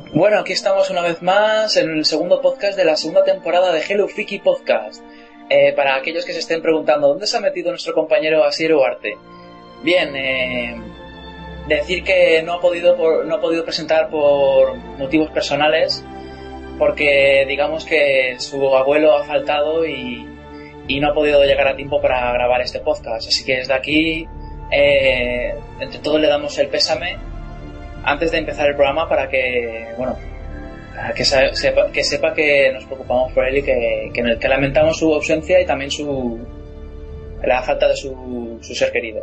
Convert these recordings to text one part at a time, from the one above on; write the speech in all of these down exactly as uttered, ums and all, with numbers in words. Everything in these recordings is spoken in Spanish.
Bueno, aquí estamos una vez más en el segundo podcast de la segunda temporada de Hello Freaky Podcast. Eh, para aquellos que se estén preguntando, ¿dónde se ha metido nuestro compañero Asier Ugarte? Bien, eh, decir que no ha podido por, no ha podido presentar por motivos personales, porque digamos que su abuelo ha faltado y, y no ha podido llegar a tiempo para grabar este podcast. Así que desde aquí, eh, entre todos le damos el pésame antes de empezar el programa para que, bueno, para que sepa, que sepa que nos preocupamos por él y que, que, que lamentamos su ausencia y también su la falta de su, su ser querido.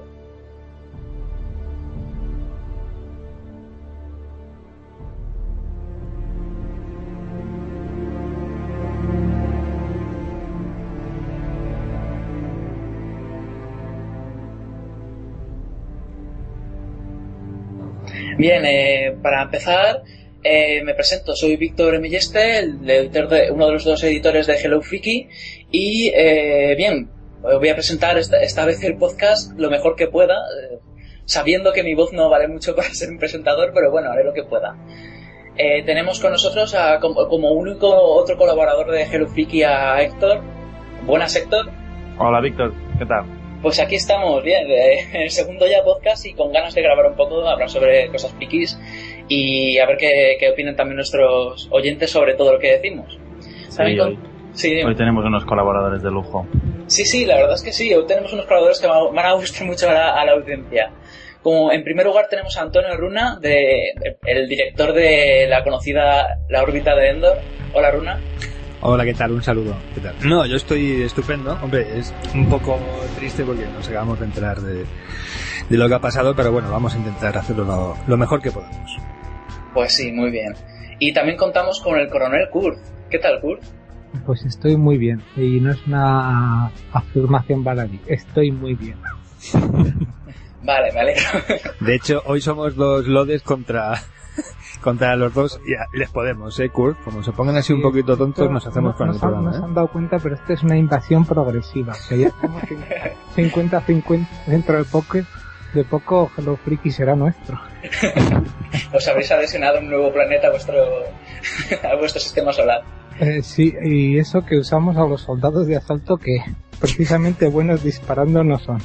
Bien, eh, para empezar, eh, me presento. Soy Víctor Emilleste, el editor de, uno de los dos editores de Hello Freaky. Y, eh, bien, voy a presentar esta, esta vez el podcast lo mejor que pueda, eh, sabiendo que mi voz no vale mucho para ser un presentador, pero bueno, haré lo que pueda. Eh, tenemos con nosotros a, como, como único otro colaborador de Hello Freaky a Héctor. Buenas, Héctor. Hola, Víctor. ¿Qué tal? Pues aquí estamos, bien, en el segundo ya podcast y con ganas de grabar un poco, hablar sobre cosas frikis y a ver qué, qué opinan también nuestros oyentes sobre todo lo que decimos. Sí, hoy, sí, hoy tenemos unos colaboradores de lujo. Sí, sí, la verdad es que sí, hoy tenemos unos colaboradores que van a gustar mucho a la, a la audiencia. Como en primer lugar tenemos a Antonio Runa, de, el director de la conocida La órbita de Endor. Hola, Runa. Hola, ¿qué tal? Un saludo. ¿Qué tal? No, yo estoy estupendo. Hombre, es un poco triste porque nos acabamos de enterar de, de lo que ha pasado, pero bueno, vamos a intentar hacerlo lo, lo mejor que podamos. Pues sí, muy bien. Y también contamos con el coronel Kurt. ¿Qué tal, Kurt? Pues estoy muy bien. Y no es una afirmación baladí. Estoy muy bien. Vale, me alegro. De hecho, hoy somos los lodes contra... contra los dos, y les podemos, ¿eh, Kurt? Como se pongan así sí, un poquito tontos, esto, nos hacemos no, con el programa. No se han dado cuenta, pero esto es una invasión progresiva. Que ya estamos cincuenta cincuenta dentro de poco, de poco Hello Freaky será nuestro. Os habréis adhesionado un nuevo planeta a vuestro, a vuestro sistema solar. Eh, sí, y eso que usamos a los soldados de asalto que precisamente buenos disparando no son.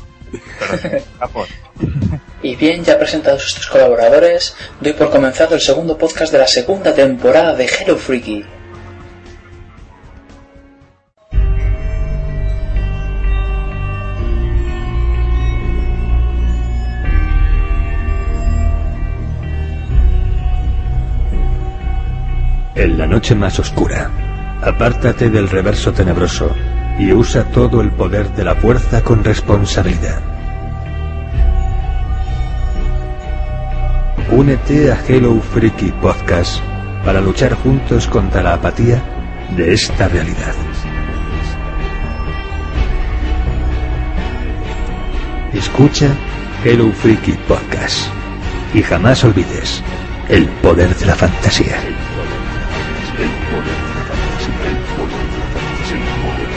Y bien, ya presentados estos colaboradores, doy por comenzado el segundo podcast de la segunda temporada de Hello Freaky. En la noche más oscura, apártate del reverso tenebroso y usa todo el poder de la fuerza con responsabilidad. Únete a Hello Freaky Podcast para luchar juntos contra la apatía de esta realidad. Escucha Hello Freaky Podcast y jamás olvides el poder de la fantasía. El poder de la fantasía. El poder de la fantasía. El poder de la fantasía.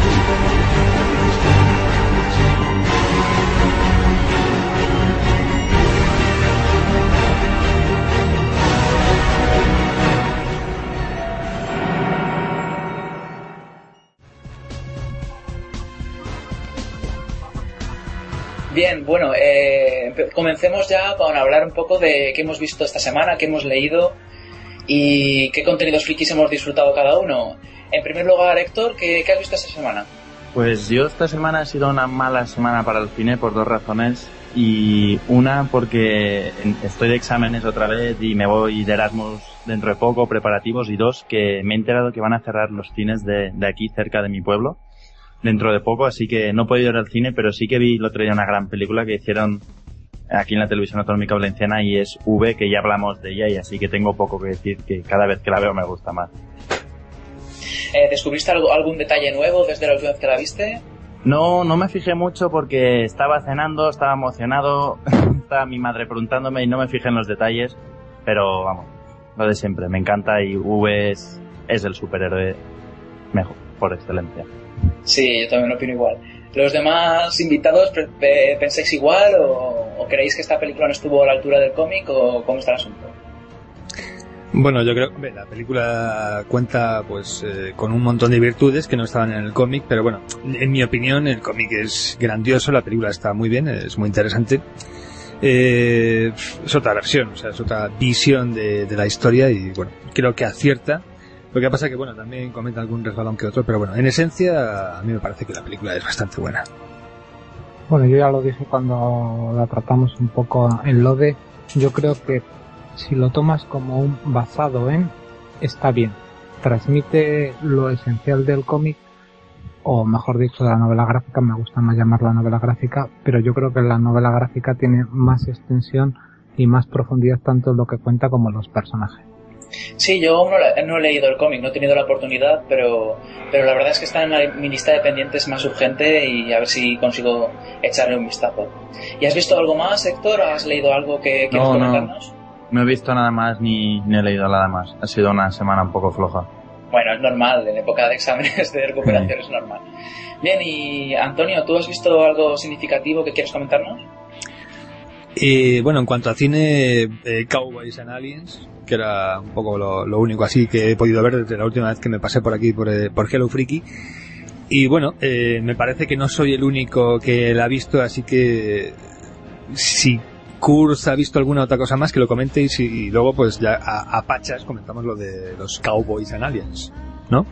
Bien, bueno, eh, comencemos ya con hablar un poco de qué hemos visto esta semana, qué hemos leído y qué contenidos frikis hemos disfrutado cada uno. En primer lugar, Héctor, ¿qué, qué has visto esta semana? Pues yo esta semana ha sido una mala semana para el cine por dos razones. Y una porque estoy de exámenes otra vez y me voy de Erasmus dentro de poco, preparativos. Y dos, que me he enterado que van a cerrar los cines de, de aquí cerca de mi pueblo dentro de poco, así que no he podido ir al cine, pero sí que vi el otro día una gran película que hicieron aquí en la televisión autonómica valenciana y es V, que ya hablamos de ella y así que tengo poco que decir, que cada vez que la veo me gusta más. Eh, ¿Descubriste algo, algún detalle nuevo desde la última vez que la viste? No, no me fijé mucho porque estaba cenando, estaba emocionado, estaba mi madre preguntándome y no me fijé en los detalles, pero vamos, lo de siempre, me encanta y V es, es el superhéroe mejor, por excelencia. Sí, yo también opino igual. ¿Los demás invitados pensáis igual o, o creéis que esta película no estuvo a la altura del cómic o cómo está el asunto? Bueno, yo creo que la película cuenta pues eh, con un montón de virtudes que no estaban en el cómic, pero bueno, en mi opinión el cómic es grandioso, la película está muy bien, es muy interesante. Eh, es otra versión, o sea, es otra visión de, de la historia y bueno, creo que acierta. Lo que pasa que bueno, también comenta algún resbalón que otro, pero bueno, en esencia a mí me parece que la película es bastante buena. Bueno, yo ya lo dije cuando la tratamos un poco en Lode, yo creo que si lo tomas como un basado en, está bien. Transmite lo esencial del cómic, o mejor dicho, de la novela gráfica, me gusta más llamarla novela gráfica, pero yo creo que la novela gráfica tiene más extensión y más profundidad tanto en lo que cuenta como en los personajes. Sí, yo no, no he leído el cómic, no he tenido la oportunidad, pero, pero la verdad es que está en la, mi lista de pendientes más urgente y a ver si consigo echarle un vistazo. ¿Y has visto algo más, Héctor? ¿Has leído algo que quieres no, comentarnos? No. No he visto nada más ni, ni he leído nada más. Ha sido una semana un poco floja. Bueno, es normal, en época de exámenes de recuperación sí. Es normal. Bien, y Antonio, ¿tú has visto algo significativo que quieres comentarnos? Eh, bueno, en cuanto a cine, eh, Cowboys and Aliens, que era un poco lo, lo único así que he podido ver desde la última vez que me pasé por aquí, por, eh, por Hello Freaky. Y bueno, eh, me parece que no soy el único que la ha visto, así que si Kurz ha visto alguna otra cosa más que lo comente y, si, y luego pues ya a, a pachas comentamos lo de los Cowboys and Aliens, ¿no?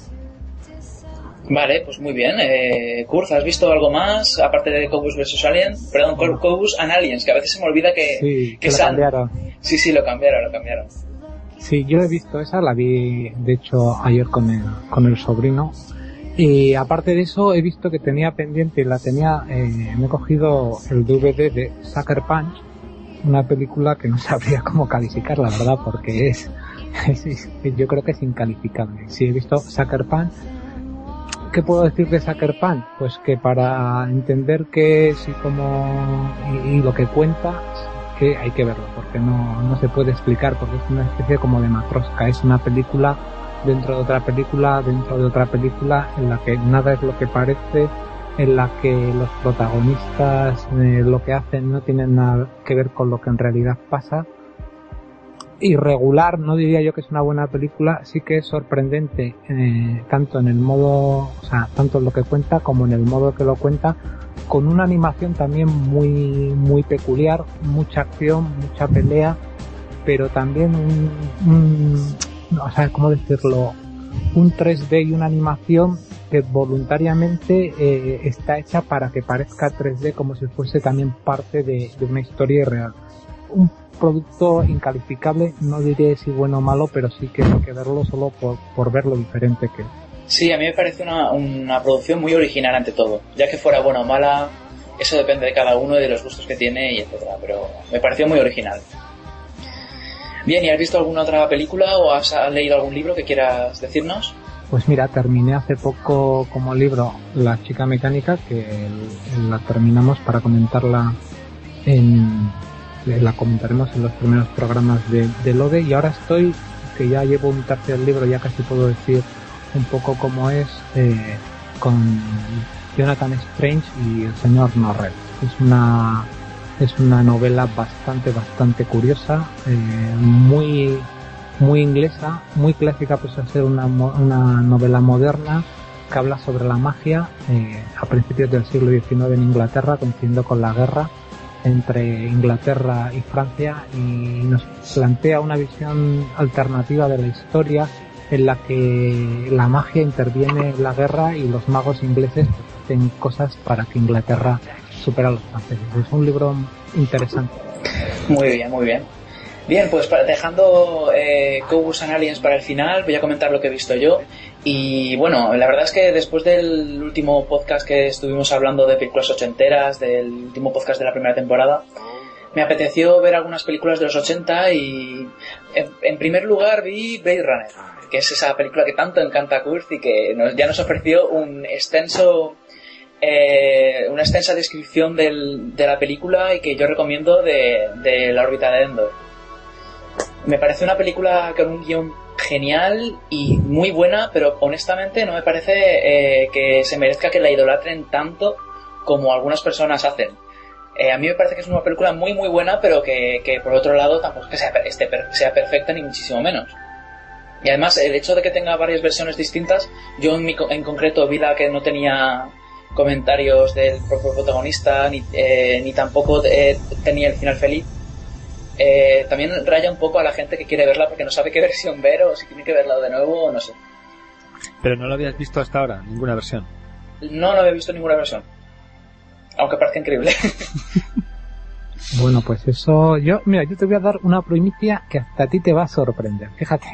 Vale, pues muy bien. Eh, Kurz, ¿has visto algo más aparte de Cowboys versus Aliens? Perdón, no. Cowboys and Aliens, que a veces se me olvida que, sí, que lo San... cambiaron. Sí, sí, lo cambiaron, lo cambiaron. Sí, yo he visto esa, la vi de hecho ayer con el, con el sobrino. Y aparte de eso he visto que tenía pendiente, la tenía, eh, me he cogido el D V D de Sucker Punch, una película que no sabría cómo calificar, la verdad, porque es, es, es yo creo que es incalificable. Sí, he visto Sucker Punch. ¿Qué puedo decir de Sucker Punch? Pues que para entender qué es y cómo y, y lo que cuenta, que hay que verlo, porque no, no se puede explicar, porque es una especie como de matrosca, es una película dentro de otra película, dentro de otra película, en la que nada es lo que parece, en la que los protagonistas eh, lo que hacen no tienen nada que ver con lo que en realidad pasa. Irregular, no diría yo que es una buena película, sí que es sorprendente, eh, tanto en el modo, o sea, tanto en lo que cuenta como en el modo que lo cuenta, con una animación también muy, muy peculiar, mucha acción, mucha pelea, pero también un, un o sea, ¿cómo decirlo? Un tres D y una animación que voluntariamente eh, está hecha para que parezca tres D como si fuese también parte de, de una historia real. Un producto incalificable, no diré si bueno o malo, pero sí que hay que verlo solo por, por ver lo diferente que es. Sí, a mí me parece una, una producción muy original ante todo, ya que fuera buena o mala, eso depende de cada uno y de los gustos que tiene y etcétera, pero me pareció muy original. Bien, ¿y has visto alguna otra película o has leído algún libro que quieras decirnos? Pues mira, terminé hace poco como libro La chica mecánica, que la terminamos para comentarla en... la comentaremos en los primeros programas de, de Lode, y ahora estoy, que ya llevo un tercer libro, ya casi puedo decir un poco cómo es, eh, con Jonathan Strange y el señor Norrell. Es una es una novela bastante bastante curiosa, eh, muy muy inglesa, muy clásica, pues a ser una una novela moderna que habla sobre la magia eh, a principios del siglo diecinueve en Inglaterra, coincidiendo con la guerra entre Inglaterra y Francia, y nos plantea una visión alternativa de la historia en la que la magia interviene en la guerra y los magos ingleses hacen cosas para que Inglaterra supere a los franceses. Es un libro interesante. Muy bien, muy bien. Bien, pues para, dejando eh, Cowboys and Aliens para el final, voy a comentar lo que he visto yo. Y bueno, la verdad es que después del último podcast que estuvimos hablando de películas ochenteras, del último podcast de la primera temporada, me apeteció ver algunas películas de los ochenta y en, en primer lugar vi Blade Runner, que es esa película que tanto encanta a Kurz y que nos, ya nos ofreció un extenso eh, una extensa descripción del, de la película y que yo recomiendo de, de La órbita de Endor. Me parece una película con un guión genial y muy buena, pero honestamente no me parece eh, que se merezca que la idolatren tanto como algunas personas hacen. Eh, a mí me parece que es una película muy muy buena, pero que, que por otro lado tampoco es que sea, esté, sea perfecta ni muchísimo menos. Y además el hecho de que tenga varias versiones distintas, yo en, mi, en concreto vi la que no tenía comentarios del propio protagonista, ni, eh, ni tampoco eh, tenía el final feliz. Eh, también raya un poco a la gente que quiere verla porque no sabe qué versión ver o si tiene que verla de nuevo o no sé. Pero no lo habías visto hasta ahora, ninguna versión. No, no había visto ninguna versión. Aunque parezca increíble. Bueno, pues eso... Yo, mira, yo te voy a dar una primicia que hasta a ti te va a sorprender. Fíjate.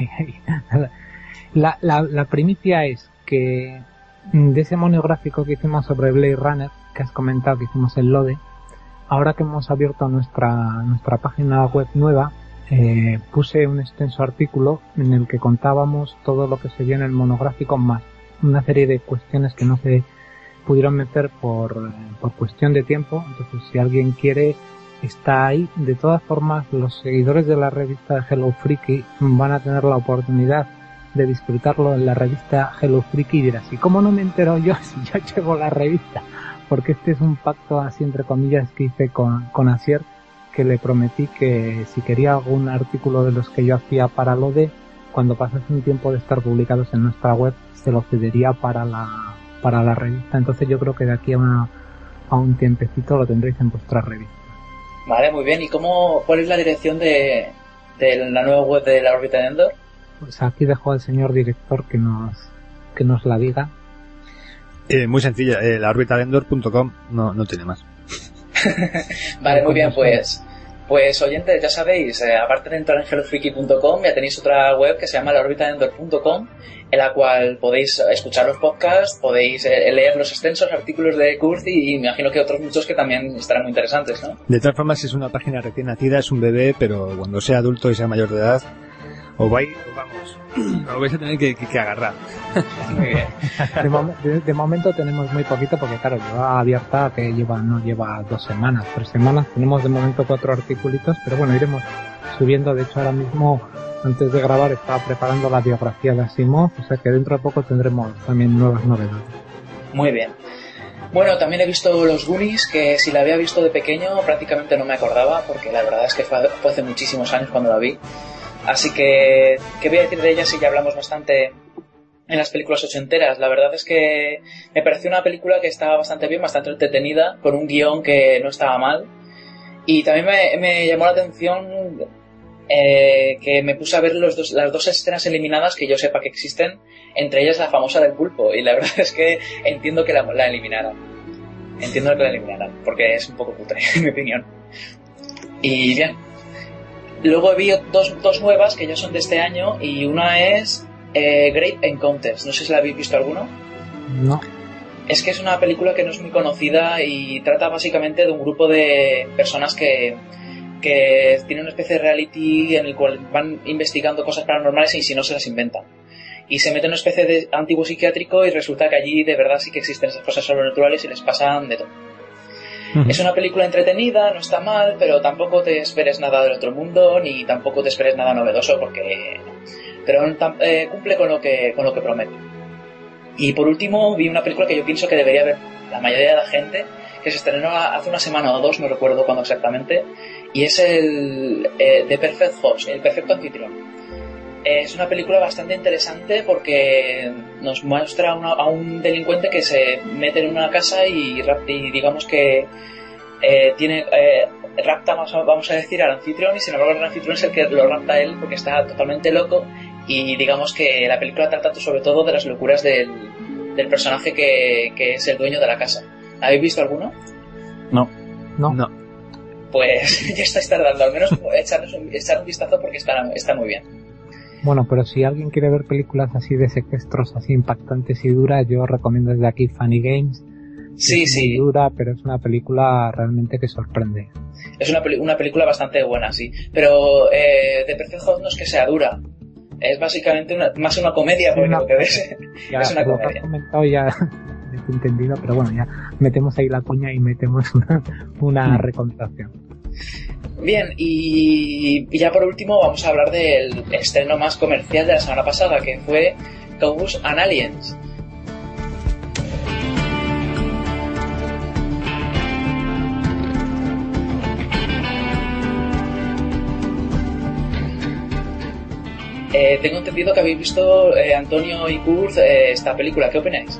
La, la, la primicia es que de ese monográfico que hicimos sobre Blade Runner, que has comentado que hicimos el LODE, ahora que hemos abierto nuestra, nuestra página web nueva, eh, puse un extenso artículo en el que contábamos todo lo que se vio en el monográfico, más una serie de cuestiones que no se pudieron meter por, por cuestión de tiempo. Entonces, si alguien quiere, está ahí. De todas formas, los seguidores de la revista de Hello Freaky van a tener la oportunidad de disfrutarlo en la revista Hello Freaky y dirás, ¿y cómo no me entero yo si yo llevo la revista? Porque este es un pacto así entre comillas que hice con, con Asier, que le prometí que si quería algún artículo de los que yo hacía para LODE, cuando pasase un tiempo de estar publicados en nuestra web, se lo cedería para la para la revista. Entonces yo creo que de aquí a, una, a un tiempecito lo tendréis en vuestra revista. Vale, muy bien. ¿Y cómo, cuál es la dirección de, de la nueva web de la órbita de Endor? Pues aquí dejo al señor director que nos que nos la diga. Eh, muy sencilla, eh, la órbita de endor punto com, no, no tiene más. Vale, muy bien, pues pues oyentes, ya sabéis, eh, aparte de entrar en hello freaky punto com, ya tenéis otra web que se llama la órbita de endor punto com, en la cual podéis escuchar los podcasts, podéis eh, leer los extensos artículos de Kurt y, y me imagino que otros muchos que también estarán muy interesantes, ¿no? De todas formas, es una página recién nacida, es un bebé, pero cuando sea adulto y sea mayor de edad, os vais, vamos, os vais a tener que, que, que agarrar. Muy bien. De, mom- de, de momento tenemos muy poquito porque claro, lleva abierta que lleva no lleva dos semanas, tres semanas. Tenemos de momento cuatro articulitos, pero bueno, iremos subiendo. De hecho, ahora mismo, antes de grabar, estaba preparando la biografía de Asimov, o sea que dentro de poco tendremos también nuevas novedades. Muy bien. Bueno, también he visto Los Goonies, que si la había visto de pequeño prácticamente no me acordaba, porque la verdad es que fue, fue hace muchísimos años cuando la vi. Así que, ¿qué voy a decir de ella si ya hablamos bastante en las películas ochenteras? La verdad es que me pareció una película que estaba bastante bien, bastante entretenida, con un guión que no estaba mal. Y también me, me llamó la atención eh, que me puse a ver los dos, las dos escenas eliminadas que yo sepa que existen, entre ellas la famosa del pulpo. Y la verdad es que entiendo que la, la eliminaran. Entiendo que la eliminaran, porque es un poco putre, en mi opinión. Y bien. Luego vi dos, dos nuevas que ya son de este año, y una es eh, Great Encounters. No sé si la habéis visto alguno. No. Es que es una película que no es muy conocida y trata básicamente de un grupo de personas que, que tienen una especie de reality en el cual van investigando cosas paranormales y si no se las inventan. Y se meten en una especie de antiguo psiquiátrico y resulta que allí de verdad sí que existen esas cosas sobrenaturales y les pasan de todo. Es una película entretenida, no está mal, pero tampoco te esperes nada del otro mundo, ni tampoco te esperes nada novedoso, porque pero eh, cumple con lo que con lo que promete. Y por último vi una película que yo pienso que debería ver la mayoría de la gente, que se estrenó hace una semana o dos, no recuerdo cuándo exactamente, y es el eh, The Perfect Host, el perfecto anfitrión. Es una película bastante interesante porque nos muestra una, a un delincuente que se mete en una casa y, y digamos que eh, tiene eh, rapta, vamos a decir, al anfitrión, y sin embargo el anfitrión es el que lo rapta a él porque está totalmente loco, y digamos que la película trata sobre todo de las locuras del, del personaje que, que es el dueño de la casa. ¿Habéis visto alguno? No. No. No. Pues ya estáis tardando, al menos echarles un, echar un vistazo porque está, está muy bien. Bueno, pero si alguien quiere ver películas así de secuestros, así impactantes y duras, yo recomiendo desde aquí Funny Games. Sí, es sí. muy dura, pero es una película realmente que sorprende. Es una, peli- una película bastante buena, sí. Pero eh, The Perfect Host no es que sea dura. Es básicamente una, más una comedia, porque una, lo que ves ya, es una lo que comedia. has comentado ya he entendido, pero bueno, ya metemos ahí la cuña y metemos una, una mm. recomendación. Bien, y, y ya por último vamos a hablar del estreno más comercial de la semana pasada, que fue Cowboys and Aliens. Eh, tengo entendido que habéis visto, eh, Antonio y Kurt, eh, esta película. ¿Qué opináis?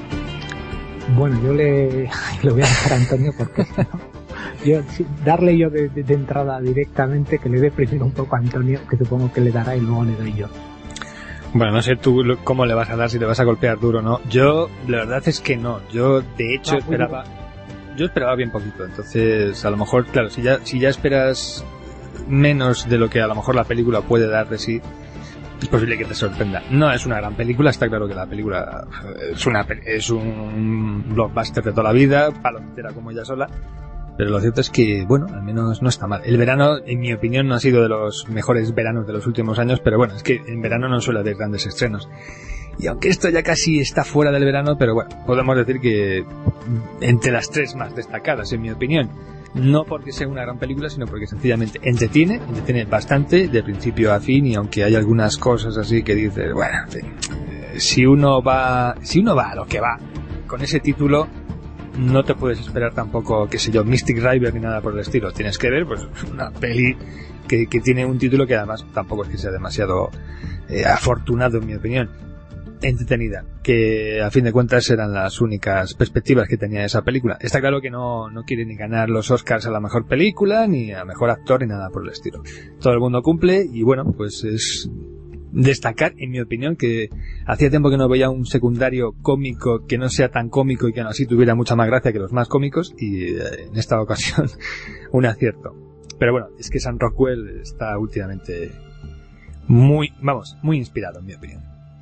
Bueno, yo le, le voy a dejar a Antonio porque yo, darle yo de, de, de entrada directamente, que le dé primero un poco a Antonio, que supongo que le dará y luego le doy yo. Bueno, no sé tú cómo le vas a dar, si te vas a golpear duro o no. Yo, la verdad es que no. Yo, de hecho, no, esperaba... Yo esperaba bien poquito. Entonces, a lo mejor, claro, si ya, si ya esperas menos de lo que a lo mejor la película puede dar de sí, es posible que te sorprenda. No es una gran película, está claro que la película es una es un blockbuster de toda la vida, palomitera como ella sola, pero lo cierto es que, bueno, al menos no está mal. El verano, en mi opinión, no ha sido de los mejores veranos de los últimos años, pero bueno, es que en verano no suele haber grandes estrenos. Y aunque esto ya casi está fuera del verano, pero bueno, podemos decir que entre las tres más destacadas, en mi opinión. No porque sea una gran película, sino porque sencillamente entretiene, entretiene bastante de principio a fin, y aunque hay algunas cosas así que dices, bueno, en fin, eh, si uno va, si uno va a lo que va, con ese título, no te puedes esperar tampoco, qué sé yo, Mystic River ni nada por el estilo. Tienes que ver, pues, una peli que, que tiene un título que además tampoco es que sea demasiado eh, afortunado, en mi opinión. Entretenida, que a fin de cuentas eran las únicas perspectivas que tenía esa película. Está claro que no, no quiere ni ganar los Oscars a la mejor película, ni a mejor actor, ni nada por el estilo. Todo el mundo cumple, y bueno, pues es destacar, en mi opinión, que hacía tiempo que no veía un secundario cómico que no sea tan cómico y que aún así tuviera mucha más gracia que los más cómicos, y en esta ocasión un acierto. Pero bueno, es que Sam Rockwell está últimamente muy, vamos, muy inspirado, en mi opinión.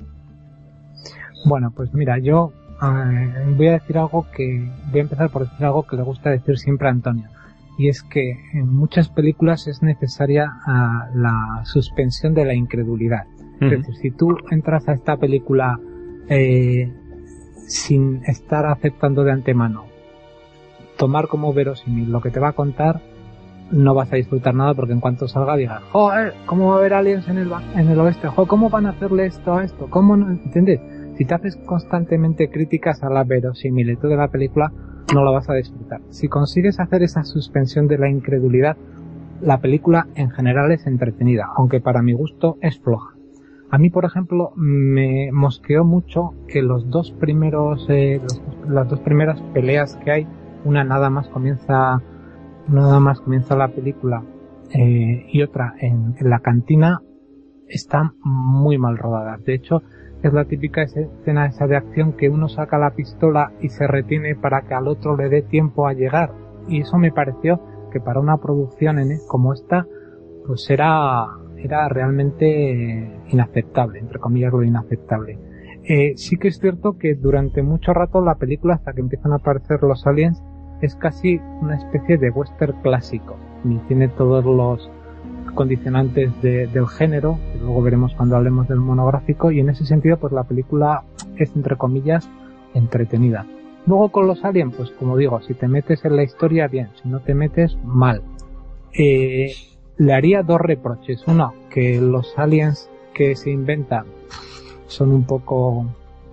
Bueno, pues mira, yo eh, voy a decir algo que... Voy a empezar por decir algo que le gusta decir siempre a Antonio. Y es que en muchas películas es necesaria uh, la suspensión de la incredulidad. Uh-huh. Es decir, si tú entras a esta película eh, sin estar aceptando de antemano, tomar como verosímil lo que te va a contar, no vas a disfrutar nada, porque en cuanto salga digas, joder, ¿cómo va a haber aliens en el, en el oeste? Joder, ¿cómo van a hacerle esto a esto? ¿Cómo no? ¿Entiendes? Si te haces constantemente críticas a la verosimilitud de la película, no la vas a disfrutar. Si consigues hacer esa suspensión de la incredulidad, la película en general es entretenida, aunque para mi gusto es floja. A mí, por ejemplo, me mosqueó mucho que los dos primeros, eh, los, las dos primeras peleas que hay, una nada más comienza, nada más comienza la película, eh, y otra en, en la cantina, están muy mal rodadas. De hecho, es la típica escena esa de acción que uno saca la pistola y se retiene para que al otro le dé tiempo a llegar, y eso me pareció que para una producción en, como esta, pues era, era realmente inaceptable, entre comillas lo inaceptable. Eh, sí que es cierto que durante mucho rato la película, hasta que empiezan a aparecer los aliens, es casi una especie de western clásico, y tiene todos los condicionantes de, del género, que luego veremos cuando hablemos del monográfico, y en ese sentido pues la película es, entre comillas, entretenida. Luego con los aliens, pues como digo, si te metes en la historia, bien; si no te metes, mal. Eh, le haría dos reproches. Uno, que los aliens que se inventan son un poco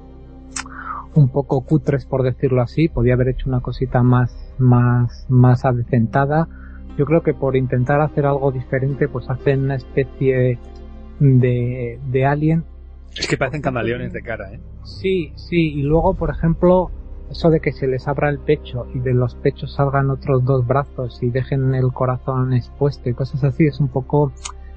un poco cutres, por decirlo así. Podía haber hecho una cosita más más más adecentada. Yo creo que por intentar hacer algo diferente, pues hacen una especie de, de alien. Es que parecen camaleones de cara, ¿eh? Sí, sí, y luego, por ejemplo, eso de que se les abra el pecho y de los pechos salgan otros dos brazos y dejen el corazón expuesto y cosas así, es un poco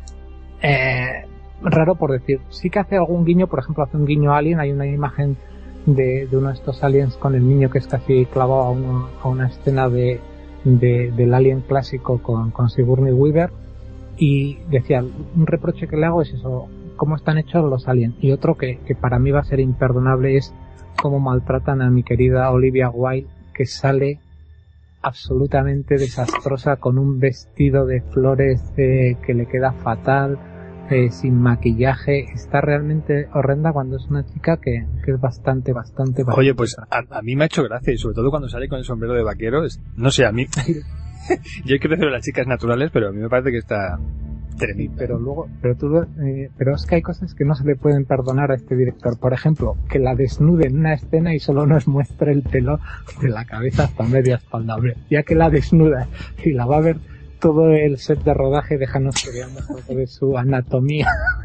eh, raro, por decir. Sí que hace algún guiño, por ejemplo, hace un guiño a Alien. Hay una imagen de, de uno de estos aliens con el niño que es casi clavado a, uno, a una escena de De, del Alien clásico con, con Sigourney Weaver, y decía, un reproche que le hago es eso, cómo están hechos los aliens, y otro que, que para mí va a ser imperdonable es cómo maltratan a mi querida Olivia Wilde, que sale absolutamente desastrosa con un vestido de flores eh, que le queda fatal, eh, sin maquillaje. Está realmente horrenda cuando es una chica que, que es bastante, bastante... bastante Oye, pues a, a mí me ha hecho gracia, y sobre todo cuando sale con el sombrero de vaquero. Es, no sé, a mí... Yo quiero decir las chicas naturales, pero a mí me parece que está tremendo. Pero luego, pero tú, eh, pero es que hay cosas que no se le pueden perdonar a este director. Por ejemplo, que la desnude en una escena y solo nos muestre el pelo de la cabeza hasta media espalda. Hombre, ya que la desnuda y la va a ver todo el set de rodaje, déjanos que veamos algo de su anatomía.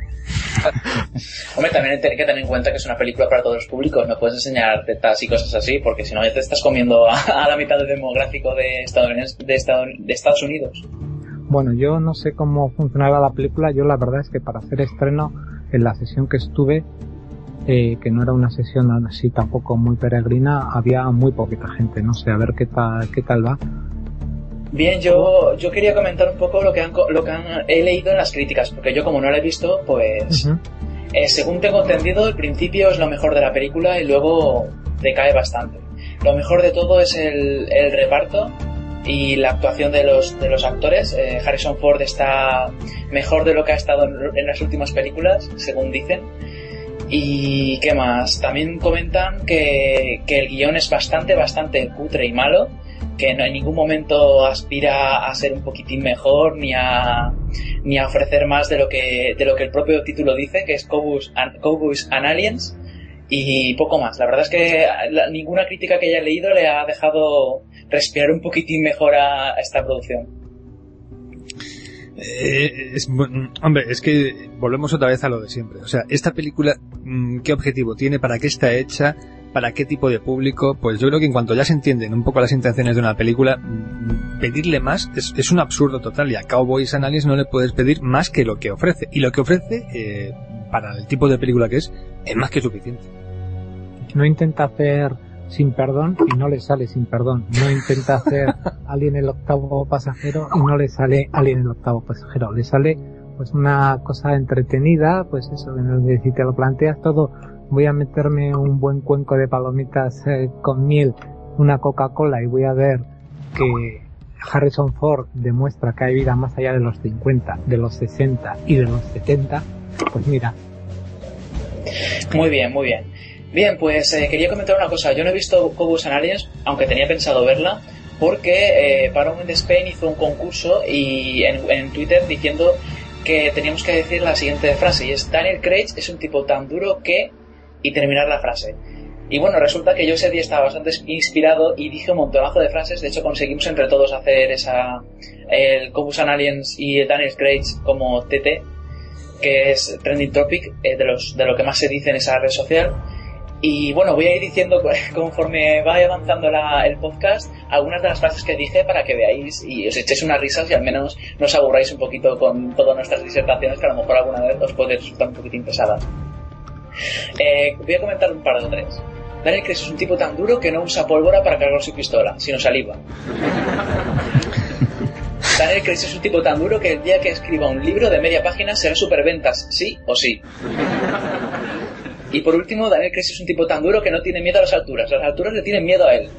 Hombre, también hay que tener en cuenta que es una película para todos los públicos, no puedes enseñar tetas y cosas así, porque si no ya te estás comiendo a, a la mitad del demográfico de Estados, de, Estados, de Estados Unidos. Bueno, yo no sé cómo funcionaba la película. Yo la verdad es que para hacer estreno, en la sesión que estuve, eh, que no era una sesión así tampoco muy peregrina, había muy poquita gente. No sé, a ver qué tal, qué tal va. Bien, yo, yo quería comentar un poco lo que han, lo que han, he leído en las críticas, porque yo como no la he visto, pues uh-huh. eh, según tengo entendido, el principio es lo mejor de la película y luego decae bastante. Lo mejor de todo es el, el reparto y la actuación de los de los actores. eh, Harrison Ford está mejor de lo que ha estado en, en las últimas películas, según dicen. Y qué más, también comentan que, que el guión es bastante bastante cutre y malo, que no en ningún momento aspira a ser un poquitín mejor ni a ni a ofrecer más de lo que de lo que el propio título dice, que es Cowboys and, Cowboys and Aliens, y poco más. La verdad es que la, ninguna crítica que haya leído le ha dejado respirar un poquitín mejor a, a esta producción. Eh, es, hombre, es que volvemos otra vez a lo de siempre. O sea, esta película, ¿qué objetivo tiene? ¿Para qué está hecha? ¿Para qué tipo de público? Pues yo creo que en cuanto ya se entienden un poco las intenciones de una película, pedirle más es, es un absurdo total, y a Cowboys and Aliens no le puedes pedir más que lo que ofrece, y lo que ofrece, eh, para el tipo de película que es, es más que suficiente. No intenta hacer Sin Perdón y no le sale Sin Perdón. No intenta hacer Alien el octavo pasajero y no le sale Alien el octavo pasajero. Le sale pues una cosa entretenida, pues eso, si te lo planteas todo, voy a meterme un buen cuenco de palomitas eh, con miel, una Coca-Cola, y voy a ver que Harrison Ford demuestra que hay vida más allá de los cincuenta, de los sesenta y de los setenta, pues mira. Muy bien, muy bien. Bien, pues eh, quería comentar una cosa. Yo no he visto Cowboys and Aliens, aunque tenía pensado verla, porque eh, Paramount Spain hizo un concurso y en, en Twitter diciendo que teníamos que decir la siguiente frase, y es: Daniel Craig es un tipo tan duro que... y terminar la frase. Y bueno, resulta que yo ese día estaba bastante inspirado y dije un montonazo de frases. De hecho, conseguimos entre todos hacer esa el Cowboys and Aliens y Daniel Craig como T T, que es Trending Topic, eh, de los de lo que más se dice en esa red social. Y bueno, voy a ir diciendo conforme vaya avanzando la, el podcast algunas de las frases que dije para que veáis y os echéis unas risas y al menos no os aburráis un poquito con todas nuestras disertaciones, que a lo mejor alguna vez os puede resultar un poquitín pesadas. Eh, voy a comentar un par de tres. Daniel Craig es un tipo tan duro que no usa pólvora para cargar su pistola, sino saliva. Daniel Craig es un tipo tan duro que el día que escriba un libro de media página será superventas, sí o sí. Y por último, Daniel Craig es un tipo tan duro que no tiene miedo a las alturas. Las alturas le tienen miedo a él.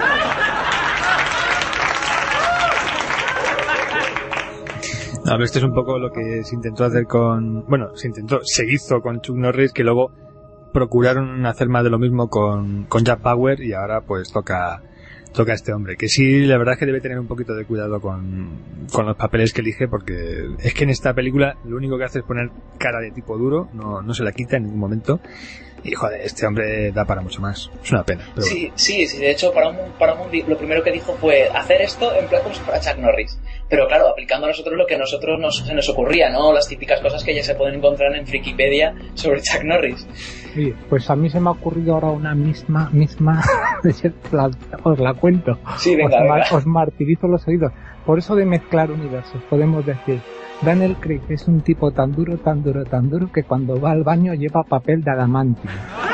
No, pero esto es un poco lo que se intentó hacer con... Bueno, se intentó, se hizo con Chuck Norris, que luego procuraron hacer más de lo mismo con, con Jack Bauer, y ahora pues toca toca a este hombre, que sí, la verdad es que debe tener un poquito de cuidado con, con los papeles que elige, porque es que en esta película lo único que hace es poner cara de tipo duro, no, no se la quita en ningún momento. Y joder, este hombre da para mucho más. Es una pena. Pero sí, bueno. sí, sí, de hecho Paramount, Paramount lo primero que dijo fue hacer esto en plan como si fuera Chuck Norris. Pero claro, aplicando a nosotros lo que a nosotros nos, se nos ocurría, ¿no? Las típicas cosas que ya se pueden encontrar en Frikipedia sobre Chuck Norris. Sí, pues a mí se me ha ocurrido ahora una misma, misma, os la cuento. Sí, venga, os, venga. Mar, os martirizo los oídos. Por eso de mezclar universos, podemos decir, Daniel Craig es un tipo tan duro, tan duro, tan duro que cuando va al baño lleva papel de adamantio.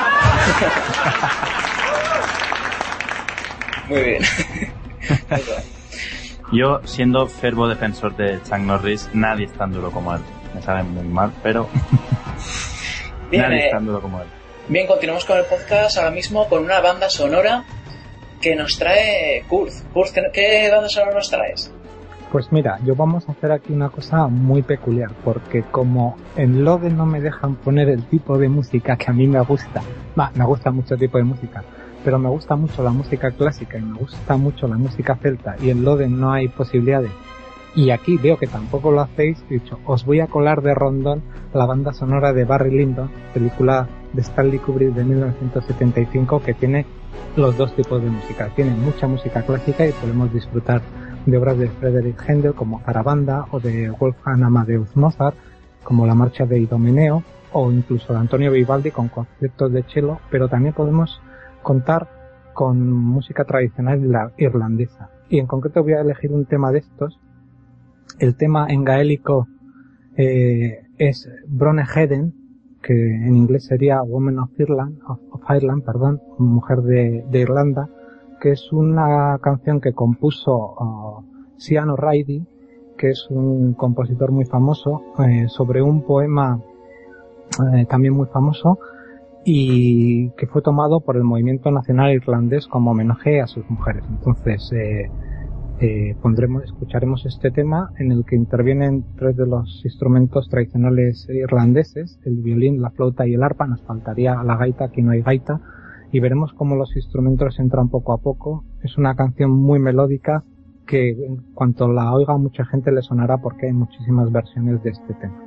Muy bien. Yo, siendo fervo defensor de Chuck Norris, nadie es tan duro como él. Me sabe muy mal, pero bien, nadie eh, es tan duro como él. Bien, continuamos con el podcast ahora mismo con una banda sonora que nos trae Kurt. Kurt, ¿qué banda sonora nos traes? Pues mira, yo vamos a hacer aquí una cosa muy peculiar, porque como en Lode no me dejan poner el tipo de música que a mí me gusta, bah, me gusta mucho el tipo de música, pero me gusta mucho la música clásica y me gusta mucho la música celta, y en Lode no hay posibilidades, y aquí veo que tampoco lo hacéis, he dicho, os voy a colar de rondón la banda sonora de Barry Lyndon, película de Stanley Kubrick de mil novecientos setenta y cinco, que tiene los dos tipos de música, tiene mucha música clásica y podemos disfrutar de obras de Friedrich Händel como Zarabanda o de Wolfgang Amadeus Mozart, como la marcha de Idomeneo o incluso de Antonio Vivaldi con conciertos de cello, pero también podemos contar con música tradicional irlandesa. Y en concreto voy a elegir un tema de estos. El tema en gaélico eh, es Brone Heden, que en inglés sería Woman of Ireland, of, of Ireland, perdón, mujer de, de Irlanda, que es una canción que compuso uh, Cian O'Reilly, que es un compositor muy famoso, eh, sobre un poema eh, también muy famoso, y que fue tomado por el movimiento nacional irlandés como homenaje a sus mujeres. Entonces eh, eh, pondremos, escucharemos este tema en el que intervienen tres de los instrumentos tradicionales irlandeses, el violín, la flauta y el arpa. Nos faltaría la gaita, aquí no hay gaita, y veremos cómo los instrumentos entran poco a poco. Es una canción muy melódica que en cuanto la oiga a mucha gente le sonará porque hay muchísimas versiones de este tema.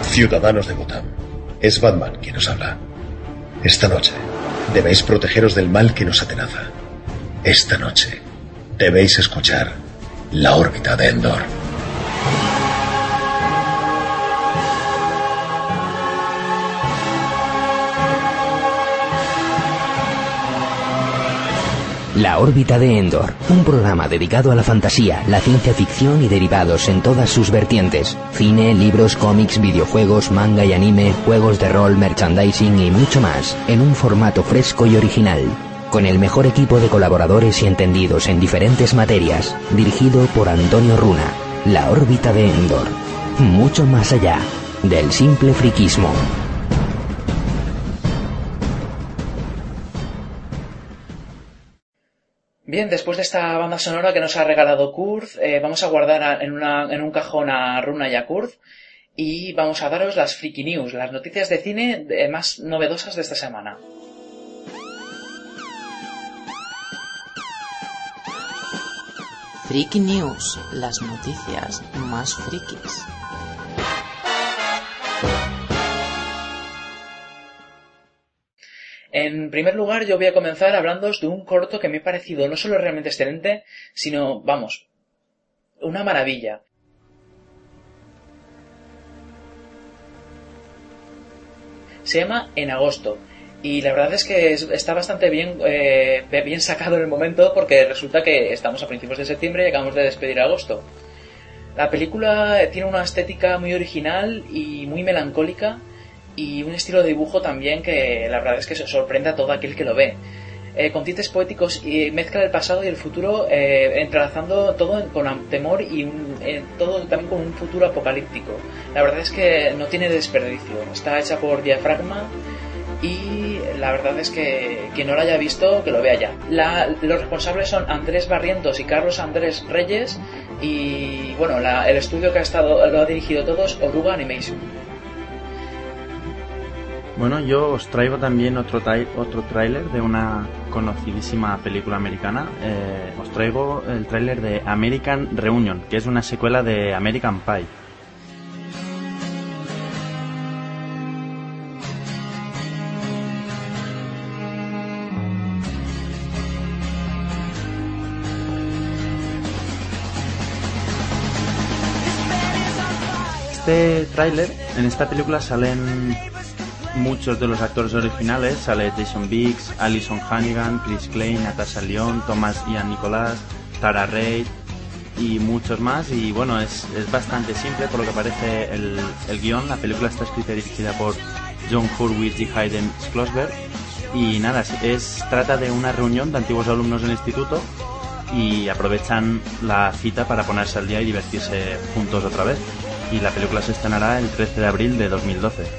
Ciudadanos de Gotham, es Batman quien os habla. Esta noche debéis protegeros del mal que nos atenaza. Esta noche debéis escuchar La órbita de Endor. La órbita de Endor, un programa dedicado a la fantasía, la ciencia ficción y derivados en todas sus vertientes. Cine, libros, cómics, videojuegos, manga y anime, juegos de rol, merchandising y mucho más, en un formato fresco y original. Con el mejor equipo de colaboradores y entendidos en diferentes materias, dirigido por Antonio Runa. La órbita de Endor. Mucho más allá del simple friquismo. Bien, después de esta banda sonora que nos ha regalado Kurt, eh, vamos a guardar a, en, una, en un cajón a Runa y a Kurt y vamos a daros las Freaky News, las noticias de cine eh, más novedosas de esta semana. Freaky News, las noticias más frikis. En primer lugar, yo voy a comenzar hablándoos de un corto que me ha parecido no solo realmente excelente, sino, vamos, una maravilla. Se llama En agosto, y la verdad es que es, está bastante bien, eh, bien sacado en el momento, porque resulta que estamos a principios de septiembre y acabamos de despedir agosto. La película tiene una estética muy original y muy melancólica, y un estilo de dibujo también que la verdad es que sorprende a todo aquel que lo ve. Eh, con tintes poéticos y mezcla el pasado y el futuro, eh, entrelazando todo con temor y un, eh, todo también con un futuro apocalíptico. La verdad es que no tiene desperdicio. Está hecha por Diafragma y la verdad es que quien no la haya visto, que lo vea ya. La, los responsables son Andrés Barrientos y Carlos Andrés Reyes, y bueno, la, el estudio que ha estado lo ha dirigido todo es Oruga Animation. Bueno, yo os traigo también otro, tra- otro tráiler de una conocidísima película americana. Eh, os traigo el tráiler de American Reunion, que es una secuela de American Pie. Este tráiler, en esta película salen muchos de los actores originales. Sale Jason Biggs, Alison Hannigan, Chris Klein, Natasha Lyonne, Thomas Ian Nicholas, Tara Reid y muchos más. Y bueno, es, es bastante simple por lo que parece el, el guión. La película está escrita y dirigida por John Hurwitz y Hayden Schlossberg. Y nada, es, es trata de una reunión de antiguos alumnos del instituto y aprovechan la cita para ponerse al día y divertirse juntos otra vez. Y la película se estrenará el trece de abril de dos mil doce.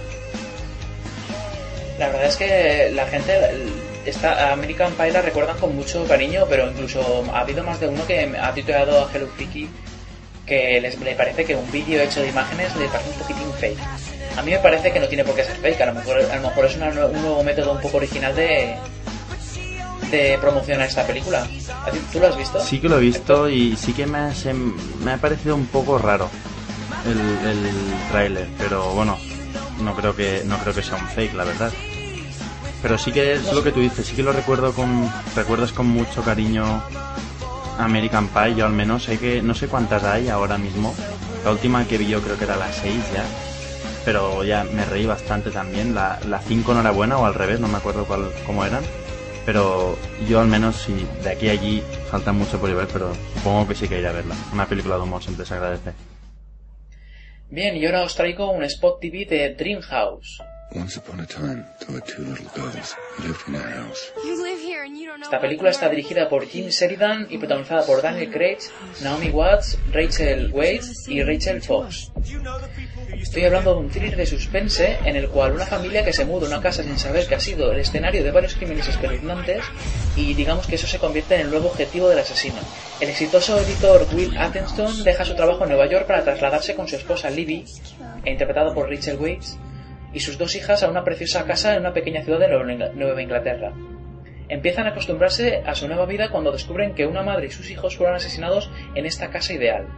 La verdad es que la gente esta American Pie la recuerdan con mucho cariño, pero incluso ha habido más de uno que ha titulado a Hello Freaky que les, le parece que un vídeo hecho de imágenes le parece un poquitín fake. A mí me parece que no tiene por qué ser fake, a lo mejor, a lo mejor es una, un nuevo método un poco original de, de promocionar esta película. ¿Tú lo has visto? Sí que lo he visto y sí que me ha, se, me ha parecido un poco raro el, el tráiler, pero bueno, no creo que no creo que sea un fake, la verdad. Pero sí que es lo que tú dices, sí que lo recuerdo con recuerdas con mucho cariño American Pie. Yo al menos sé que no sé cuántas hay ahora mismo. La última que vi yo creo que era la seis ya, pero ya me reí bastante también. La la cinco no era buena, o al revés, no me acuerdo cuál cómo eran. Pero yo al menos sí, de aquí a allí falta mucho por ver, pero supongo que sí que iré a verla. Una película de humor siempre se agradece. Bien, y ahora os traigo un spot T V de Dreamhouse. Once upon a time, there were two little girls who lived in a house. Esta película está dirigida por Jim Sheridan y protagonizada por Daniel Craig, Naomi Watts, Rachel Weisz y Rachel Fox. Estoy hablando de un thriller de suspense en el cual una familia que se muda a una casa sin saber que ha sido el escenario de varios crímenes espeluznantes, y digamos que eso se convierte en el nuevo objetivo del asesino. El exitoso editor Will Atherton deja su trabajo en Nueva York para trasladarse con su esposa Libby, interpretada por Rachel Weisz, y sus dos hijas a una preciosa casa en una pequeña ciudad de Nueva Inglaterra. Empiezan a acostumbrarse a su nueva vida cuando descubren que una madre y sus hijos fueron asesinados en esta casa ideal.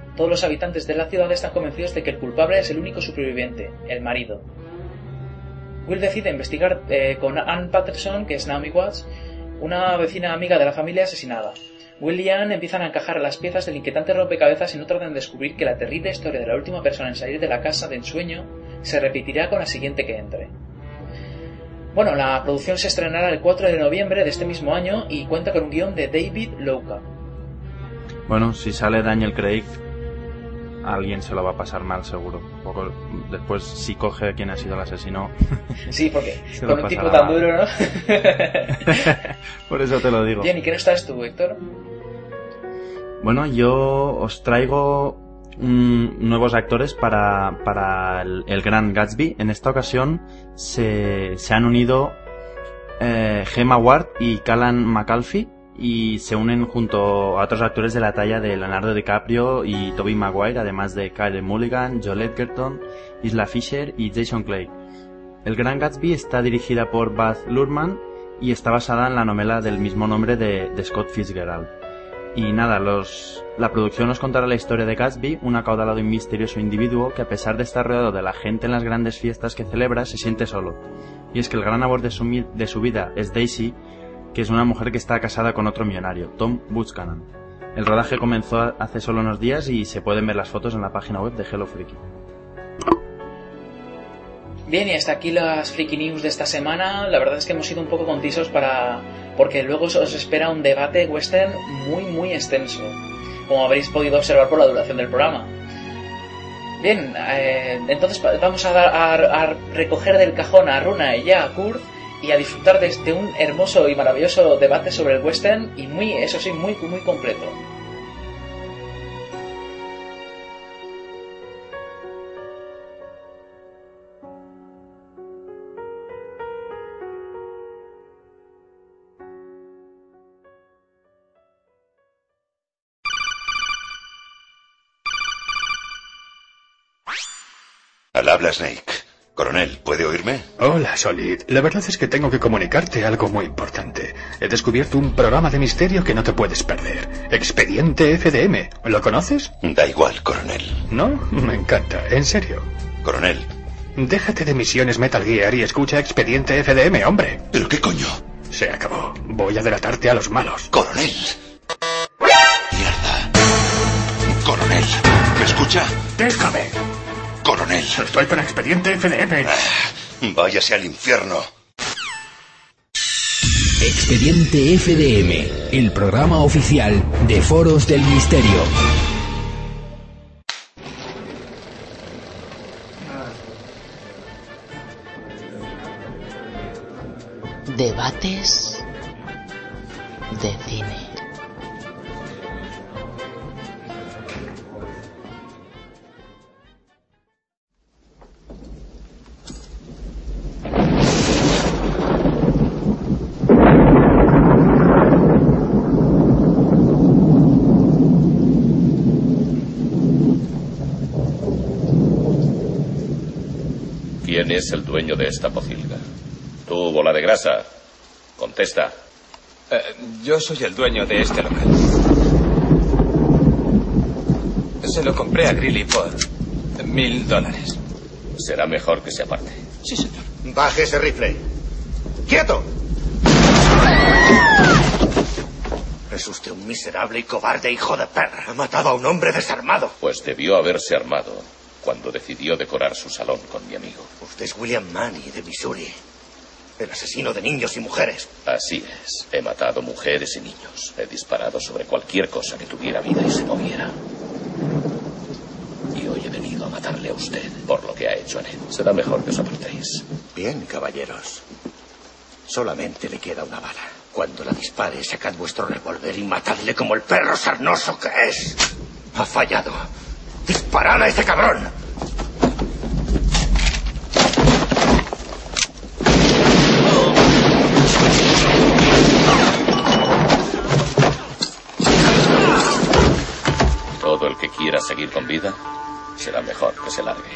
todos los habitantes de la ciudad están convencidos de que el culpable es el único superviviente, el marido. Will decide investigar eh, con Ann Patterson, que es Naomi Watts, una vecina amiga de la familia asesinada. Will y Ann empiezan a encajar las piezas del inquietante rompecabezas y no tardan en descubrir que la terrible historia de la última persona en salir de la casa de ensueño se repetirá con la siguiente que entre. Bueno, la producción se estrenará el cuatro de noviembre de este mismo año y cuenta con un guión de David Louka. Bueno, si sale Daniel Craig, alguien se lo va a pasar mal seguro. Un poco después, si coge quién ha sido el asesino. Sí, porque con un tipo tan duro, ¿no? Por eso te lo digo. Bien, ¿y qué no estás tú, Héctor? Bueno, yo os traigo mm, nuevos actores para, para el, el Gran Gatsby. En esta ocasión se, se han unido eh, Gemma Ward y Callan McAuliffe y se unen junto a otros actores de la talla de Leonardo DiCaprio y Tobey Maguire, además de Kyle Mulligan, Joel Edgerton, Isla Fisher y Jason Clay. El Gran Gatsby está dirigida por Baz Luhrmann y está basada en la novela del mismo nombre de, de Scott Fitzgerald. Y nada, los, la producción nos contará la historia de Gatsby, un acaudalado y misterioso individuo que, a pesar de estar rodeado de la gente en las grandes fiestas que celebra, se siente solo. Y es que el gran amor de su, de su vida es Daisy, que es una mujer que está casada con otro millonario, Tom Buchanan. El rodaje comenzó hace solo unos días y se pueden ver las fotos en la página web de Hello Freaky. Bien, y hasta aquí las Freaky News de esta semana. La verdad es que hemos sido un poco concisos para... porque luego os espera un debate western muy muy extenso, como habréis podido observar por la duración del programa. Bien, eh, entonces vamos a, dar, a, a recoger del cajón a Runa y ya a Kurt y a disfrutar de este un hermoso y maravilloso debate sobre el western y muy, eso sí, muy muy completo. Al habla Snake. Coronel, ¿puede oírme? Hola, Solid. La verdad es que tengo que comunicarte algo muy importante. He descubierto un programa de misterio que no te puedes perder. Expediente F D M. ¿Lo conoces? Da igual, coronel. ¿No? Me encanta. En serio. Coronel. Déjate de misiones Metal Gear y escucha Expediente F D M, hombre. ¿Pero qué coño? Se acabó. Voy a delatarte a los malos. Coronel. Mierda. Coronel. ¿Me escucha? Déjame. Coronel. Estoy con Expediente F D M. Ah, váyase al infierno. Expediente F D M, el programa oficial de Foros del Misterio. Debates de cine. ¿Quién es el dueño de esta pocilga? Tú, bola de grasa. Contesta. Eh, yo soy el dueño de este local. Se lo compré a Grilly por mil dólares. Será mejor que se aparte. Sí, señor. Baje ese rifle. ¡Quieto! Es usted un miserable y cobarde hijo de perra. Ha matado a un hombre desarmado. Pues debió haberse armado cuando decidió decorar su salón con mi amigo. Usted es William Manny, de Missouri. El asesino de niños y mujeres. Así es. He matado mujeres y niños. He disparado sobre cualquier cosa que tuviera vida y se moviera. Y hoy he venido a matarle a usted por lo que ha hecho a Ned. Será mejor que os apartéis. Bien, caballeros. Solamente le queda una bala. Cuando la dispare, sacad vuestro revólver y matadle como el perro sarnoso que es. Ha fallado. ¡Disparad a ese cabrón! Todo el que quiera seguir con vida, será mejor que se largue.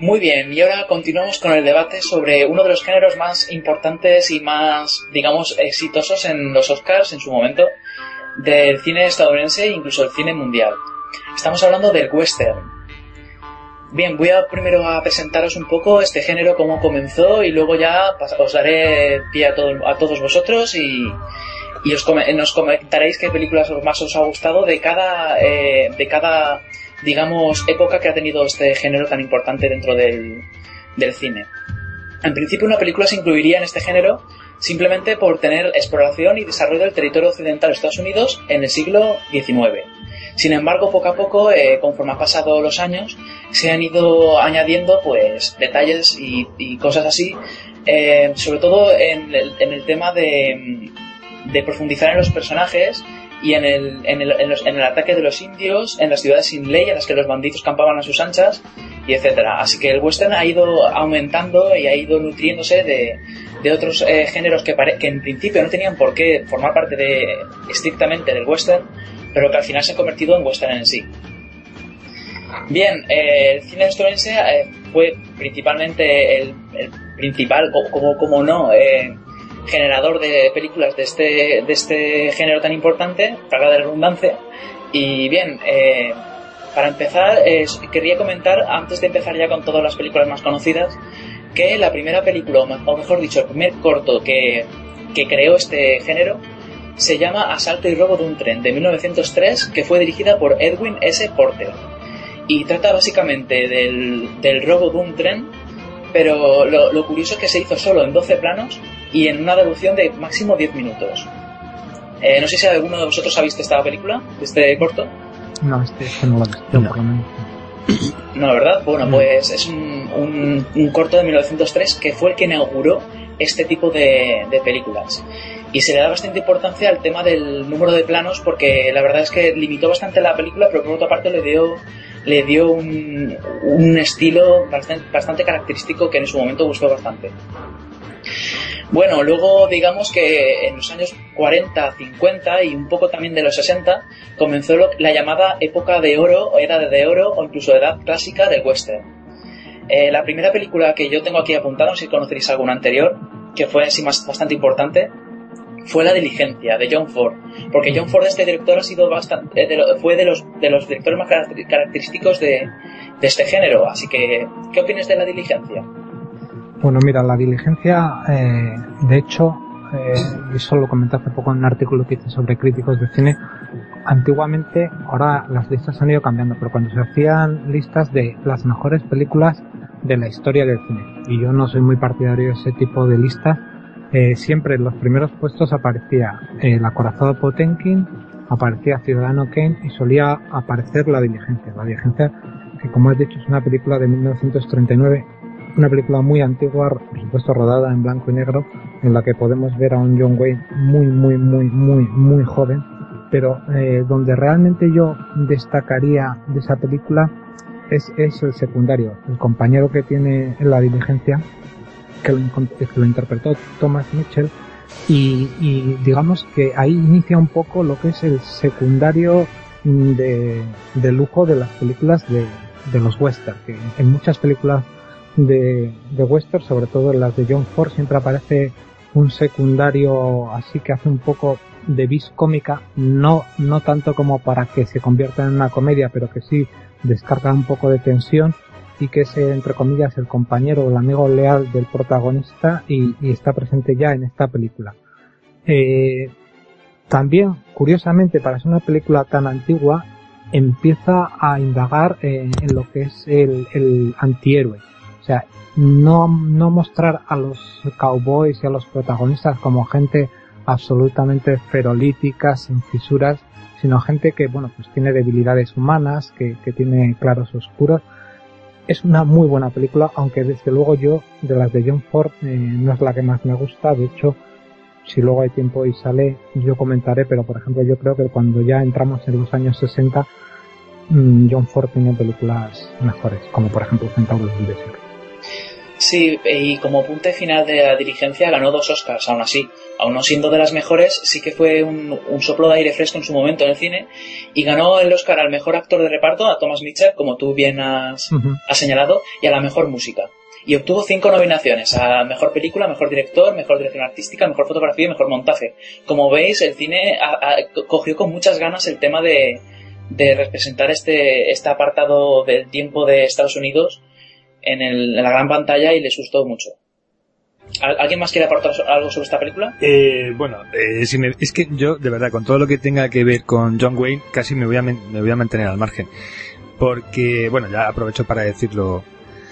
Muy bien, y ahora continuamos con el debate sobre uno de los géneros más importantes y más, digamos, exitosos en los Oscars en su momento, del cine estadounidense e incluso el cine mundial. Estamos hablando del western. Bien, voy a primero a presentaros un poco este género, cómo comenzó, y luego ya os daré pie a, todo, a todos vosotros y, y os come, nos comentaréis qué películas más os ha gustado de cada, eh, de cada, digamos, época que ha tenido este género tan importante dentro del, del cine. En principio, una película se incluiría en este género simplemente por tener exploración y desarrollo del territorio occidental de Estados Unidos en el siglo diecinueve. Sin embargo, poco a poco, eh, conforme han pasado los años, se han ido añadiendo pues detalles y, y cosas así, eh, sobre todo en el, en el tema de, de profundizar en los personajes y en el, en, el, en, los, en el ataque de los indios, en las ciudades sin ley en las que los bandidos campaban a sus anchas, y etcétera. Así que el western ha ido aumentando y ha ido nutriéndose de, de otros eh, géneros que, pare, que en principio no tenían por qué formar parte de, estrictamente del western, pero que al final se ha convertido en western en sí. Bien, eh, el cine estadounidense eh, fue principalmente el, el principal, como, como no, eh, generador de películas de este, de este género tan importante, para la redundancia. Y bien, eh, para empezar, eh, quería comentar, antes de empezar ya con todas las películas más conocidas, que la primera película, o mejor dicho, el primer corto que, que creó este género, se llama Asalto y robo de un tren, de mil novecientos tres, que fue dirigida por Edwin S. Porter. Y trata básicamente del, del robo de un tren, pero lo, lo curioso es que se hizo solo en doce planos y en una duración de máximo diez minutos. Eh, no sé si alguno de vosotros ha visto esta película, este corto. No, este, este no lo he visto, no. Por lo menos. No, ¿verdad? Bueno, pues es un, un, un corto de mil novecientos tres que fue el que inauguró este tipo de, de películas. Y se le da bastante importancia al tema del número de planos, porque la verdad es que limitó bastante la película, pero por otra parte le dio, le dio un, un estilo bastante, bastante característico que en su momento gustó bastante. Bueno, luego digamos que en los años cuarenta, cincuenta y un poco también de los sesenta comenzó lo, la llamada época de oro, o era de oro, o incluso edad clásica del western. Eh, la primera película que yo tengo aquí apuntada, no sé si conoceréis alguna anterior, que fue así más, bastante importante, fue La Diligencia, de John Ford, porque John Ford, este director, ha sido bastante, de lo, fue de los, de los directores más característicos de, de este género. Así que, ¿qué opinas de La Diligencia? Bueno, mira, La Diligencia, eh, de hecho, eh, eso lo comenté hace poco en un artículo que hice sobre críticos de cine. Antiguamente, ahora las listas han ido cambiando, pero cuando se hacían listas de las mejores películas de la historia del cine, y yo no soy muy partidario de ese tipo de listas, eh, siempre en los primeros puestos aparecía eh, El acorazado Potemkin, aparecía Ciudadano Kane y solía aparecer La Diligencia. La Diligencia, que como has dicho, es una película de mil novecientos treinta y nueve, una película muy antigua, por supuesto rodada en blanco y negro, en la que podemos ver a un John Wayne muy, muy, muy, muy, muy joven, pero eh, donde realmente yo destacaría de esa película es, es el secundario, el compañero que tiene en La Diligencia, que lo, que lo interpretó Thomas Mitchell, y, y digamos que ahí inicia un poco lo que es el secundario de, de lujo de las películas de, de los western, que en muchas películas de, de western, sobre todo en las de John Ford, siempre aparece un secundario así que hace un poco de vis cómica, no, no tanto como para que se convierta en una comedia, pero que sí descarga un poco de tensión, y que es, entre comillas, el compañero o el amigo leal del protagonista, y, y está presente ya en esta película. Eh, también, curiosamente, para ser una película tan antigua, empieza a indagar eh, en lo que es el, el antihéroe. O sea, no, no mostrar a los cowboys y a los protagonistas como gente absolutamente ferolítica, sin fisuras, sino gente que, bueno, pues tiene debilidades humanas, que, que tiene claros oscuros. Es una muy buena película, aunque desde luego yo, de las de John Ford, eh, no es la que más me gusta. De hecho, si luego hay tiempo y sale, yo comentaré, pero por ejemplo yo creo que cuando ya entramos en los años sesenta, mmm, John Ford tenía películas mejores, como por ejemplo Centauros del Desierto. Sí, y como punto final de la dirigencia ganó dos Oscars, aún así. Aún no siendo de las mejores, sí que fue un, un soplo de aire fresco en su momento en el cine, y ganó el Oscar al mejor actor de reparto, a Thomas Mitchell, como tú bien has, uh-huh. has señalado, y a la mejor música. Y obtuvo cinco nominaciones: a mejor película, mejor director, mejor dirección artística, mejor fotografía y mejor montaje. Como veis, el cine a, a, cogió con muchas ganas el tema de, de representar este, este apartado del tiempo de Estados Unidos en, el, en la gran pantalla, y les gustó mucho. ¿Alguien más quiere aportar algo sobre esta película? Eh, bueno, eh, si me, es que yo, de verdad, con todo lo que tenga que ver con John Wayne, casi me voy a, me voy a mantener al margen. Porque, bueno, ya aprovecho para decirlo,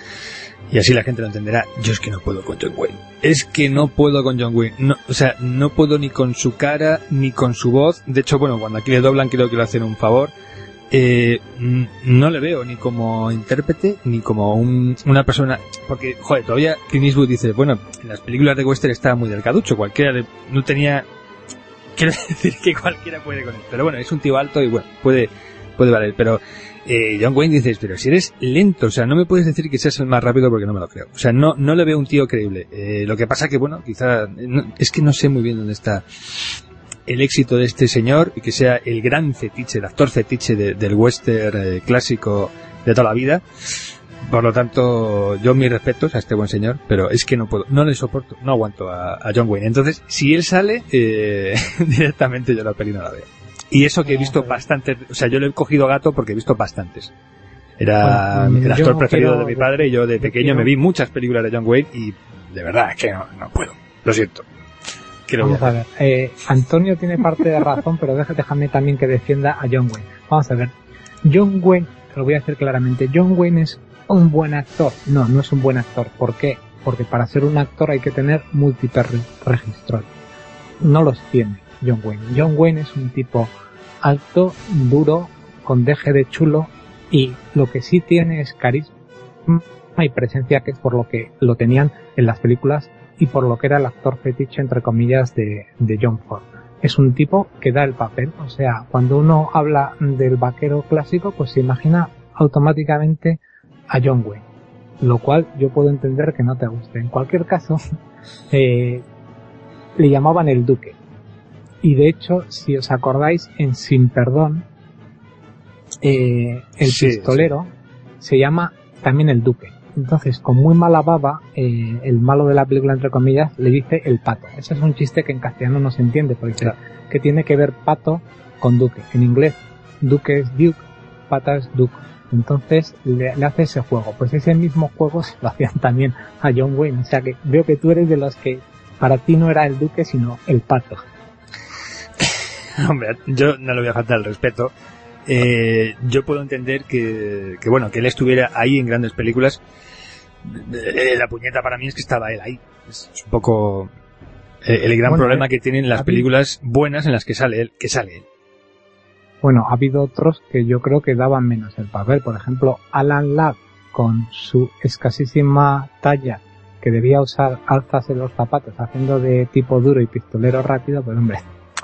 y así la gente lo entenderá. Yo es que no puedo con John Wayne. Es que no puedo con John Wayne. No, o sea, no puedo ni con su cara, ni con su voz. De hecho, bueno, cuando aquí le doblan, creo que le hacen un favor. Eh, no le veo ni como intérprete ni como un, una persona, porque joder, todavía Clint Eastwood dice, bueno, en las películas de western estaba muy delgaducho, cualquiera le, no tenía, quiero decir que cualquiera puede con él, pero bueno, es un tío alto y bueno, puede puede valer, pero eh, John Wayne dices, pero si eres lento, o sea, no me puedes decir que seas el más rápido porque no me lo creo, o sea, no no le veo un tío creíble. Eh, lo que pasa que bueno, quizá no, es que no sé muy bien dónde está el éxito de este señor, y que sea el gran fetiche, el actor fetiche de, del western eh, clásico de toda la vida. Por lo tanto, yo mis respetos a este buen señor, pero es que no puedo, no le soporto, no aguanto a, a John Wayne. Entonces, si él sale, eh, directamente yo la peli no la veo. Y eso que he visto bastantes, o sea, yo le he cogido gato porque he visto bastantes. Era bueno, el actor preferido quiero, de mi padre, y yo de pequeño quiero... me vi muchas películas de John Wayne y de verdad es que no, no puedo, lo siento. Vamos a ver, eh, Antonio tiene parte de razón, pero déjame también que defienda a John Wayne. Vamos a ver, John Wayne, te lo voy a decir claramente, John Wayne es un buen actor. No, no es un buen actor. ¿Por qué? Porque para ser un actor hay que tener múltiples registros. No los tiene John Wayne. John Wayne es un tipo alto, duro, con deje de chulo, y lo que sí tiene es carisma y presencia, que es por lo que lo tenían en las películas y por lo que era el actor fetiche, entre comillas, de, de John Ford. Es un tipo que da el papel, o sea, cuando uno habla del vaquero clásico, pues se imagina automáticamente a John Wayne, lo cual yo puedo entender que no te guste. En cualquier caso, eh, le llamaban el Duque, y de hecho, si os acordáis, en Sin Perdón, eh, el sí, pistolero sí. se llama también el Duque. Entonces, con muy mala baba, eh, el malo de la película, entre comillas, le dice el pato. Ese es un chiste que en castellano no se entiende, porque claro, que tiene que ver pato con duque. En inglés, duque es duke, pata es duke. Entonces, le, le hace ese juego. Pues ese mismo juego se lo hacían también a John Wayne. O sea que veo que tú eres de los que para ti no era el duque, sino el pato. Hombre, yo no le voy a faltar el respeto. Eh, yo puedo entender que, que bueno, que él estuviera ahí en grandes películas. Eh, la puñeta para mí es que estaba él ahí. Es, es un poco eh, el gran bueno, problema eh, que tienen las películas buenas en las que sale él, que sale él. Bueno, ha habido otros que yo creo que daban menos el papel. Por ejemplo, Alan Ladd, con su escasísima talla, que debía usar alzas en los zapatos, haciendo de tipo duro y pistolero rápido, pues hombre.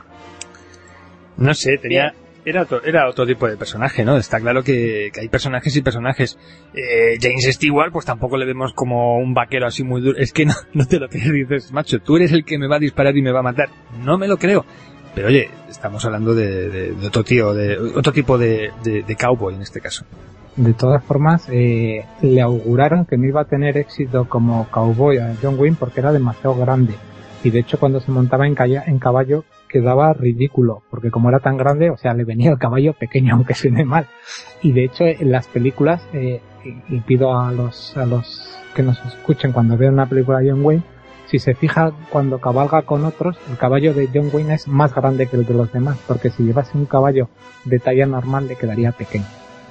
No sé, tenía... Era otro, era otro tipo de personaje, ¿no? Está claro que, que hay personajes y personajes. Eh, James Stewart, pues tampoco le vemos como un vaquero así muy duro. Es que no, no te lo crees, dices, macho, tú eres el que me va a disparar y me va a matar. No me lo creo. Pero oye, estamos hablando de, de, de otro tío, de otro tipo de, de, de cowboy en este caso. De todas formas, eh, le auguraron que no iba a tener éxito como cowboy a John Wayne porque era demasiado grande. Y de hecho, cuando se montaba en, calla, en caballo, quedaba ridículo, porque como era tan grande, o sea, le venía el caballo pequeño, aunque suene mal. Y de hecho, en las películas, eh, y pido a los a los que nos escuchen cuando vean una película de John Wayne, si se fija cuando cabalga con otros, el caballo de John Wayne es más grande que el de los demás, porque si llevase un caballo de talla normal le quedaría pequeño.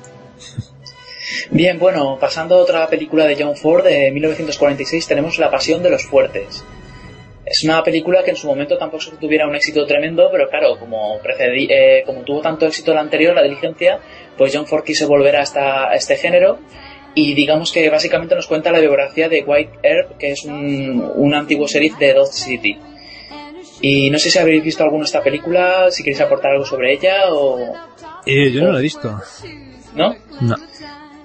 Bien, bueno, pasando a otra película de John Ford de mil novecientos cuarenta y seis, tenemos La Pasión de los Fuertes. Es una película que en su momento tampoco es que tuviera un éxito tremendo, pero claro, como precedí, eh, como tuvo tanto éxito la anterior, La Diligencia, pues John Ford quiso volver a, esta, a este género, y digamos que básicamente nos cuenta la biografía de Wyatt Earp, que es un, un antiguo sheriff de Dodge City. Y no sé si habréis visto alguna de esta película, si queréis aportar algo sobre ella o... Eh, yo no la he visto. ¿No? No.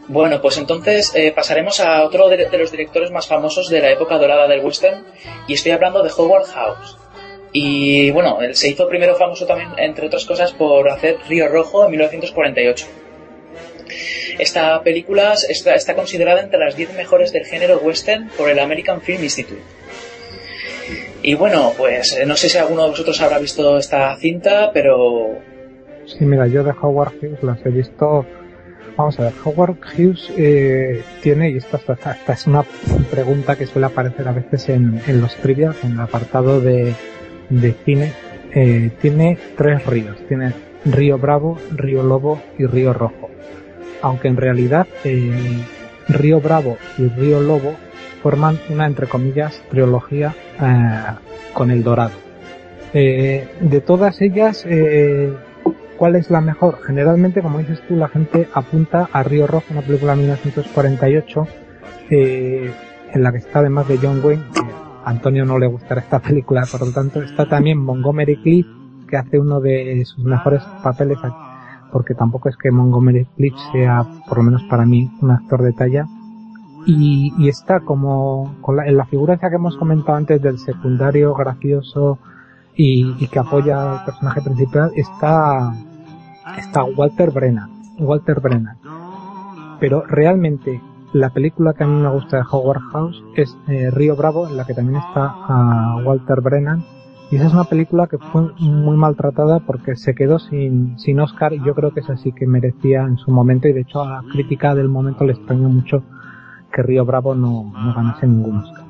Bueno, pues entonces eh, pasaremos a otro de, de los directores más famosos de la época dorada del western, y estoy hablando de Howard Hawks. Y bueno, él se hizo primero famoso también, entre otras cosas, por hacer Río Rojo en mil novecientos cuarenta y ocho. Esta película está, está considerada entre las diez mejores del género western por el American Film Institute. Y bueno, pues no sé si alguno de vosotros habrá visto esta cinta, pero... Sí, mira, yo de Howard Hughes las he visto... Vamos a ver, Howard Hughes eh, tiene, y esta, esta, esta es una pregunta que suele aparecer a veces en, en los trivias, en el apartado de, de cine, eh, tiene tres ríos. Tiene Río Bravo, Río Lobo y Río Rojo. Aunque en realidad eh, Río Bravo y Río Lobo forman una, entre comillas, trilogía eh, con El Dorado. Eh, de todas ellas... Eh, ¿Cuál es la mejor? Generalmente, como dices tú, la gente apunta a Río Rojo, una película de mil novecientos cuarenta y ocho, eh, en la que está además de John Wayne, que a Antonio no le gustará esta película, por lo tanto está también Montgomery Clift, que hace uno de sus mejores papeles, porque tampoco es que Montgomery Clift sea, por lo menos para mí, un actor de talla, y, y está como con la, en la figura esa que hemos comentado antes del secundario gracioso y, y que apoya al personaje principal, está... está Walter Brennan, Walter Brennan. Pero realmente la película que a mí me gusta de Howard Hawks es eh, Río Bravo, en la que también está uh, Walter Brennan, y esa es una película que fue muy maltratada porque se quedó sin, sin Oscar, y yo creo que esa sí que merecía en su momento, y de hecho a la crítica del momento le extrañó mucho que Río Bravo no, no ganase ningún Oscar.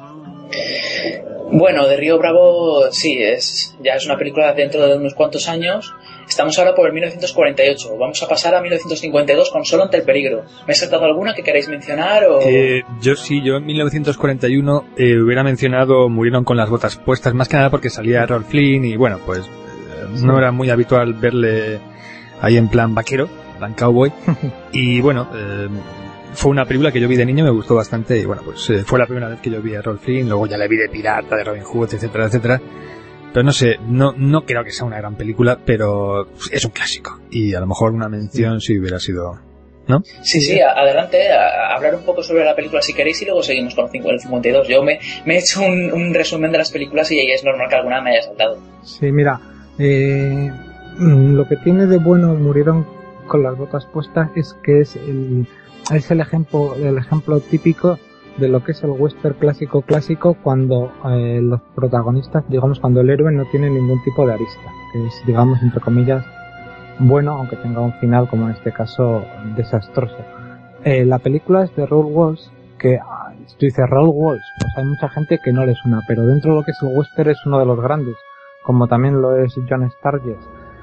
Bueno, de Río Bravo sí, es ya es una película dentro de unos cuantos años. Estamos ahora por el mil novecientos cuarenta y ocho. Vamos a pasar a mil novecientos cincuenta y dos con Solo ante el peligro. ¿Me he saltado alguna que queráis mencionar? O... Eh, yo sí, yo en mil novecientos cuarenta y uno eh, hubiera mencionado Murieron con las botas puestas, más que nada porque salía Errol Flynn y bueno, pues eh, sí. No era muy habitual verle ahí en plan vaquero, plan cowboy. Y bueno, eh, fue una película que yo vi de niño, me gustó bastante y bueno, pues eh, fue la primera vez que yo vi a Errol Flynn, luego ya le vi de pirata, de Robin Hood, etcétera, etcétera. Pero no sé, no no creo que sea una gran película, pero es un clásico. Y a lo mejor una mención si hubiera sido... ¿No? Sí, sí, adelante, a, a hablar un poco sobre la película si queréis y luego seguimos con el cincuenta y dos. Yo me, me he hecho un, un resumen de las películas y es normal que alguna me haya saltado. Sí, mira, eh, lo que tiene de bueno Murieron con las botas puestas es que es el, es el ejemplo, el ejemplo típico de lo que es el western clásico clásico cuando eh, los protagonistas, digamos, cuando el héroe no tiene ningún tipo de arista, que es, digamos, entre comillas, bueno, aunque tenga un final, como en este caso, desastroso. Eh, la película es de Raoul Walsh, que, ah, tú dices Raoul Walsh, pues hay mucha gente que no le suena, pero dentro de lo que es el western es uno de los grandes, como también lo es John Sturges.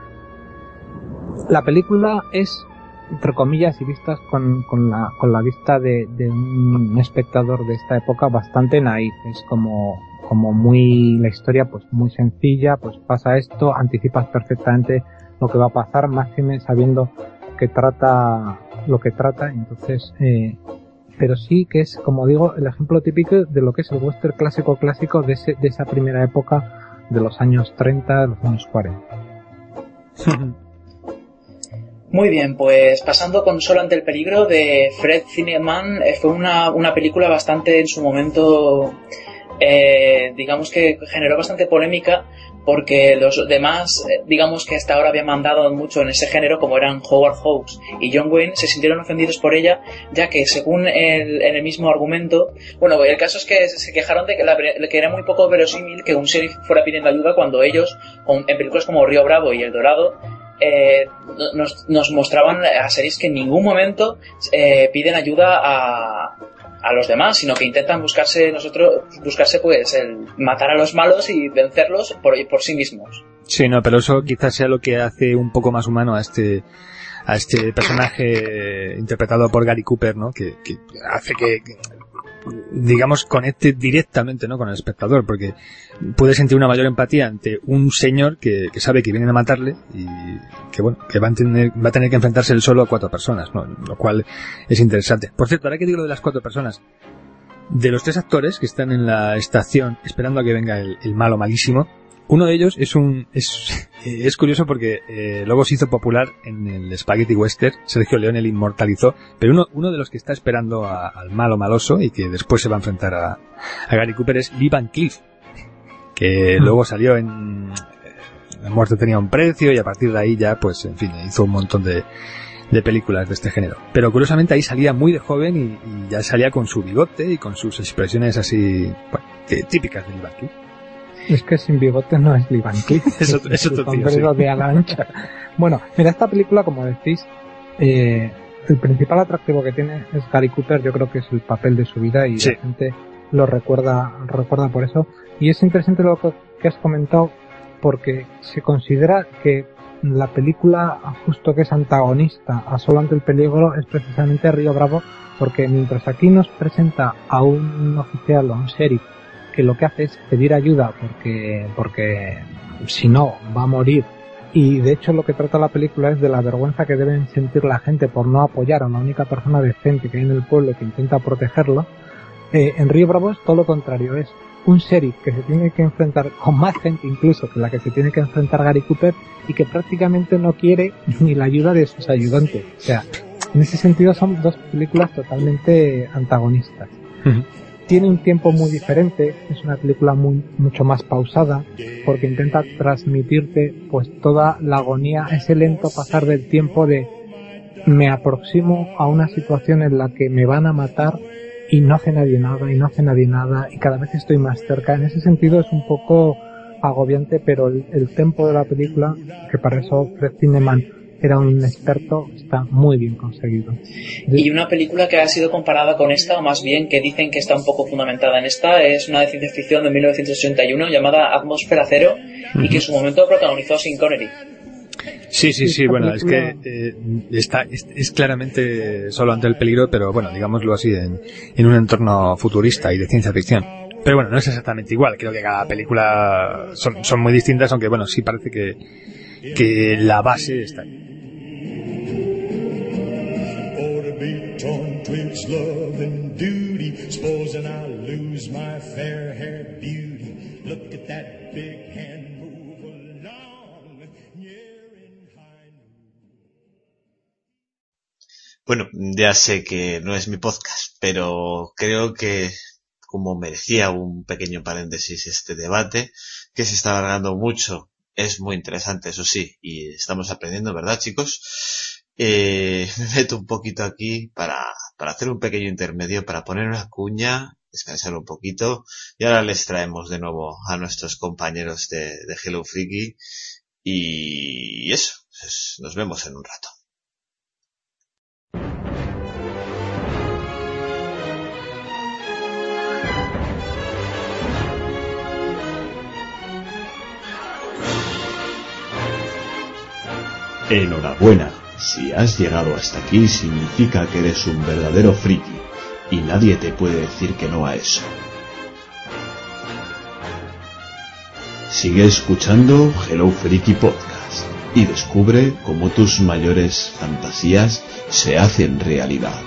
La película es, entre comillas, y vistas con, con la con la vista de, de un espectador de esta época, bastante naif. Es como como muy la historia pues muy sencilla, pues pasa esto, anticipas perfectamente lo que va a pasar, máxime sabiendo que trata lo que trata, entonces eh, pero sí que es, como digo, el ejemplo típico de lo que es el western clásico clásico de ese, de esa primera época de los años treinta, de los años cuarenta. Muy bien, pues pasando con Solo ante el peligro de Fred Zinnemann, eh, fue una, una película bastante en su momento, eh, digamos que generó bastante polémica porque los demás, eh, digamos que hasta ahora habían mandado mucho en ese género, como eran Howard Hawks y John Wayne, se sintieron ofendidos por ella, ya que según el, en el mismo argumento, bueno, el caso es que se quejaron de que, la, que era muy poco verosímil que un sheriff fuera pidiendo ayuda cuando ellos, en películas como Río Bravo y El Dorado, Eh, nos, nos mostraban a series que en ningún momento eh, piden ayuda a, a los demás, sino que intentan buscarse nosotros buscarse pues el matar a los malos y vencerlos por, por sí mismos. Sí, no, pero eso quizás sea lo que hace un poco más humano a este a este personaje interpretado por Gary Cooper, ¿no? Que, que hace que, digamos, conecte directamente, ¿no?, con el espectador, porque puede sentir una mayor empatía ante un señor que, que sabe que vienen a matarle y que, bueno, que va a tener, va a tener que enfrentarse él solo a cuatro personas, ¿no?, lo cual es interesante. Por cierto, ahora que digo lo de las cuatro personas, de los tres actores que están en la estación esperando a que venga el, el malo malísimo, Uno de ellos es un es, es curioso porque eh, luego se hizo popular en el Spaghetti Western, Sergio Leone le inmortalizó, pero uno uno de los que está esperando a, al malo maloso y que después se va a enfrentar a, a Gary Cooper es Lee Van Cleef, que mm. luego salió en La muerte tenía un precio y a partir de ahí ya, pues, en fin, hizo un montón de, de películas de este género. Pero curiosamente ahí salía muy de joven y, y ya salía con su bigote y con sus expresiones así, bueno, que, típicas de Lee Van Cleef. Es que sin bigote no es Lee Van Cleef. es otro, es otro tío, sí. De ala ancha. Bueno, mira, esta película, como decís, eh, el principal atractivo que tiene es Gary Cooper. Yo creo que es el papel de su vida y sí. La gente lo recuerda, recuerda por eso. Y es interesante lo que has comentado, porque se considera que la película justo que es antagonista a Solo ante el peligro es precisamente Río Bravo, porque mientras aquí nos presenta a un oficial o a un sheriff que lo que hace es pedir ayuda porque porque si no va a morir, y de hecho lo que trata la película es de la vergüenza que deben sentir la gente por no apoyar a la única persona decente que hay en el pueblo que intenta protegerlo. eh, en Río Bravo es todo lo contrario, es un sheriff que se tiene que enfrentar con más gente incluso que la que se tiene que enfrentar Gary Cooper y que prácticamente no quiere ni la ayuda de sus ayudantes. O sea, en ese sentido son dos películas totalmente antagonistas. Uh-huh. Tiene un tiempo muy diferente, es una película muy mucho más pausada porque intenta transmitirte pues toda la agonía, ese lento pasar del tiempo de me aproximo a una situación en la que me van a matar y no hace nadie nada, y no hace nadie nada, y cada vez estoy más cerca. En ese sentido es un poco agobiante, pero el, el tempo de la película, que para eso Fred Zinnemann era un experto, está muy bien conseguido. Y una película que ha sido comparada con esta, o más bien que dicen que está un poco fundamentada en esta, es una de ciencia ficción de mil novecientos ochenta y uno llamada Atmósfera Cero, uh-huh. y que en su momento protagonizó Sean Connery. Sí, sí, sí, bueno, es que eh, está es, es claramente Solo ante el peligro, pero bueno, digámoslo así, en, en un entorno futurista y de ciencia ficción. Pero bueno, no es exactamente igual, creo que cada película son, son muy distintas, aunque bueno, sí parece que, que la base está ahí. Bueno, ya sé que no es mi podcast, pero creo que como merecía un pequeño paréntesis este debate, que se está alargando mucho, es muy interesante, eso sí, y estamos aprendiendo, ¿verdad, chicos? Eh, me meto un poquito aquí para, para hacer un pequeño intermedio, para poner una cuña, descansar un poquito, y ahora les traemos de nuevo a nuestros compañeros de, de Hello Freaky, y eso, pues nos vemos en un rato. Enhorabuena, si has llegado hasta aquí significa que eres un verdadero friki y nadie te puede decir que no a eso. Sigue escuchando Hello Freaky Podcast y descubre cómo tus mayores fantasías se hacen realidad.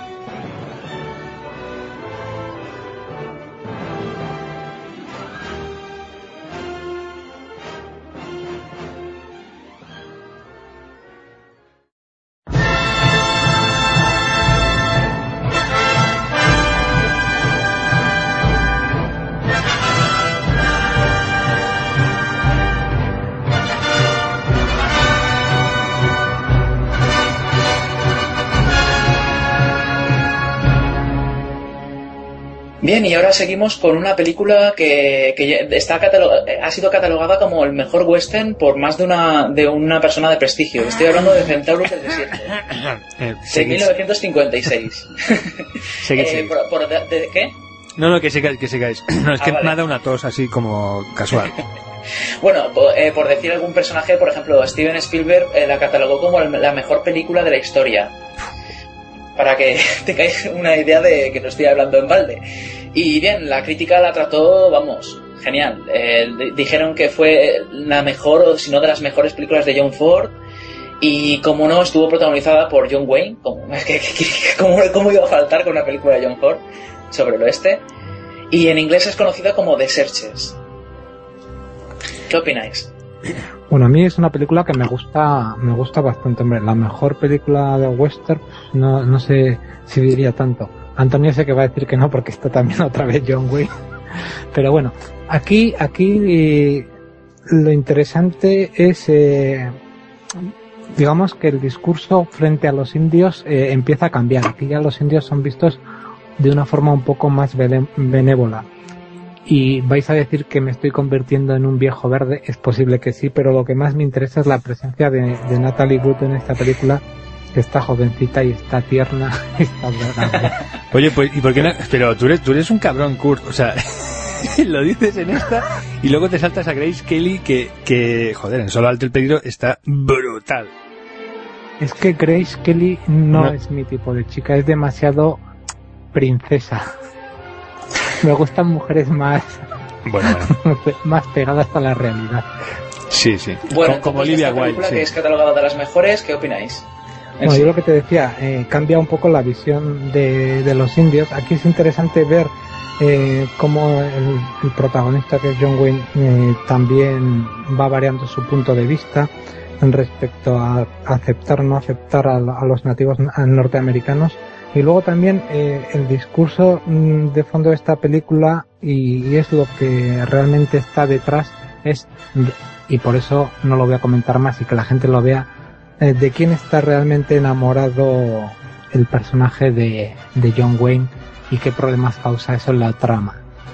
Bien, y ahora seguimos con una película que, que está catalog- ha sido catalogada como el mejor western por más de una de una persona de prestigio. Estoy hablando de Centauros del Desierto, de mil novecientos cincuenta y seis. Seguid, eh, por, por de, de, ¿Qué? No, no, que sigáis, que sigáis. No, es ah, que vale. me ha dado una tos así como casual. Bueno, por, eh, por decir algún personaje, por ejemplo, Steven Spielberg eh, la catalogó como la mejor película de la historia. Para que tengáis una idea de que no estoy hablando en balde. Y bien, la crítica la trató, vamos, genial. Eh, dijeron que fue la mejor, o si no de las mejores películas de John Ford. Y como no, estuvo protagonizada por John Wayne. ¿Cómo, cómo, cómo iba a faltar con una película de John Ford sobre el oeste? Y en inglés es conocida como The Searchers. ¿Qué opináis? Bueno, a mí es una película que me gusta me gusta bastante, hombre. La mejor película de western, no, no sé si diría tanto. Antonio sé que va a decir que no, porque está también otra vez John Wayne. Pero bueno, aquí aquí eh, lo interesante es, eh, digamos que el discurso frente a los indios eh, empieza a cambiar. Aquí ya los indios son vistos de una forma un poco más benévola. Y vais a decir que me estoy convirtiendo en un viejo verde, es posible que sí, pero lo que más me interesa es la presencia de, de Natalie Wood en esta película, que está jovencita y está tierna, está grande. Oye, pues, ¿y por qué no? Pero tú eres, tú eres un cabrón, Kurt, o sea, lo dices en esta y luego te saltas a Grace Kelly que, que joder, en Solo ante el peligro está brutal. Es que Grace Kelly no, no es mi tipo de chica, es demasiado princesa. Me gustan mujeres más, bueno, bueno. más pegadas a la realidad. Sí, sí. Bueno, como, como Olivia Wilde, sí. Que es catalogada de las mejores, ¿qué opináis? Bueno, yo lo que te decía, eh, cambia un poco la visión de, de los indios. Aquí es interesante ver eh, cómo el, el protagonista, que es John Wayne, eh, también va variando su punto de vista en respecto a aceptar o no aceptar a, a los nativos norteamericanos. Y luego también eh, el discurso mmm, de fondo de esta película, y, y es lo que realmente está detrás, es, y por eso no lo voy a comentar más y que la gente lo vea, eh, de quién está realmente enamorado el personaje de, de John Wayne y qué problemas causa eso en la trama.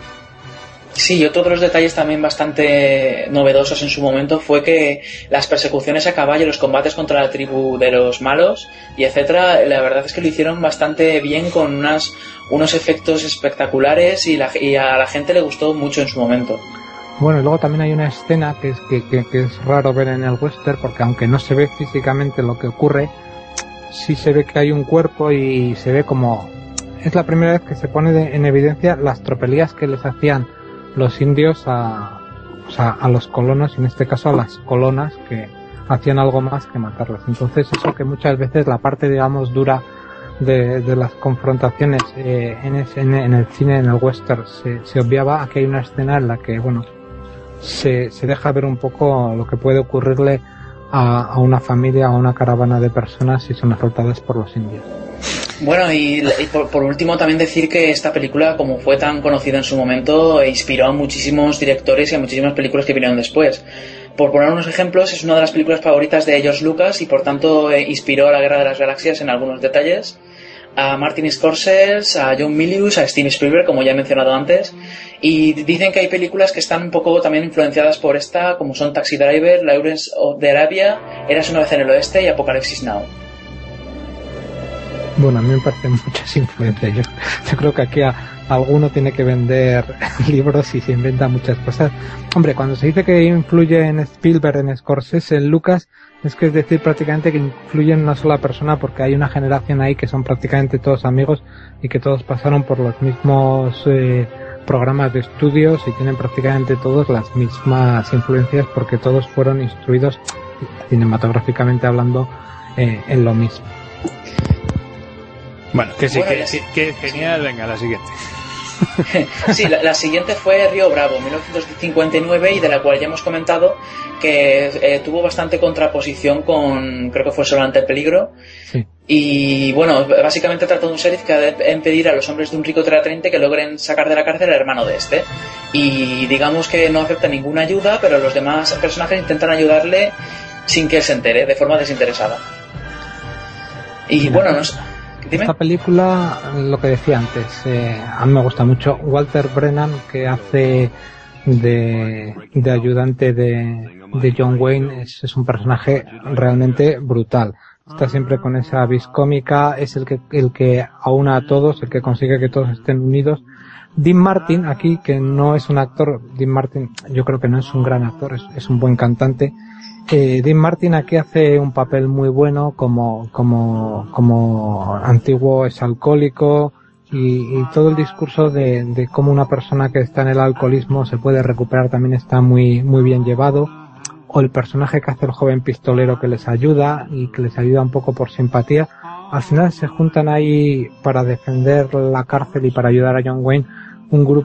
Sí, y otro de los detalles también bastante novedosos en su momento fue que las persecuciones a caballo, los combates contra la tribu de los malos y etcétera, la verdad es que lo hicieron bastante bien con unas, unos efectos espectaculares y, la, y a la gente le gustó mucho en su momento. Bueno, y luego también hay una escena que es, que, que, que es raro ver en el western, porque aunque no se ve físicamente lo que ocurre, sí se ve que hay un cuerpo y se ve como... Es la primera vez que se pone de, en evidencia las tropelías que les hacían los indios a, o sea, a los colonos, y en este caso a las colonas, que hacían algo más que matarlas. Entonces eso que muchas veces la parte, digamos, dura de, de las confrontaciones eh, en, ese, en, en el cine, en el western, se, se obviaba. Aquí hay una escena en la que, bueno, se, se deja ver un poco lo que puede ocurrirle a, a una familia, a una caravana de personas si son asaltadas por los indios. Bueno, y, y por, por último también decir que esta película, como fue tan conocida en su momento, inspiró a muchísimos directores y a muchísimas películas que vinieron después. Por poner unos ejemplos, es una de las películas favoritas de George Lucas y por tanto eh, inspiró a la Guerra de las Galaxias en algunos detalles, a Martin Scorsese, a John Milius, a Steven Spielberg, como ya he mencionado antes, y dicen que hay películas que están un poco también influenciadas por esta, como son Taxi Driver, Lawrence of Arabia, Eras una vez en el oeste y Apocalypse Now. Bueno, a mí me parecen muchas influencias. Yo, yo creo que aquí a, a alguno tiene que vender libros y se inventa muchas cosas. Hombre, cuando se dice que influye en Spielberg, en Scorsese, en Lucas, es que es decir prácticamente que influye en una sola persona, porque hay una generación ahí que son prácticamente todos amigos y que todos pasaron por los mismos eh, programas de estudios y tienen prácticamente todos las mismas influencias, porque todos fueron instruidos cinematográficamente hablando eh, en lo mismo. Bueno, que sí, bueno, que, que, que genial. Venga, la siguiente. Sí, la, la siguiente fue Río Bravo, mil novecientos cincuenta y nueve, y de la cual ya hemos comentado que eh, tuvo bastante contraposición con, creo que fue Solo ante el peligro. Sí. Y bueno, básicamente trata de un sheriff que ha de impedir a los hombres de un rico terrateniente que logren sacar de la cárcel al hermano de este. Y digamos que no acepta ninguna ayuda, pero los demás personajes intentan ayudarle sin que él se entere, de forma desinteresada. Y Mira, bueno, no sé. Dime. Esta película, lo que decía antes, eh, a mí me gusta mucho. Walter Brennan, que hace de, de ayudante de, de John Wayne, es, es un personaje realmente brutal. Está siempre con esa vis cómica, es el que, el que aúna a todos, el que consigue que todos estén unidos. Dean Martin, aquí, que no es un actor, Dean Martin yo creo que no es un gran actor, es, es un buen cantante. Eh, Dean Martin aquí hace un papel muy bueno como, como, como antiguo es alcohólico, y, y todo el discurso de, de cómo una persona que está en el alcoholismo se puede recuperar también está muy, muy bien llevado. O el personaje que hace el joven pistolero que les ayuda y que les ayuda un poco por simpatía. Al final se juntan ahí para defender la cárcel y para ayudar a John Wayne un grupo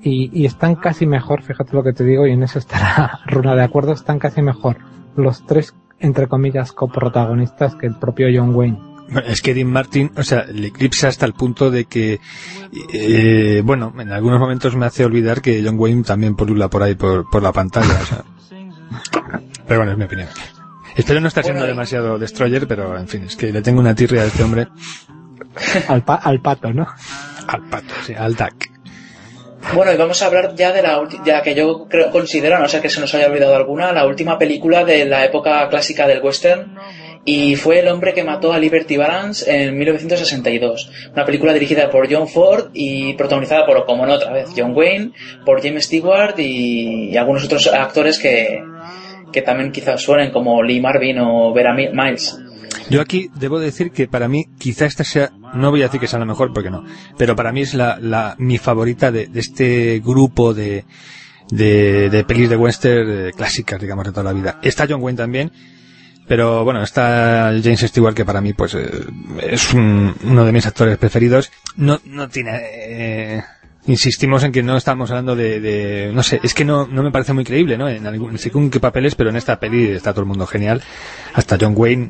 y, y están casi mejor, fíjate lo que te digo, y en eso estará Runa de acuerdo, están casi mejor los tres, entre comillas, coprotagonistas que el propio John Wayne. Es que Dean Martin, o sea, le eclipsa hasta el punto de que, eh, bueno, en algunos momentos me hace olvidar que John Wayne también pulula por ahí, por, por la pantalla, o sea. Pero bueno, es mi opinión. Espero no estar siendo bueno, demasiado destroyer, pero en fin, es que le tengo una tirria a este hombre. Al, pa al pato, ¿no? Al pato, sí, al Duck. Bueno, y vamos a hablar ya de la última, ya que yo creo, considero, no sé que se nos haya olvidado alguna, la última película de la época clásica del western, y fue El hombre que mató a Liberty Balance en mil novecientos sesenta y dos. Una película dirigida por John Ford y protagonizada por, como no otra vez, John Wayne, por James Stewart y, y algunos otros actores que, que también quizás suenen, como Lee Marvin o Vera Miles. Yo aquí debo decir que para mí, quizá esta sea, no voy a decir que sea la mejor, porque no, pero para mí es la, la mi favorita de, de este grupo de, de, de pelis de western de clásicas, digamos, de toda la vida. Está John Wayne también, pero bueno, está James Stewart, que para mí pues eh, es un, uno de mis actores preferidos. No, no tiene... Eh, insistimos en que no estamos hablando de, de no sé, es que no, no me parece muy creíble, ¿no? En algún, según qué papeles, pero en esta peli está todo el mundo genial, hasta John Wayne,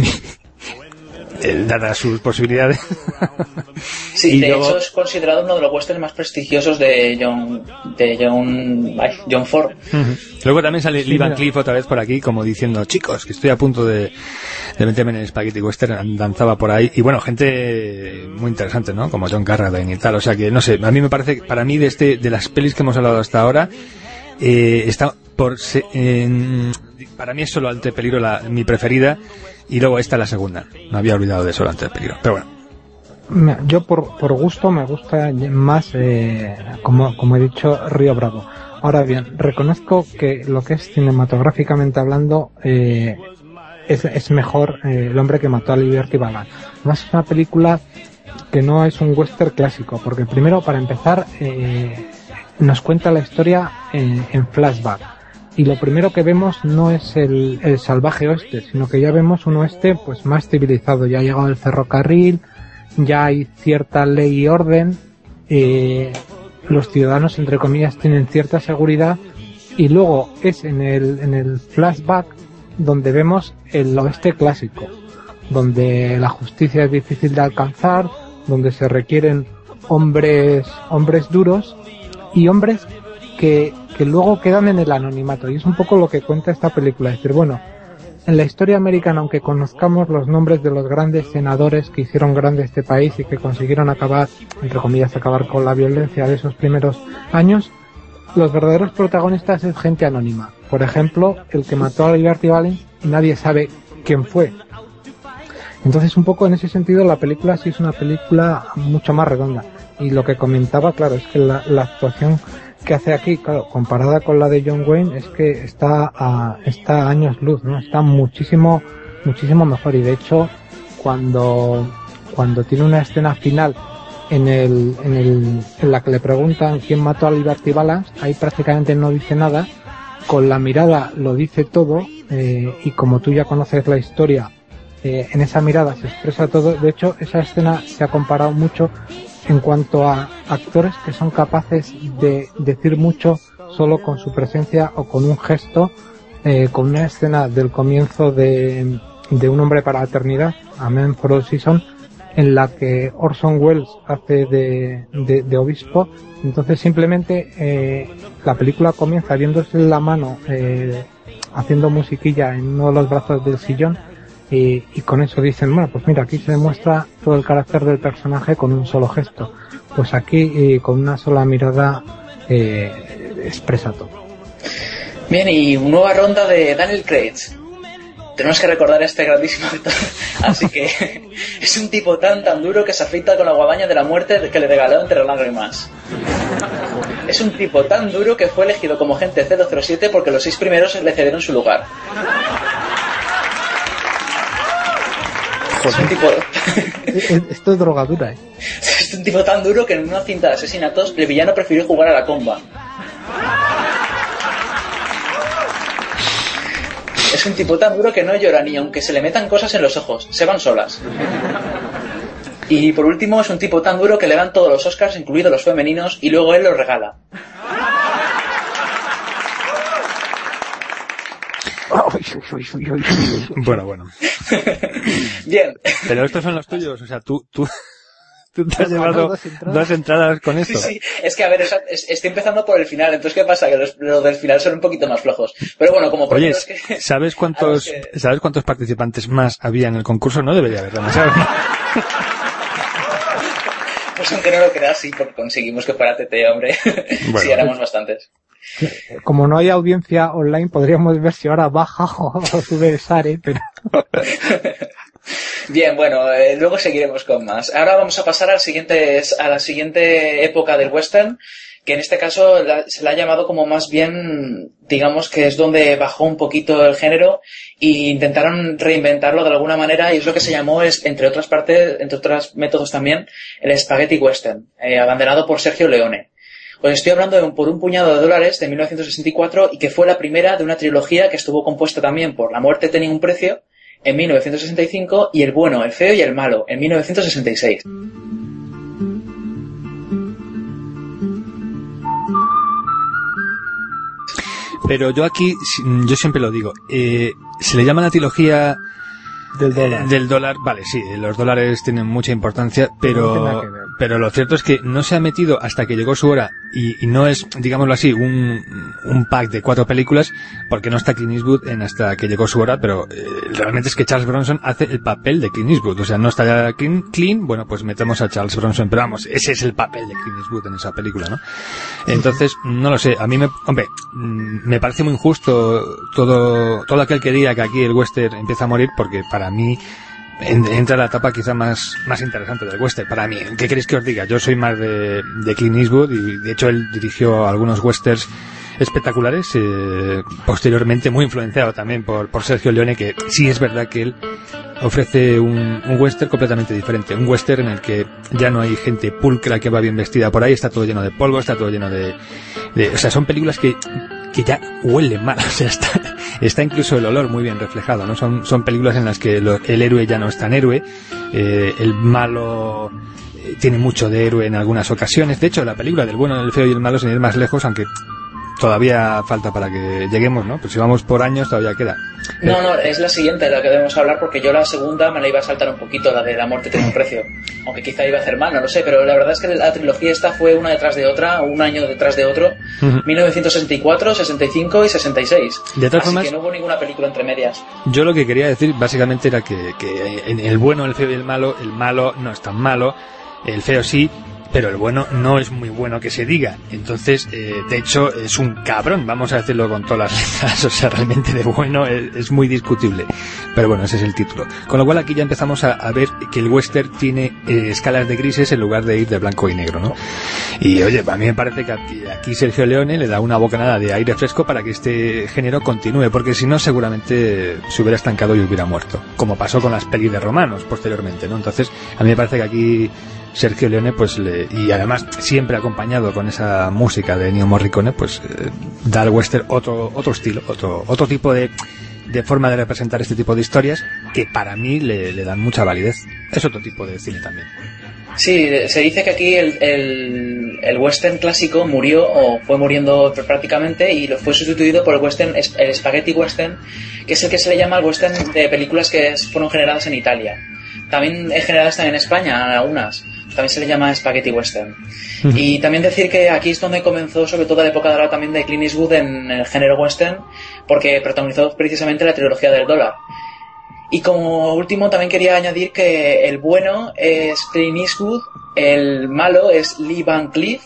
dadas sus posibilidades. Sí, y de luego, hecho es considerado uno de los westerns más prestigiosos de John, de John, ay, John Ford. Uh-huh. Luego también sale sí, Lee Van Cleef otra vez por aquí, como diciendo, chicos, que estoy a punto de, de meterme en el Spaghetti Western, danzaba por ahí, y bueno, gente muy interesante, ¿no? Como John Carradine y tal, o sea que, no sé, a mí me parece, para mí de este, de las pelis que hemos hablado hasta ahora, eh, está por, eh, para mí es Solo ante el peligro la, mi preferida, y luego esta la segunda. Me había olvidado de Solo ante el peligro, pero bueno. Yo por, por gusto me gusta más, eh, como, como he dicho, Río Bravo. Ahora bien, reconozco que lo que es cinematográficamente hablando, eh, es, es mejor eh, El hombre que mató a Liberty Balance. Además es una película que no es un western clásico, porque primero, para empezar, eh, nos cuenta la historia en, en flashback. Y lo primero que vemos no es el, el salvaje oeste, sino que ya vemos un oeste pues más civilizado. Ya ha llegado el ferrocarril, ya hay cierta ley y orden, eh, los ciudadanos, entre comillas, tienen cierta seguridad, y luego es en el, en el flashback donde vemos el oeste clásico, donde la justicia es difícil de alcanzar, donde se requieren hombres, hombres duros y hombres que, que luego quedan en el anonimato, y es un poco lo que cuenta esta película, es decir, bueno, en la historia americana, aunque conozcamos los nombres de los grandes senadores que hicieron grande este país y que consiguieron acabar, entre comillas, acabar con la violencia de esos primeros años, los verdaderos protagonistas es gente anónima. Por ejemplo, el que mató a Liberty Valance, nadie sabe quién fue. Entonces, un poco en ese sentido, la película sí es una película mucho más redonda. Y lo que comentaba, claro, es que la, la actuación que hace aquí, claro, comparada con la de John Wayne, es que está a, está a años luz, ¿no? Está muchísimo, muchísimo mejor. Y de hecho, cuando, cuando tiene una escena final en el, en el, en la que le preguntan quién mató a Liberty Balance, ahí prácticamente no dice nada, con la mirada lo dice todo, eh, y como tú ya conoces la historia, eh, en esa mirada se expresa todo. De hecho, esa escena se ha comparado mucho en cuanto a actores que son capaces de decir mucho solo con su presencia o con un gesto, eh, con una escena del comienzo de, de Un hombre para la eternidad, A Man for All Seasons, en la que Orson Welles hace de, de, de obispo. Entonces simplemente eh, la película comienza viéndose la mano eh, haciendo musiquilla en uno de los brazos del sillón, y, y con eso dicen, bueno, pues mira, aquí se demuestra todo el carácter del personaje con un solo gesto. Pues aquí eh, con una sola mirada eh, expresa todo. Bien, y nueva ronda de Daniel Craig. Tenemos que recordar a este grandísimo actor. Así que es un tipo tan tan duro que se afeita con la guadaña de la muerte que le regaló entre lágrimas. Es un tipo tan duro que fue elegido como agente cero cero siete porque los seis primeros le cedieron su lugar. Es un tipo... Esto es drogadura, ¿eh? Es un tipo tan duro que en una cinta de asesinatos el villano prefirió jugar a la comba. Es un tipo tan duro que no llora ni aunque se le metan cosas en los ojos, se van solas. Y por último, es un tipo tan duro que le dan todos los Oscars, incluidos los femeninos, y luego él los regala. Bueno, bueno. Bien. Pero estos son los tuyos, o sea, tú... tú... Tú te has llevado dos entradas. dos entradas con esto. Sí, sí, es que a ver, es, es, estoy empezando por el final, entonces ¿qué pasa? Que los, los del final son un poquito más flojos. Pero bueno, como Oye, que... ¿sabes cuántos que... ¿sabes cuántos participantes más había en el concurso? No debería haber demasiado. Pues aunque no lo creas, sí, porque conseguimos que fuera T T, hombre. Bueno. Sí, éramos bastantes. Como no hay audiencia online, podríamos ver si ahora baja o sube Sare, pero... Bien, bueno, eh, luego seguiremos con más. Ahora vamos a pasar al siguiente, a la siguiente época del western, que en este caso la, se la ha llamado como más bien, digamos que es donde bajó un poquito el género e intentaron reinventarlo de alguna manera, y es lo que se llamó, es, entre otras partes, entre otros métodos también, el spaghetti western, eh, abanderado por Sergio Leone. Os estoy hablando de un, por un puñado de dólares de mil novecientos sesenta y cuatro, y que fue la primera de una trilogía que estuvo compuesta también por La muerte tenía un precio, en mil novecientos sesenta y cinco, y El bueno, el feo y el malo, en mil novecientos sesenta y seis. Pero yo aquí, yo siempre lo digo, eh, se le llama la trilogía del dólar. Del dólar, vale, sí, los dólares tienen mucha importancia, pero pero lo cierto es que no se ha metido hasta que llegó su hora, y, y no es, digámoslo así, un, un pack de cuatro películas, porque no está Clint Eastwood en Hasta que llegó su hora, pero eh, realmente es que Charles Bronson hace el papel de Clint Eastwood, o sea, no está Clint, Clint, bueno, pues metemos a Charles Bronson, pero vamos, ese es el papel de Clint Eastwood en esa película, ¿no? Entonces, no lo sé, a mí me, hombre, me parece muy injusto todo, todo aquel que diga que aquí el western empieza a morir, porque para mí entra la etapa quizá más, más interesante del western, para mí. ¿Qué queréis que os diga? Yo soy más de, de Clint Eastwood, y de hecho él dirigió algunos westerns espectaculares, eh, posteriormente muy influenciado también por, por Sergio Leone, que sí es verdad que él ofrece un, un western completamente diferente, un western en el que ya no hay gente pulcra que va bien vestida por ahí, está todo lleno de polvo, está todo lleno de, de o sea, son películas que que ya huelen mal, o sea, está, está incluso el olor muy bien reflejado, ¿no? Son, son películas en las que lo, el héroe ya no es tan héroe, eh, el malo eh, tiene mucho de héroe en algunas ocasiones. De hecho, la película del bueno, el feo y el malo, sin ir más lejos, aunque todavía falta para que lleguemos, ¿no? Pues si vamos por años todavía queda. No, no, es la siguiente de la que debemos hablar, porque yo la segunda me la iba a saltar un poquito, la de La muerte tiene un precio, aunque quizá iba a hacer mal, no lo sé, pero la verdad es que la trilogía esta fue una detrás de otra, un año detrás de otro, uh-huh. mil novecientos sesenta y cuatro, sesenta y cinco y sesenta y seis. De todas Así formas, que no hubo ninguna película entre medias. Yo lo que quería decir básicamente era que, que en el bueno, el feo y el malo, el malo no es tan malo, el feo sí, pero el bueno no es muy bueno que se diga. Entonces, eh, de hecho, es un cabrón, vamos a decirlo con todas las letras, o sea, realmente de bueno es, es muy discutible. Pero bueno, ese es el título. Con lo cual aquí ya empezamos a, a ver que el western tiene eh, escalas de grises en lugar de ir de blanco y negro, ¿no? Y oye, a mí me parece que aquí, aquí Sergio Leone le da una bocanada de aire fresco para que este género continúe, porque si no seguramente se hubiera estancado y hubiera muerto, como pasó con las pelis de romanos posteriormente, ¿no? Entonces, a mí me parece que aquí Sergio Leone, pues, le, y además siempre acompañado con esa música de Ennio Morricone, pues, eh, da al western otro, otro estilo, otro, otro tipo de, de forma de representar este tipo de historias que para mí le, le dan mucha validez. Es otro tipo de cine también. Sí, se dice que aquí el, el, el western clásico murió, o fue muriendo prácticamente, y lo fue sustituido por el western, el spaghetti western, que es el que se le llama el western de películas que fueron generadas en Italia. También es generadas también en España, algunas. También se le llama spaghetti western. Uh-huh. Y también decir que aquí es donde comenzó sobre todo la época de oro también de Clint Eastwood en el género western, porque protagonizó precisamente la trilogía del dólar. Y como último también quería añadir que el bueno es Clint Eastwood, el malo es Lee Van Cleef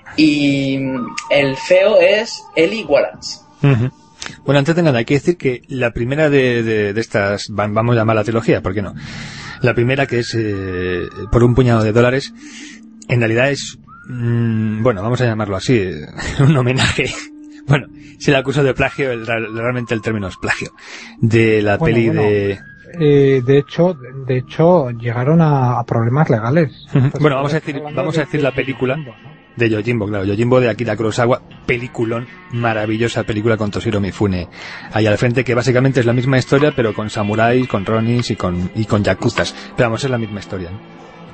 y el feo es Eli Wallach. Uh-huh. Bueno, antes de nada hay que decir que la primera de, de, de estas, vamos a llamar la trilogía, ¿por qué no? La primera, que es eh, por un puñado de dólares, en realidad es, mmm, bueno, vamos a llamarlo así, un homenaje. Bueno, se le acusó de plagio, el, realmente el término es plagio, de la bueno, peli bueno, de... Eh, de hecho, de hecho, llegaron a, a problemas legales. Entonces, bueno, vamos a decir, vamos a decir la película de Yojimbo, claro, Yojimbo de Akira Kurosawa, peliculón, maravillosa película con Toshiro Mifune ahí al frente, que básicamente es la misma historia, pero con samuráis, con ronis y con, y con yakuzas. Pero vamos, es la misma historia, ¿no?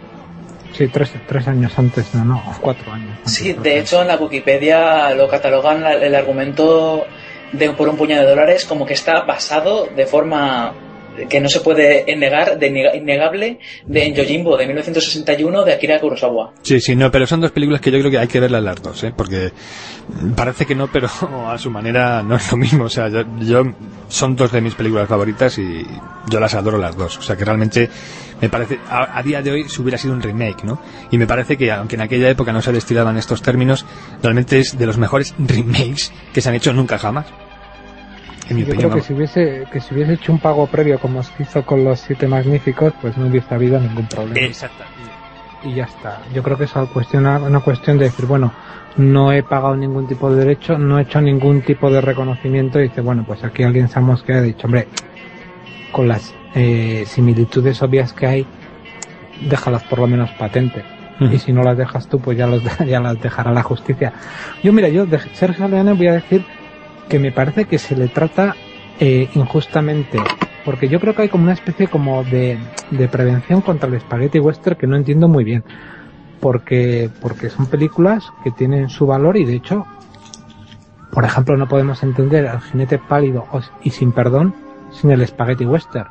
Sí, tres, tres años antes, no, no, cuatro años. Antes, sí, de hecho en la Wikipedia lo catalogan la, el argumento de por un puñado de dólares, como que está basado de forma que no se puede negar, de innegable, de en Yojimbo de mil novecientos sesenta y uno de Akira Kurosawa. Sí, sí, no, pero son dos películas que yo creo que hay que verlas las dos, ¿eh? Porque parece que no, pero a su manera no es lo mismo. O sea, yo, yo son dos de mis películas favoritas y yo las adoro las dos. O sea, que realmente me parece, a, a día de hoy se hubiera sido un remake, ¿no? Y me parece que, aunque en aquella época no se destilaban estos términos, realmente es de los mejores remakes que se han hecho nunca jamás. En mi Yo opinión, creo que si hubiese que si hubiese hecho un pago previo como se hizo con los Siete Magníficos, pues no hubiese habido ningún problema. Exacto. Y ya está. Yo creo que es una cuestión, una cuestión de decir, bueno, no he pagado ningún tipo de derecho, no he hecho ningún tipo de reconocimiento, y dice, bueno, pues aquí alguien se ha mosqueado y ha dicho, hombre, con las eh, similitudes obvias que hay, déjalas por lo menos patente. Uh-huh. Y si no las dejas tú, pues ya, los, ya las dejará la justicia. Yo, mira, yo de Sergio Leone voy a decir que me parece que se le trata eh, injustamente, porque yo creo que hay como una especie como de, de prevención contra el spaghetti western que no entiendo muy bien, porque porque son películas que tienen su valor y de hecho, por ejemplo, no podemos entender al Jinete Pálido y Sin Perdón sin el spaghetti western,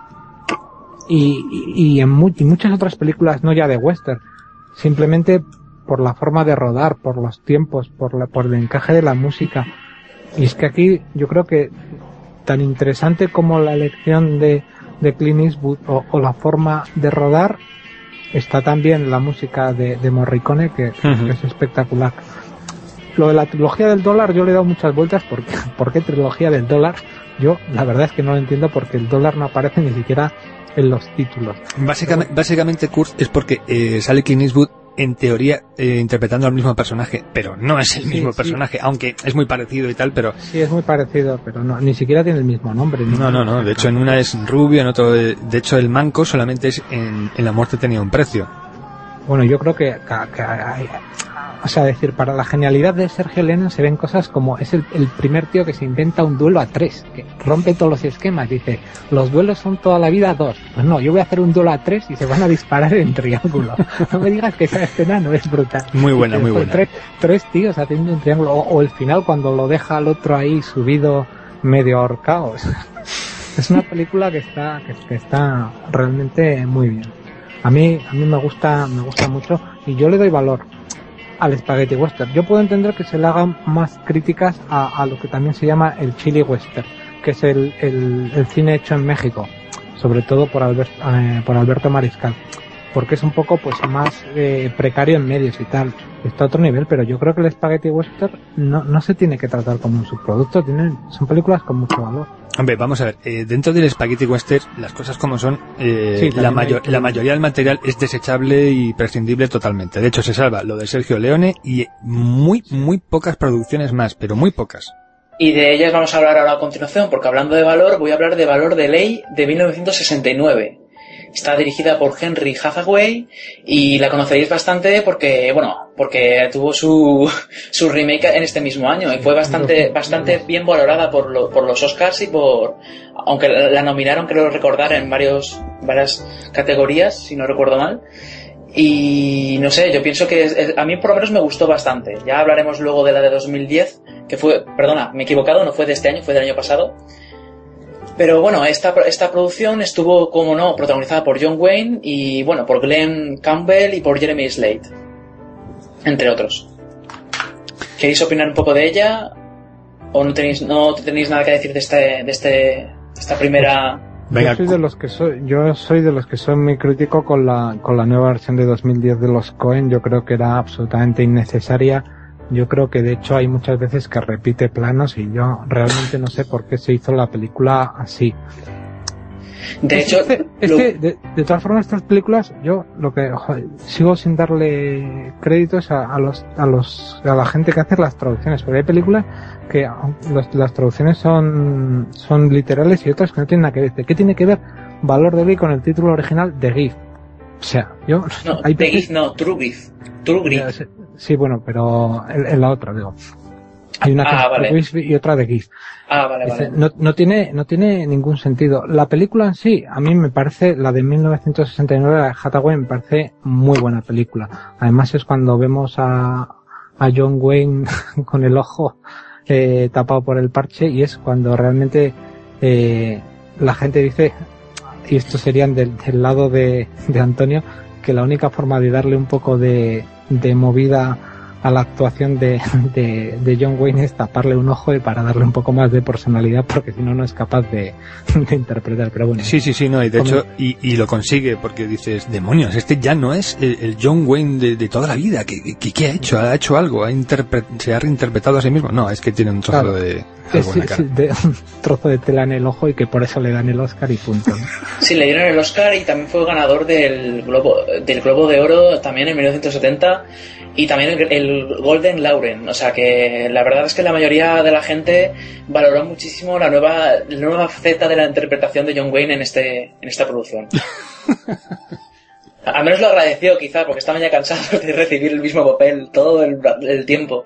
y, y, y en mu- y muchas otras películas no ya de western, simplemente por la forma de rodar, por los tiempos, por la, por el encaje de la música. Y es que aquí yo creo que tan interesante como la elección de, de Clint Eastwood o, o la forma de rodar, está también la música de, de Morricone, que, uh-huh. que es espectacular. Lo de la trilogía del dólar yo le he dado muchas vueltas. porque ¿Por qué trilogía del dólar? Yo la verdad es que no lo entiendo, porque el dólar no aparece ni siquiera en los títulos. Básicamente, básicamente Kurt, es porque eh, sale Clint Eastwood en teoría eh, interpretando al mismo personaje, pero no es el mismo sí, personaje, sí. Aunque es muy parecido y tal, pero... Sí, es muy parecido, pero no, ni siquiera tiene el mismo nombre. No, no, no, de hecho en una es rubio, en otro... De, de hecho el manco solamente es en, en La muerte tenía un precio. Bueno, yo creo que, que, que hay, o sea, decir, para la genialidad de Sergio Leone se ven cosas como es el, el primer tío que se inventa un duelo a tres, que rompe todos los esquemas, dice, los duelos son toda la vida dos. Pues no, yo voy a hacer un duelo a tres y se van a disparar en triángulo. No me digas que esa escena no es brutal. Muy buena, muy buena. Tres, tres tíos haciendo un triángulo, o, o el final cuando lo deja al otro ahí subido medio ahorcado. Es una película que está, que, que está realmente muy bien. A mí, a mí me gusta, me gusta mucho y yo le doy valor al spaghetti western. Yo puedo entender que se le hagan más críticas a, a lo que también se llama el chili western, que es el, el, el cine hecho en México, sobre todo por Albert, eh, por Alberto Mariscal, porque es un poco pues más eh, precario en medios y tal. Está a otro nivel, pero yo creo que el spaghetti western no, no se tiene que tratar como un subproducto. Tienen, son películas con mucho valor. Hombre, vamos a ver, eh, dentro del spaghetti western, las cosas como son, eh, sí, la, mayor, que... la mayoría del material es desechable y prescindible totalmente. De hecho, se salva lo de Sergio Leone y muy, muy pocas producciones más, pero muy pocas. Y de ellas vamos a hablar ahora a continuación, porque hablando de valor, voy a hablar de Valor de Ley de mil novecientos sesenta y nueve. Está dirigida por Henry Hathaway y la conoceréis bastante porque, bueno, porque tuvo su, su remake en este mismo año y fue bastante, bastante bien valorada por, lo, por los Oscars y por, aunque la nominaron, creo recordar, en varios, varias categorías, si no recuerdo mal. Y no sé, yo pienso que es, es, a mí por lo menos me gustó bastante. Ya hablaremos luego de la de dos mil diez, que fue, perdona, me he equivocado, no fue de este año, fue del año pasado. Pero bueno, esta, esta producción estuvo, como no, protagonizada por John Wayne y, bueno, por Glenn Campbell y por Jeremy Slate, entre otros. ¿Queréis opinar un poco de ella? ¿O no tenéis, no tenéis nada que decir de este, de este, esta primera... Venga. Yo soy de los que soy, yo soy de los que soy muy crítico con la, con la nueva versión de dos mil diez de los Coen. Yo creo que era absolutamente innecesaria. Yo creo que de hecho hay muchas veces que repite planos y yo realmente no sé por qué se hizo la película así. De es, hecho, este, este, de, de todas formas, estas películas, yo lo que joder, sigo sin darle créditos a, a los, a los, a la gente que hace las traducciones, porque hay películas que los, las traducciones son, son literales y otras que no tienen nada que ver. ¿Qué tiene que ver Valor de Ley con el título original de Gift? O sea, yo... No, hay de Gift no, True Gift. True Gift. Sí, bueno, pero en, en la otra, digo. Hay una que ah, es vale. True Gift y otra de Gift. Ah, vale, Dice, vale. No, no tiene, no tiene ningún sentido. La película en sí, a mí me parece, la de mil novecientos sesenta y nueve, la de Hathaway, me parece muy buena película. Además es cuando vemos a, a John Wayne con el ojo eh, tapado por el parche, y es cuando realmente eh, la gente dice, y estos serían del, del lado de, de Antonio, que la única forma de darle un poco de, de movida a la actuación de, de, de John Wayne es taparle un ojo y para darle un poco más de personalidad, porque si no, no es capaz de, de interpretar. Pero bueno. Sí, sí, sí, no, y de hecho, y, y lo consigue, porque dices, demonios, este ya no es el, el John Wayne de, de toda la vida. ¿Qué, qué, qué ha hecho? ¿Ha hecho algo? ¿Ha interpre- ¿Se ha reinterpretado a sí mismo? No, es que tiene un trozo claro. de... Algo sí, en la cara. Sí, de un trozo de tela en el ojo y que por eso le dan el Oscar y punto. Sí, le dieron el Oscar y también fue ganador del Globo, del Globo de Oro también en mil novecientos setenta. Y también el, el Golden Lauren, o sea que la verdad es que la mayoría de la gente valoró muchísimo la nueva, la nueva faceta de la interpretación de John Wayne en este, en esta producción. Al menos lo agradeció quizá, porque estaban ya cansados de recibir el mismo papel todo el, el tiempo.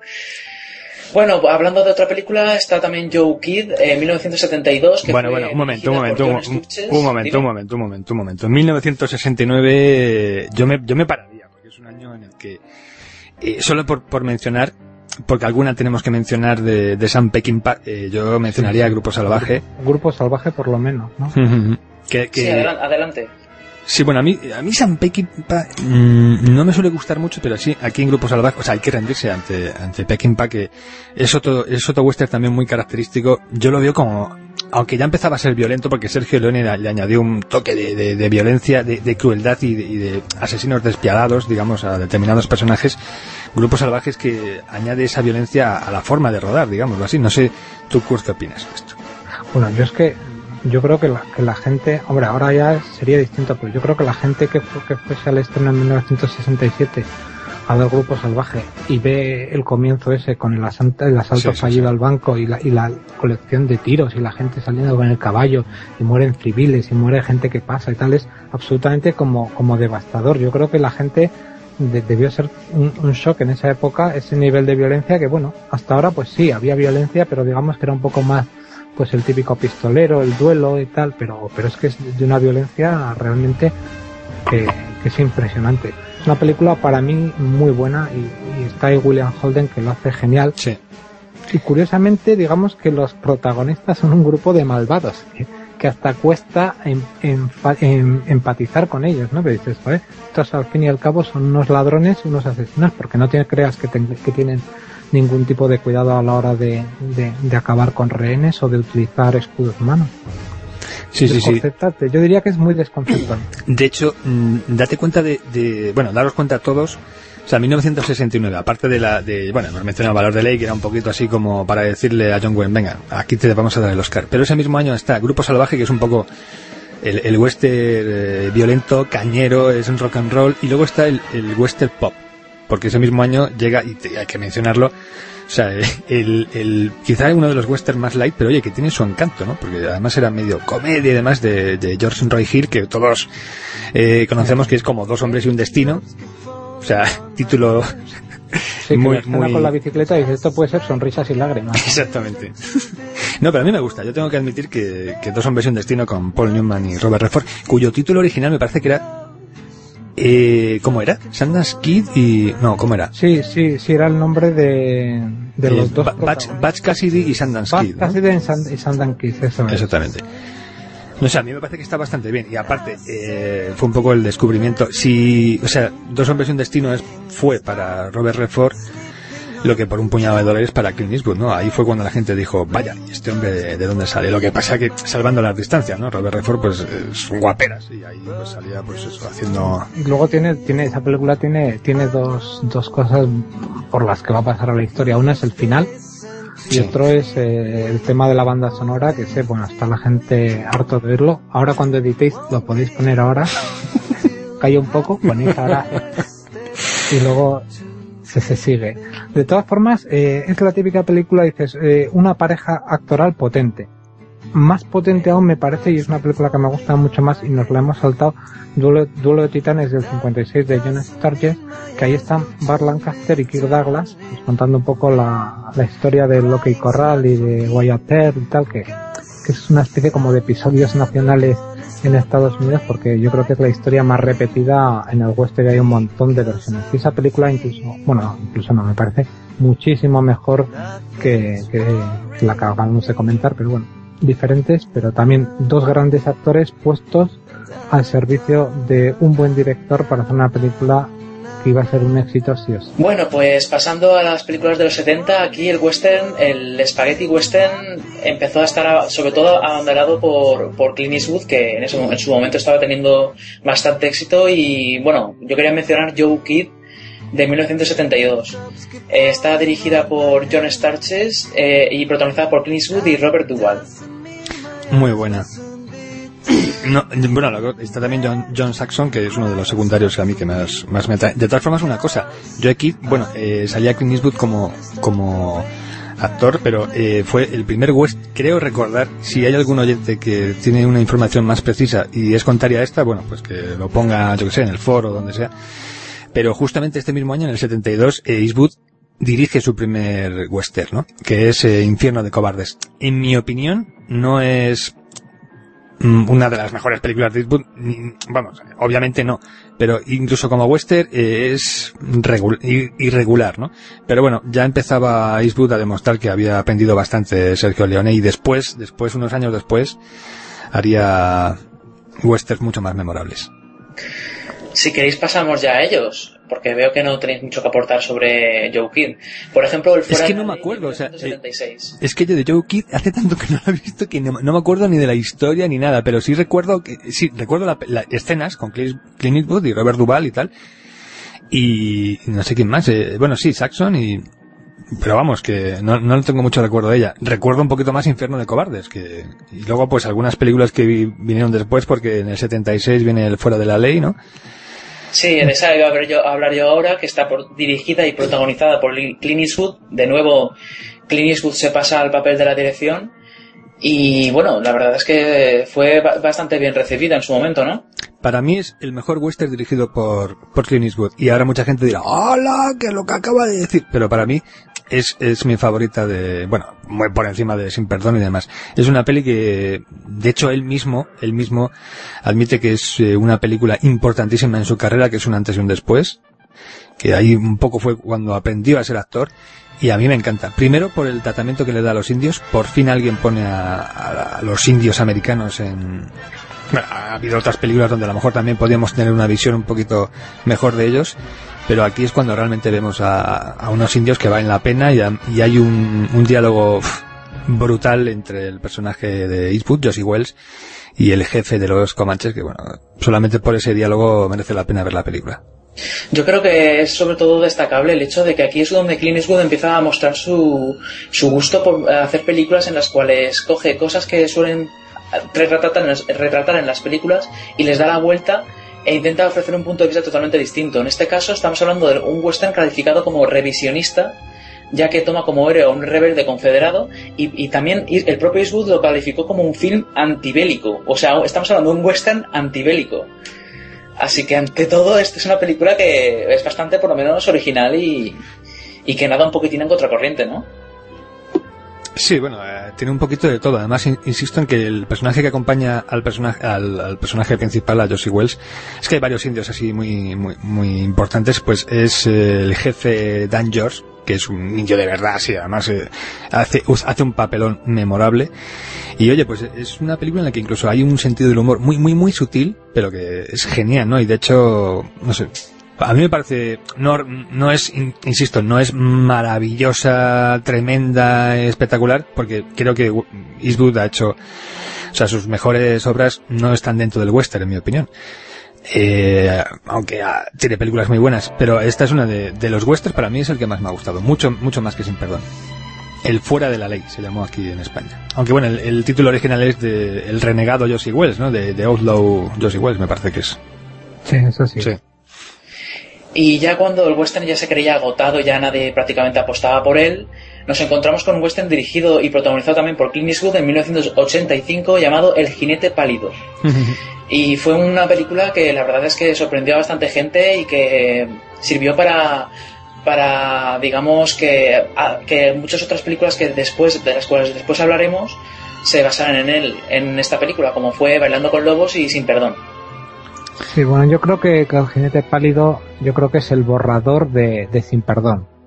Bueno, hablando de otra película, está también Joe Kidd, en mil novecientos setenta y dos. Que bueno, bueno, un momento, un momento, un, un momento, un momento, un momento, un momento. En mil novecientos sesenta y nueve yo me, yo me pararía, porque es un año en el que Eh, solo por, por mencionar, porque alguna tenemos que mencionar de, de Sam Peckinpah, eh, yo mencionaría sí, Grupo Salvaje. Grupo Salvaje por lo menos, ¿no? que, que, sí, adelante. Sí, bueno, a mí, a mí Sam Peckinpah mmm, no me suele gustar mucho, pero sí, aquí en Grupo Salvaje, o sea, hay que rendirse ante, ante Peckinpah, que es otro, es otro western también muy característico. Yo lo veo como, aunque ya empezaba a ser violento, porque Sergio Leone le añadió un toque de, de, de violencia, de, de crueldad y de, y de asesinos despiadados, digamos, a determinados personajes. Grupo Salvaje es que añade esa violencia a la forma de rodar, digámoslo así. No sé, ¿tú qué opinas de esto? Bueno, yo es que yo creo que la, que la gente, hombre, ahora ya sería distinto, pero yo creo que la gente que, fue, que fuese al estreno en mil novecientos sesenta y siete a ver Grupo Salvaje y ve el comienzo ese con el asalto, el asalto sí, fallido sí, sí. al banco y la, y la colección de tiros y la gente saliendo con el caballo y mueren civiles y muere gente que pasa y tal, es absolutamente como, como devastador. Yo creo que la gente de, debió ser un, un shock en esa época, ese nivel de violencia que, bueno, hasta ahora pues sí, había violencia, pero digamos que era un poco más pues el típico pistolero, el duelo y tal, pero, pero es que es de una violencia realmente que, que es impresionante. Es una película para mí muy buena y, y está ahí William Holden que lo hace genial. Sí. Y curiosamente, digamos que los protagonistas son un grupo de malvados que, que hasta cuesta en, en, en, empatizar con ellos, ¿no? Pero dices, ¿eh? Estos al fin y al cabo son unos ladrones, unos asesinos, porque no te creas que, te, que tienen ningún tipo de cuidado a la hora de, de, de acabar con rehenes o de utilizar escudos humanos. Sí, sí, sí. Yo diría que es muy desconcertante. De hecho, mmm, date cuenta de, de, bueno, daros cuenta a todos, o sea, mil novecientos sesenta y nueve, aparte de la, de, bueno, hemos mencionado Valor de Ley, que era un poquito así como para decirle a John Wayne, venga, aquí te vamos a dar el Oscar. Pero ese mismo año está Grupo Salvaje, que es un poco el, el western eh, violento, cañero, es un rock and roll, y luego está el, el western pop, porque ese mismo año llega, y te, hay que mencionarlo, o sea, el, el, quizá uno de los westerns más light, pero oye, que tiene su encanto, ¿no? Porque además era medio comedia y demás de, de George Roy Hill, que todos eh, conocemos, que es como Dos hombres y un destino. O sea, título sí, muy, que muy... con la bicicleta y dice, esto puede ser Sonrisas y lágrimas. Exactamente. No, pero a mí me gusta. Yo tengo que admitir que, que Dos hombres y un destino con Paul Newman y Robert Redford, cuyo título original me parece que era... Eh, ¿Cómo era? Sundance Kid y... No, ¿cómo era? Sí, sí, sí, era el nombre de, de los eh, dos... Butch, Butch Cassidy y Sundance Butch Kid. ¿no? Cassidy y Sundance Kid, eso es. Exactamente. No sé, a mí me parece que está bastante bien. Y aparte, eh, fue un poco el descubrimiento. Si, o sea, Dos hombres y un destino es, fue para Robert Redford lo que por un puñado de dólares para Clint Eastwood, ¿no? Ahí fue cuando la gente dijo, vaya, ¿este hombre de, de dónde sale? Lo que pasa que, salvando las distancias, ¿no? Robert Redford, pues, son guaperas, y ahí pues salía, pues eso, haciendo... Y luego tiene, tiene, esa película tiene, tiene dos, dos cosas por las que va a pasar a la historia. Una es el final, y sí. otro es eh, el tema de la banda sonora, que sé, bueno, está la gente harto de verlo. Ahora cuando editéis, lo podéis poner ahora. Calla un poco, ponéis ahora. Y luego... Se, se sigue. De todas formas, eh, es la típica película, dices, eh, una pareja actoral potente. Más potente aún me parece, y es una película que me gusta mucho más, y nos la hemos saltado, Duelo, Duelo de Titanes del cincuenta y seis de John Sturges, que ahí están Burt Lancaster y Kirk Douglas, pues, contando un poco la, la historia de Locke y Corral y de Wyatt Earp y tal, que, que es una especie como de episodios nacionales en Estados Unidos, porque yo creo que es la historia más repetida en el western, y hay un montón de versiones. Y esa película incluso, bueno, incluso no, me parece muchísimo mejor que, que la que acabamos de comentar, pero bueno, diferentes, pero también dos grandes actores puestos al servicio de un buen director para hacer una película que iba a ser un éxito sí o sí. Bueno, pues pasando a las películas de los setenta, aquí el western, el spaghetti western empezó a estar sobre todo abanderado por, por Clint Eastwood, que en, ese, en su momento estaba teniendo bastante éxito. Y bueno, yo quería mencionar Joe Kidd de mil novecientos setenta y dos. Eh, está dirigida por John Sturges eh, y protagonizada por Clint Eastwood y Robert Duvall. Muy buena. No, bueno, está también John, John Saxon, que es uno de los secundarios que a mí que más, más me atrae. De todas formas, una cosa, yo aquí, bueno, eh, salía Clint Eastwood como, como actor, pero eh, fue el primer west, creo recordar, si hay algún oyente que tiene una información más precisa y es contraria a esta, bueno, pues que lo ponga, yo que sé, en el foro o donde sea. Pero justamente este mismo año, en el setenta y dos, eh, Eastwood dirige su primer western, ¿no? Que es eh, Infierno de Cobardes. En mi opinión, no es una de las mejores películas de Eastwood, vamos, obviamente no, pero incluso como western eh, es regul- irregular, ¿no? Pero bueno, ya empezaba Eastwood a demostrar que había aprendido bastante Sergio Leone, y después, después, unos años después, haría westerns mucho más memorables. Si queréis pasamos ya a ellos, porque veo que no tenéis mucho que aportar sobre Joe Kidd. Por ejemplo, el fuera es que no me acuerdo, o sea, eh, es que yo de Joe Kidd hace tanto que no lo he visto que no, no me acuerdo ni de la historia ni nada, pero sí recuerdo que sí recuerdo las la escenas con Clint Eastwood y Robert Duvall y tal, y no sé quién más, eh, bueno sí, Saxon, y pero vamos, que no, no tengo mucho recuerdo de ella. Recuerdo un poquito más Infierno de Cobardes, que y luego pues algunas películas que vi, vinieron después, porque en el setenta y seis viene el Fuera de la Ley, ¿no? Sí, en esa iba a, ver yo, a hablar yo ahora, que está por, dirigida y protagonizada por Clint Eastwood. De nuevo, Clint Eastwood se pasa al papel de la dirección. Y bueno, la verdad es que fue bastante bien recibida en su momento, ¿no? Para mí es el mejor western dirigido por, por Clint Eastwood. Y ahora mucha gente dirá, ¡hola! Que es lo que acaba de decir. Pero para mí es, es mi favorita de, bueno, muy por encima de Sin Perdón y demás. Es una peli que, de hecho, él mismo, él mismo admite que es una película importantísima en su carrera, que es un antes y un después. Que ahí un poco fue cuando aprendió a ser actor. Y a mí me encanta. Primero por el tratamiento que le da a los indios. Por fin alguien pone a, a, a los indios americanos en... Bueno, ha habido otras películas donde a lo mejor también podíamos tener una visión un poquito mejor de ellos, pero aquí es cuando realmente vemos a, a unos indios que valen la pena, y, a, y hay un, un diálogo uf, brutal entre el personaje de Eastwood, Josie Wells, y el jefe de los comanches, que bueno, solamente por ese diálogo merece la pena ver la película. Yo creo que es sobre todo destacable el hecho de que aquí es donde Clint Eastwood empieza a mostrar su, su gusto por hacer películas en las cuales coge cosas que suelen retratar en las, retratar en las películas y les da la vuelta e intenta ofrecer un punto de vista totalmente distinto. En este caso estamos hablando de un western calificado como revisionista, ya que toma como héroe a un rebelde confederado, y, y también el propio Eastwood lo calificó como un film antibélico. O sea, estamos hablando de un western antibélico. Así que ante todo, esta es una película que es bastante, por lo menos, original y, y que nada un poquitín en contracorriente, ¿no? Sí, bueno, eh, tiene un poquito de todo. Además, in, insisto en que el personaje que acompaña al personaje al, al personaje principal, a Josie Wells, es que hay varios indios así muy muy muy importantes. Pues es eh, el jefe Dan George, que es un indio de verdad, sí, además eh, hace hace un papelón memorable. Y oye, pues es una película en la que incluso hay un sentido del humor muy muy muy sutil, pero que es genial, ¿no? Y de hecho, no sé, a mí me parece, no, no es, insisto, no es maravillosa, tremenda, espectacular, porque creo que Eastwood ha hecho, o sea, sus mejores obras no están dentro del western, en mi opinión. Eh, aunque ah, tiene películas muy buenas, pero esta es una de, de los westerns, para mí es el que más me ha gustado, mucho, mucho más que Sin Perdón. El Fuera de la Ley se llamó aquí en España. Aunque bueno, el, el título original es de El renegado Josie Wells, ¿no? De, de Outlaw Josie Wells, me parece que es. Sí, eso sí. Sí. Y ya cuando el western ya se creía agotado, ya nadie prácticamente apostaba por él, nos encontramos con un western dirigido y protagonizado también por Clint Eastwood en mil novecientos ochenta y cinco, llamado El jinete pálido. Y fue una película que la verdad es que sorprendió a bastante gente y que sirvió para, para digamos, que, a, que muchas otras películas que después, de las cuales después hablaremos, se basaran en él, en esta película, como fue Bailando con Lobos y Sin Perdón. Sí, bueno, yo creo que, que El jinete pálido, yo creo que es el borrador de, de Sin Perdón.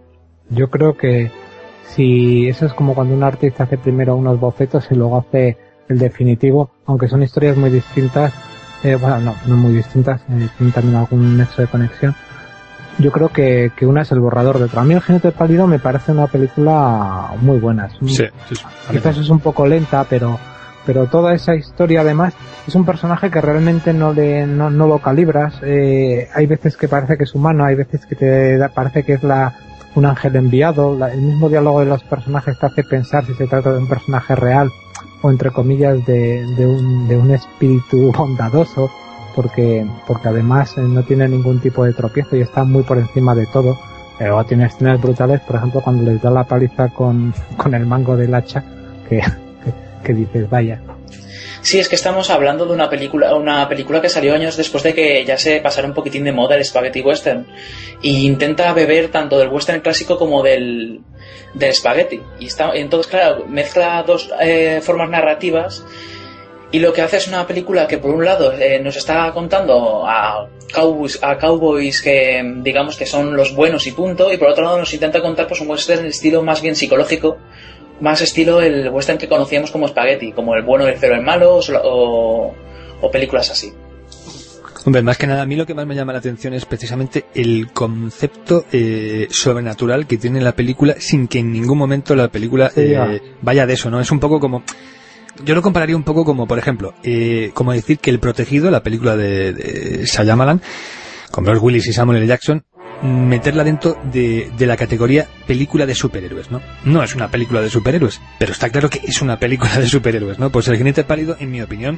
Yo creo que si eso es como cuando un artista hace primero unos bocetos y luego hace el definitivo, aunque son historias muy distintas, eh, bueno, no, no muy distintas, eh, tienen también algún nexo de conexión. Yo creo que, que una es el borrador de otra. A mí El jinete pálido me parece una película muy buena. Es un, sí, sí, sí. Quizás es un poco lenta, pero pero toda esa historia además es un personaje que realmente no le no, no lo calibras. Eh, hay veces que parece que es humano, hay veces que te da, parece que es la un ángel enviado. La, el mismo diálogo de los personajes te hace pensar si se trata de un personaje real o entre comillas de, de un de un espíritu bondadoso, porque porque además eh, no tiene ningún tipo de tropiezo y está muy por encima de todo. Luego tiene escenas brutales, por ejemplo cuando les da la paliza con, con el mango del hacha, que, que, que dices, vaya. Sí, es que estamos hablando de una película una película que salió años después de que ya se pasara un poquitín de moda el spaghetti western, y intenta beber tanto del western clásico como del, del spaghetti, y está, entonces claro, mezcla dos eh, formas narrativas, y lo que hace es una película que por un lado eh, nos está contando a cowboys, a cowboys que digamos que son los buenos y punto, y por otro lado nos intenta contar pues un western de estilo más bien psicológico, más estilo el western que conocíamos como spaghetti, como El bueno, el feo, el malo, o, o películas así. Hombre, más que nada, a mí lo que más me llama la atención es precisamente el concepto eh, sobrenatural que tiene la película, sin que en ningún momento la película eh, sí, vaya de eso, ¿no? Es un poco como... Yo lo compararía un poco como, por ejemplo, eh, como decir que El protegido, la película de, de Shyamalan, con Bruce Willis y Samuel L. Jackson, meterla dentro de, de la categoría película de superhéroes, ¿no? No es una película de superhéroes, pero está claro que es una película de superhéroes, ¿no? Pues El jinete pálido, en mi opinión,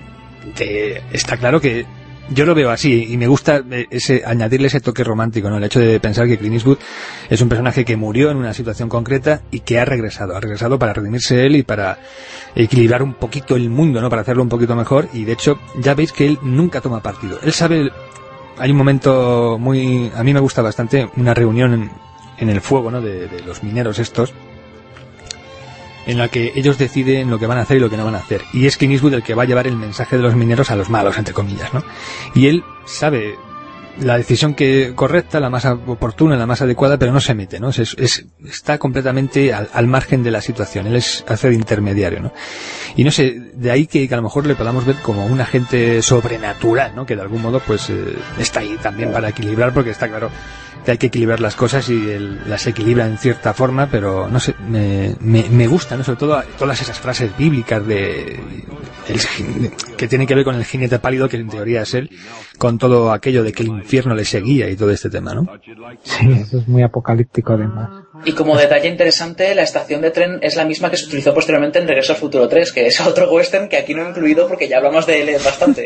te, está claro que yo lo veo así, y me gusta ese, añadirle ese toque romántico, ¿no? El hecho de pensar que Clint Eastwood es un personaje que murió en una situación concreta y que ha regresado, ha regresado para redimirse él y para equilibrar un poquito el mundo, ¿no? Para hacerlo un poquito mejor, y de hecho ya veis que él nunca toma partido. Él sabe... Hay un momento muy... A mí me gusta bastante una reunión en, en el fuego, ¿no? De, de los mineros estos, en la que ellos deciden lo que van a hacer y lo que no van a hacer. Y es Clint Eastwood el que va a llevar el mensaje de los mineros a los malos, entre comillas, ¿no? Y él sabe la decisión que correcta, la más oportuna, la más adecuada, pero no se mete, ¿no? Es, es, está completamente al, al margen de la situación. Él es, hace de intermediario, ¿no? Y no sé, de ahí que, que a lo mejor le podamos ver como un agente sobrenatural, ¿no? Que de algún modo pues eh, está ahí también para equilibrar, porque está claro que hay que equilibrar las cosas y él las equilibra en cierta forma, pero no sé, me, me, me gusta, ¿no? Sobre todo todas esas frases bíblicas de, el, que tienen que ver con el jinete pálido, que en teoría es él, con todo aquello de que el infierno le seguía y todo este tema, ¿no? Sí, eso es muy apocalíptico además. Y como detalle interesante, la estación de tren es la misma que se utilizó posteriormente en Regreso al Futuro tres, que es otro western que aquí no he incluido porque ya hablamos de él bastante.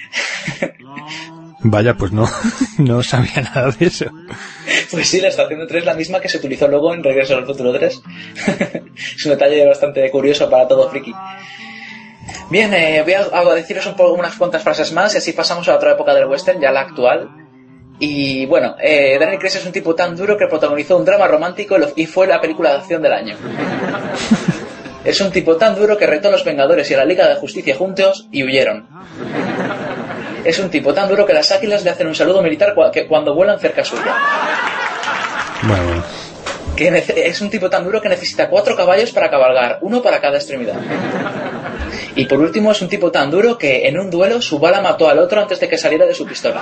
Vaya, pues no, no sabía nada de eso. Pues sí, la estación de tren es la misma que se utilizó luego en Regreso al Futuro tres. Es un detalle bastante curioso para todo friki. Bien, eh, voy a, a deciros un poco unas cuantas frases más y así pasamos a otra época del western, ya la actual. Y bueno, eh, Daniel Craig es un tipo tan duro que protagonizó un drama romántico y fue la película de acción del año. Es un tipo tan duro que retó a los Vengadores y a la Liga de Justicia juntos y huyeron. Es un tipo tan duro que las águilas le hacen un saludo militar cuando vuelan cerca suya. Bueno, bueno. Que es un tipo tan duro que necesita cuatro caballos para cabalgar, uno para cada extremidad. Y por último, es un tipo tan duro que en un duelo su bala mató al otro antes de que saliera de su pistola.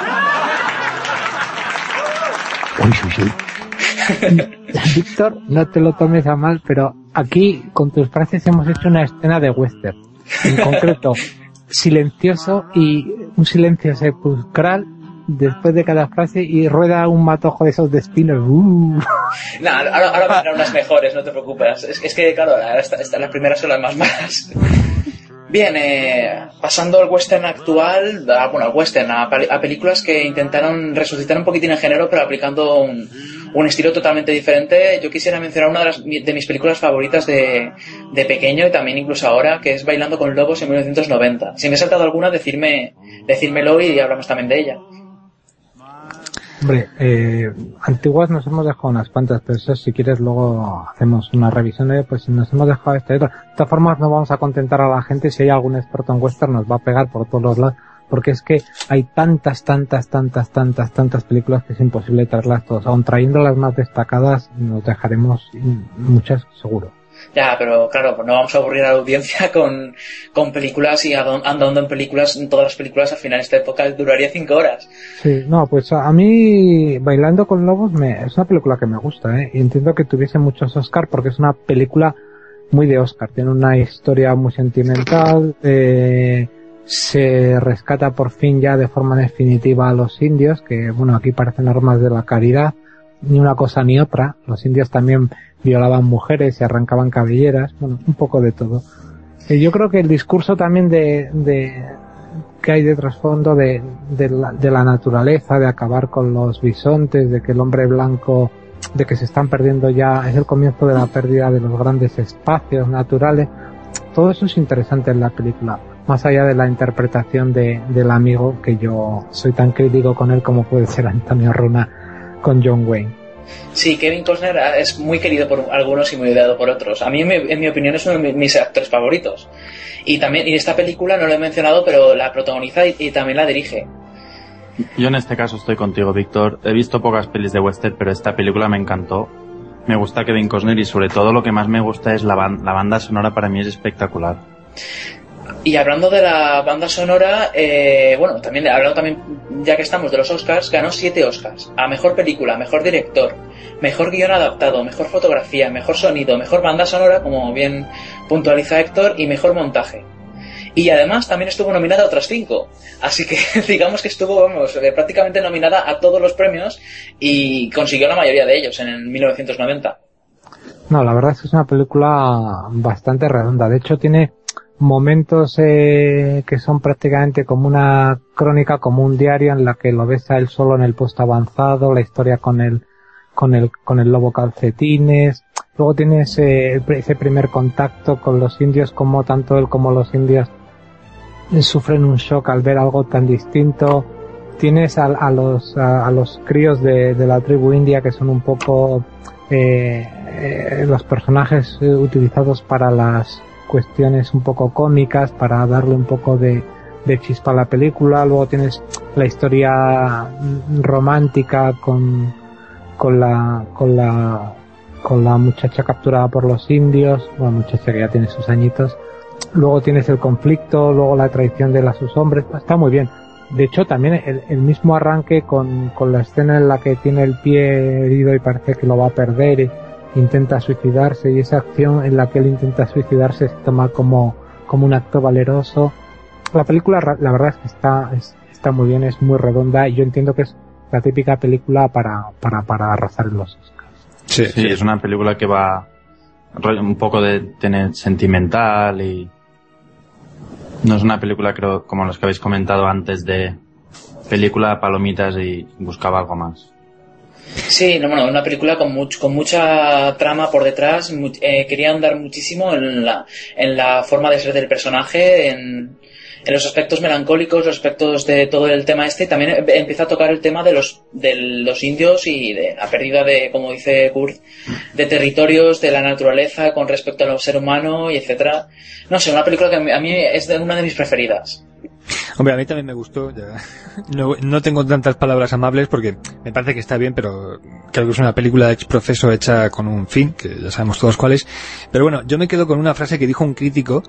Víctor, no te lo tomes a mal, pero aquí con tus frases hemos hecho una escena de western. En concreto, silencioso y un silencio sepulcral después de cada frase y rueda un matojo de esos de espinos. Uh. No, ahora, ahora vendrán unas mejores, no te preocupes. Es, es que, claro, esta, esta, las primeras son las más malas. Bien, eh, pasando al western actual, a, bueno, al western, a, a películas que intentaron resucitar un poquitín el género, pero aplicando un, un estilo totalmente diferente. Yo quisiera mencionar una de, las, de mis películas favoritas de, de pequeño y también incluso ahora, que es Bailando con Lobos en mil novecientos noventa. Si me he saltado alguna, decirme, decírmelo y hablamos también de ella. Hombre, eh, antiguas nos hemos dejado unas cuantas, pero eso si quieres luego hacemos una revisión de, pues nos hemos dejado esta y otra. De todas formas no vamos a contentar a la gente, si hay algún experto en western nos va a pegar por todos los lados, porque es que hay tantas, tantas, tantas, tantas, tantas películas que es imposible traerlas todas. Aun trayendo las más destacadas, nos dejaremos muchas seguro. Ya, pero claro, pues no vamos a aburrir a la audiencia con, con películas y andando en películas, en todas las películas al final esta época duraría cinco horas. Sí, no, pues a, a mí Bailando con Lobos me, es una película que me gusta, ¿eh? Y entiendo que tuviese muchos Oscar porque es una película muy de Oscar, tiene una historia muy sentimental, eh, se rescata por fin ya de forma definitiva a los indios, que bueno, aquí parecen armas de la caridad, ni una cosa ni otra. Los indios también violaban mujeres y arrancaban cabelleras, bueno, un poco de todo. Y yo creo que el discurso también de, de que hay de trasfondo de, de, la, de la naturaleza, de acabar con los bisontes, de que el hombre blanco, de que se están perdiendo ya, es el comienzo de la pérdida de los grandes espacios naturales, todo eso es interesante en la película, más allá de la interpretación de, del amigo, que yo soy tan crítico con él como puede ser Antonio Runa con John Wayne. Sí, Kevin Costner es muy querido por algunos y muy odiado por otros. A mí, en mi, en mi opinión, es uno de mis actores favoritos. Y también, y esta película no lo he mencionado, pero la protagoniza y, y también la dirige. Yo en este caso estoy contigo, Víctor. He visto pocas pelis de western, pero esta película me encantó. Me gusta Kevin Costner y sobre todo lo que más me gusta es la, ban- la banda sonora. Para mí es espectacular. Y hablando de la banda sonora, eh, bueno, también hablando también, ya que estamos de los Oscars, ganó siete Oscars. A mejor película, mejor director, mejor guión adaptado, mejor fotografía, mejor sonido, mejor banda sonora, como bien puntualiza Héctor, y mejor montaje. Y además también estuvo nominada a otras cinco. Así que digamos que estuvo, vamos, prácticamente nominada a todos los premios y consiguió la mayoría de ellos en el mil novecientos noventa. No, la verdad es que es una película bastante redonda. De hecho, tiene momentos eh, que son prácticamente como una crónica, como un diario, en la que lo ves a él solo en el puesto avanzado, la historia con el con el con el lobo calcetines. Luego tienes eh, ese primer contacto con los indios, como tanto él como los indios sufren un shock al ver algo tan distinto. Tienes a, a los a, a los críos de, de la tribu india, que son un poco eh, eh, los personajes eh, utilizados para las cuestiones un poco cómicas, para darle un poco de, de chispa a la película. Luego tienes la historia romántica con con la con la con la muchacha capturada por los indios, una muchacha que ya tiene sus añitos. Luego tienes el conflicto, luego la traición de las sus hombres. Está muy bien. De hecho, también el, el mismo arranque con, con la escena en la que tiene el pie herido y parece que lo va a perder y intenta suicidarse, y esa acción en la que él intenta suicidarse se toma como, como un acto valeroso. La película, la verdad es que está, es, está muy bien, es muy redonda, y yo entiendo que es la típica película para, para, para arrasar en los Oscars. Sí, sí, sí, es una película que va un poco de tener sentimental y no es una película, creo, como los que habéis comentado antes, de película, palomitas, y buscaba algo más. Sí, no, bueno, una película con much, con mucha trama por detrás. Mu- eh, quería andar muchísimo en la, en la forma de ser del personaje, en, en los aspectos melancólicos, los aspectos de todo el tema este. También em- empieza a tocar el tema de los, de los indios y de la pérdida de, como dice Kurt, de territorios, de la naturaleza con respecto al ser humano y etcétera. No sé, una película que a mí es de una de mis preferidas. Hombre, a mí también me gustó. Ya. No, no tengo tantas palabras amables porque me parece que está bien, pero creo que es una película de exprofeso hecha con un fin, que ya sabemos todos cuál es. Pero bueno, yo me quedo con una frase que dijo un crítico,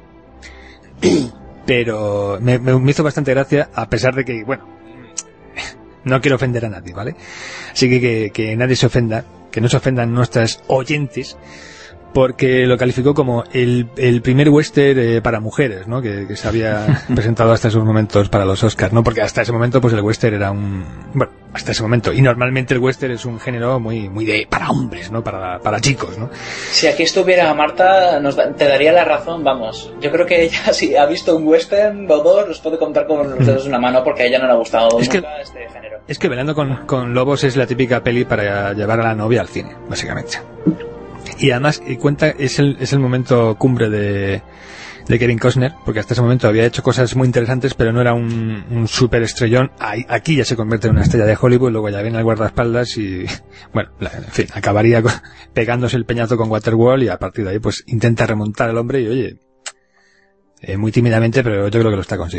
pero me, me hizo bastante gracia, a pesar de que, bueno, no quiero ofender a nadie, ¿vale? Así que que, que nadie se ofenda, que no se ofendan nuestras oyentes, porque lo calificó como el, el primer western eh, para mujeres, ¿no? Que, que se había presentado hasta esos momentos para los Oscars, ¿no? Porque hasta ese momento, pues el western era un... Bueno, hasta ese momento. Y normalmente el western es un género muy muy de para hombres, ¿no? Para, para chicos, ¿no? Si aquí estuviera Marta, nos da, te daría la razón, vamos. Yo creo que ella, si ha visto un western o dos, los puede contar con los dedos de una mano, porque a ella no le ha gustado es nunca que, este género. Es que Velando con, con Lobos es la típica peli para llevar a la novia al cine, básicamente. Y además, y cuenta, es el, es el momento cumbre de, de Kevin Costner, porque hasta ese momento había hecho cosas muy interesantes, pero no era un, un super estrellón. Aquí ya se convierte en una estrella de Hollywood, luego ya viene el guardaespaldas y, bueno, en fin, acabaría con, pegándose el peñazo con Waterworld, y a partir de ahí pues intenta remontar al hombre y, oye, eh, muy tímidamente, pero yo creo que lo está consiguiendo.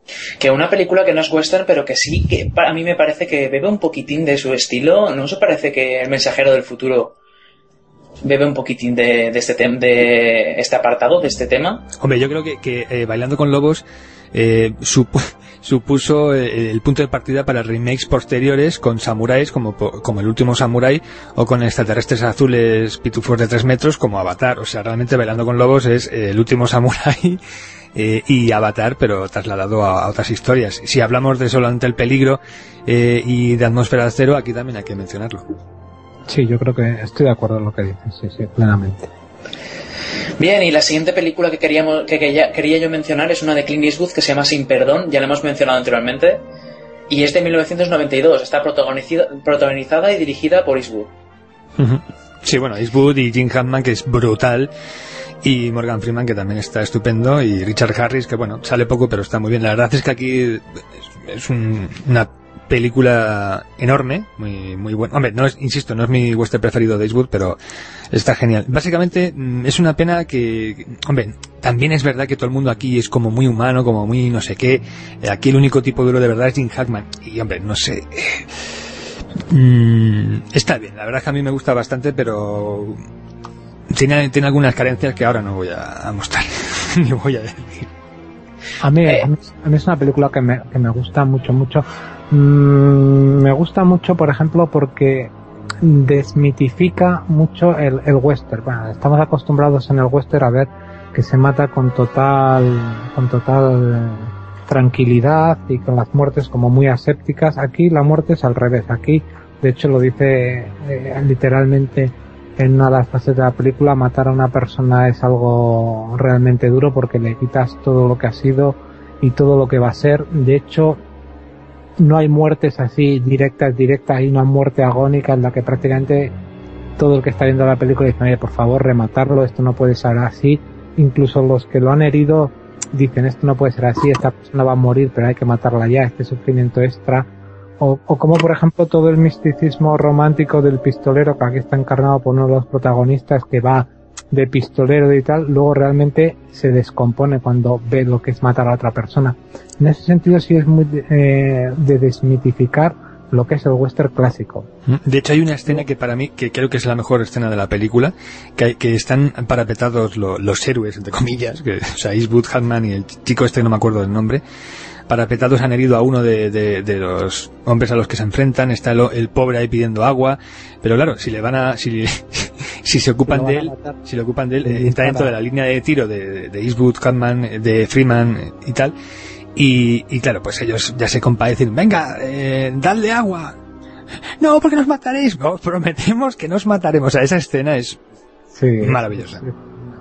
Que una película que no es western, pero que sí, que a mí me parece que bebe un poquitín de su estilo. ¿No os parece que El mensajero del futuro bebe un poquitín de, de, este, tem de este apartado, de este tema? Hombre, yo creo que, que eh, Bailando con Lobos eh, sup supuso eh, el punto de partida para remakes posteriores con samuráis como, como El último samurái, o con extraterrestres azules pitufos de tres metros como Avatar. O sea, realmente Bailando con Lobos es eh, El último samurái Eh, y Avatar, pero trasladado a, a otras historias. Si hablamos de Solo ante el peligro eh, y de Atmósfera cero, aquí también hay que mencionarlo. Sí, yo creo que estoy de acuerdo en lo que dices, sí, sí, plenamente. Bien, y la siguiente película que, queríamos, que quería, quería yo mencionar es una de Clint Eastwood que se llama Sin Perdón, ya la hemos mencionado anteriormente, y es de mil novecientos noventa y dos, está protagonizada y dirigida por Eastwood. Uh-huh. Sí, bueno, Eastwood y Jim Hackman, que es brutal, y Morgan Freeman, que también está estupendo, y Richard Harris, que bueno, sale poco pero está muy bien. La verdad es que aquí es, es un, una película enorme, muy muy buena. Hombre, no es, insisto, no es mi western preferido de Eastwood, pero está genial. Básicamente es una pena que, hombre, también es verdad que todo el mundo aquí es como muy humano, como muy no sé qué. Aquí el único tipo duro de verdad es Jim Hackman, y hombre, no sé, mm, está bien, la verdad es que a mí me gusta bastante, pero Tiene, tiene algunas carencias que ahora no voy a, a mostrar ni voy a decir. A mí, a mí, a mí es una película que me, que me gusta mucho, mucho. Mm, me gusta mucho, por ejemplo, porque desmitifica mucho el, el western. Bueno, estamos acostumbrados en el western a ver que se mata con total, con total eh, tranquilidad y con las muertes como muy asépticas. Aquí la muerte es al revés. Aquí, de hecho, lo dice eh, literalmente en una de las fases de la película: matar a una persona es algo realmente duro porque le quitas todo lo que ha sido y todo lo que va a ser. De hecho, no hay muertes así directas, directas, hay una muerte agónica en la que prácticamente todo el que está viendo la película dice: oye, por favor, rematarlo, esto no puede ser así. Incluso los que lo han herido dicen: esto no puede ser así, esta persona va a morir, pero hay que matarla ya, este sufrimiento extra. O, o como por ejemplo todo el misticismo romántico del pistolero, que aquí está encarnado por uno de los protagonistas, que va de pistolero y tal, luego realmente se descompone cuando ve lo que es matar a otra persona. En ese sentido sí es muy eh, de desmitificar lo que es el western clásico. De hecho hay una escena que para mí, que creo que es la mejor escena de la película, que, hay, que están parapetados lo, los héroes, entre comillas, que, o sea, Eastwood, Hackman y el chico este, no me acuerdo del nombre. Parapetados han herido a uno de, de, de los hombres a los que se enfrentan. Está el, el pobre ahí pidiendo agua, pero claro, si le van a si, si se ocupan de él si le ocupan de él eh, está dentro de la línea de tiro de, de Eastwood, Hackman, de Freeman y tal, y, y claro, pues ellos ya se compadecen: venga, eh, dadle agua. No, porque nos mataréis. No, os prometemos que nos mataremos. O sea, esa escena es sí, maravillosa. Sí.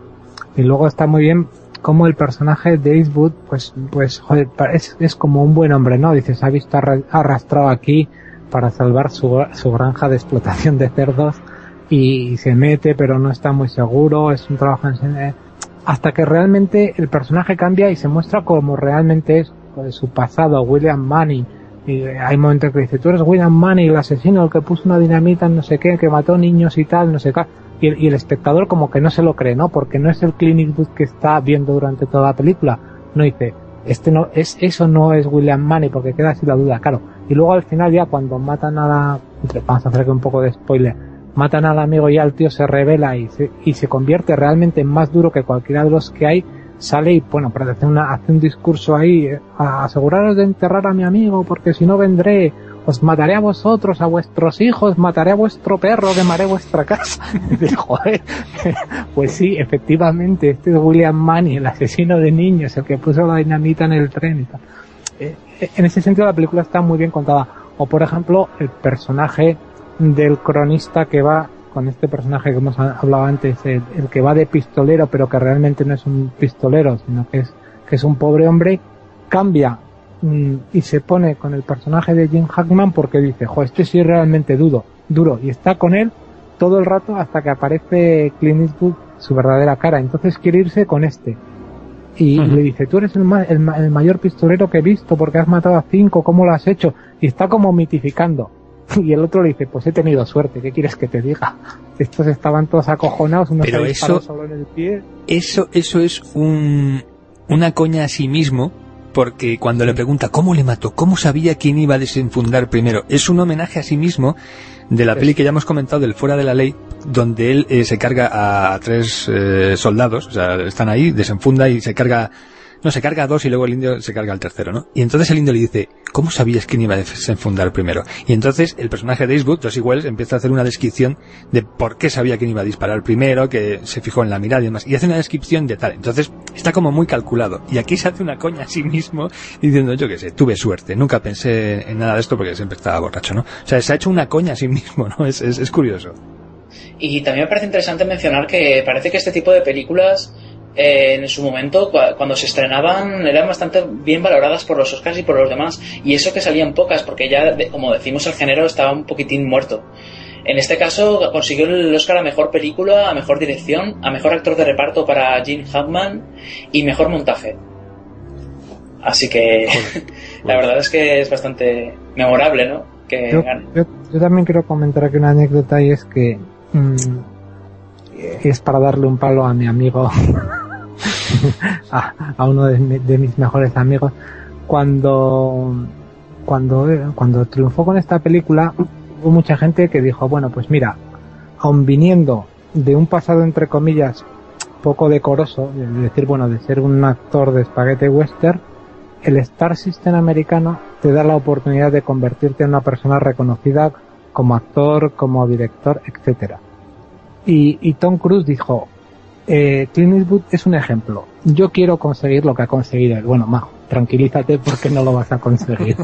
Y luego está muy bien como el personaje de Eastwood, pues, pues, joder, es, es como un buen hombre, ¿no? Dices, ha visto arrastrado aquí para salvar su, su granja de explotación de cerdos y, y se mete, pero no está muy seguro, es un trabajo en... Eh, hasta que realmente el personaje cambia y se muestra como realmente es, pues, su pasado, William Money. Y hay momentos que dice: tú eres William Money, el asesino, el que puso una dinamita en no sé qué, que mató niños y tal, no sé qué. Y el, y el espectador como que no se lo cree, ¿no? Porque no es el Clint Eastwood que está viendo durante toda la película. No dice, este no, es, eso no es William Money, porque queda así la duda, claro. Y luego al final ya cuando matan a la, vamos a hacer un poco de spoiler, matan al amigo y al tío se revela y se, y se convierte realmente en más duro que cualquiera de los que hay, sale y bueno, para hacer una, hace un discurso ahí, a aseguraros de enterrar a mi amigo porque si no vendré, os mataré a vosotros, a vuestros hijos, mataré a vuestro perro, quemaré vuestra casa. Y joder, pues sí, efectivamente, este es William Money, el asesino de niños, el que puso la dinamita en el tren y tal. Eh, en ese sentido la película está muy bien contada. O por ejemplo, el personaje del cronista que va con este personaje que hemos hablado antes, el, el que va de pistolero, pero que realmente no es un pistolero, sino que es, que es un pobre hombre, cambia y se pone con el personaje de Jim Hackman porque dice: jo, este sí es realmente duro, duro, y está con él todo el rato hasta que aparece Clint Eastwood, su verdadera cara. Entonces quiere irse con este y, uh-huh. y le dice: tú eres el, ma el, el mayor pistolero que he visto porque has matado a cinco, ¿cómo lo has hecho? Y está como mitificando. Y el otro le dice: pues he tenido suerte, ¿qué quieres que te diga? Estos estaban todos acojonados, unos pero eso, solo en el pie. Eso, eso es un, una coña a sí mismo, porque cuando le pregunta cómo le mató, cómo sabía quién iba a desenfundar primero, es un homenaje a sí mismo de la peli que ya hemos comentado, del Fuera de la Ley, donde él eh, se carga a tres eh, soldados, o sea, están ahí, desenfunda y se carga... No, se carga a dos y luego el indio se carga al tercero, ¿no? Y entonces el indio le dice, ¿cómo sabías quién iba a desenfundar primero? Y entonces el personaje de Eastwood, Josie Wells, empieza a hacer una descripción de por qué sabía quién iba a disparar primero, que se fijó en la mirada y demás, y hace una descripción de tal. Entonces está como muy calculado. Y aquí se hace una coña a sí mismo diciendo, yo qué sé, tuve suerte, nunca pensé en nada de esto porque siempre estaba borracho, ¿no? O sea, se ha hecho una coña a sí mismo, ¿no? Es, es, es curioso. Y también me parece interesante mencionar que parece que este tipo de películas... Eh, en su momento, cuando se estrenaban, eran bastante bien valoradas por los Oscars y por los demás, y eso que salían pocas, porque ya, como decimos, el género estaba un poquitín muerto. En este caso consiguió el Oscar a Mejor Película, a Mejor Dirección, a Mejor Actor de Reparto para Gene Hackman y Mejor Montaje. Así que la verdad es que es bastante memorable, ¿no? Que yo, yo, yo también quiero comentar aquí una anécdota, y es que mmm, es para darle un palo a mi amigo a, a uno de, de mis mejores amigos. Cuando cuando cuando triunfó con esta película, hubo mucha gente que dijo, bueno, pues mira, aun viniendo de un pasado entre comillas poco decoroso, es decir, bueno, de ser un actor de spaghetti western, el Star System americano te da la oportunidad de convertirte en una persona reconocida como actor, como director, etcétera. Y, y Tom Cruise dijo, eh, Clint Eastwood es un ejemplo, yo quiero conseguir lo que ha conseguido él. Bueno, majo, tranquilízate porque no lo vas a conseguir.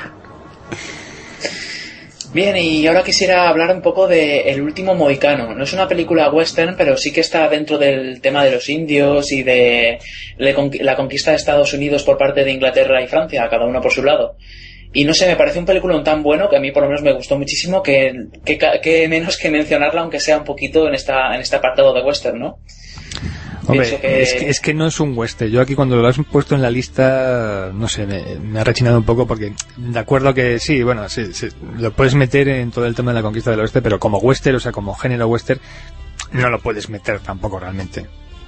Bien, y ahora quisiera hablar un poco de El Último Mohicano. No es una película western, pero sí que está dentro del tema de los indios y de la conquista de Estados Unidos por parte de Inglaterra y Francia, cada uno por su lado. Y no sé, me parece un peliculón tan bueno que a mí por lo menos me gustó muchísimo, que, que, que menos que mencionarla, aunque sea un poquito en esta en este apartado de western, ¿no? Hombre, que... Es, que, es que no es un western. Yo aquí cuando lo has puesto en la lista, no sé, me, me ha rechinado un poco, porque de acuerdo que sí, bueno, sí, sí, lo puedes meter en todo el tema de la conquista del oeste, pero como western, o sea, como género western, no lo puedes meter tampoco realmente.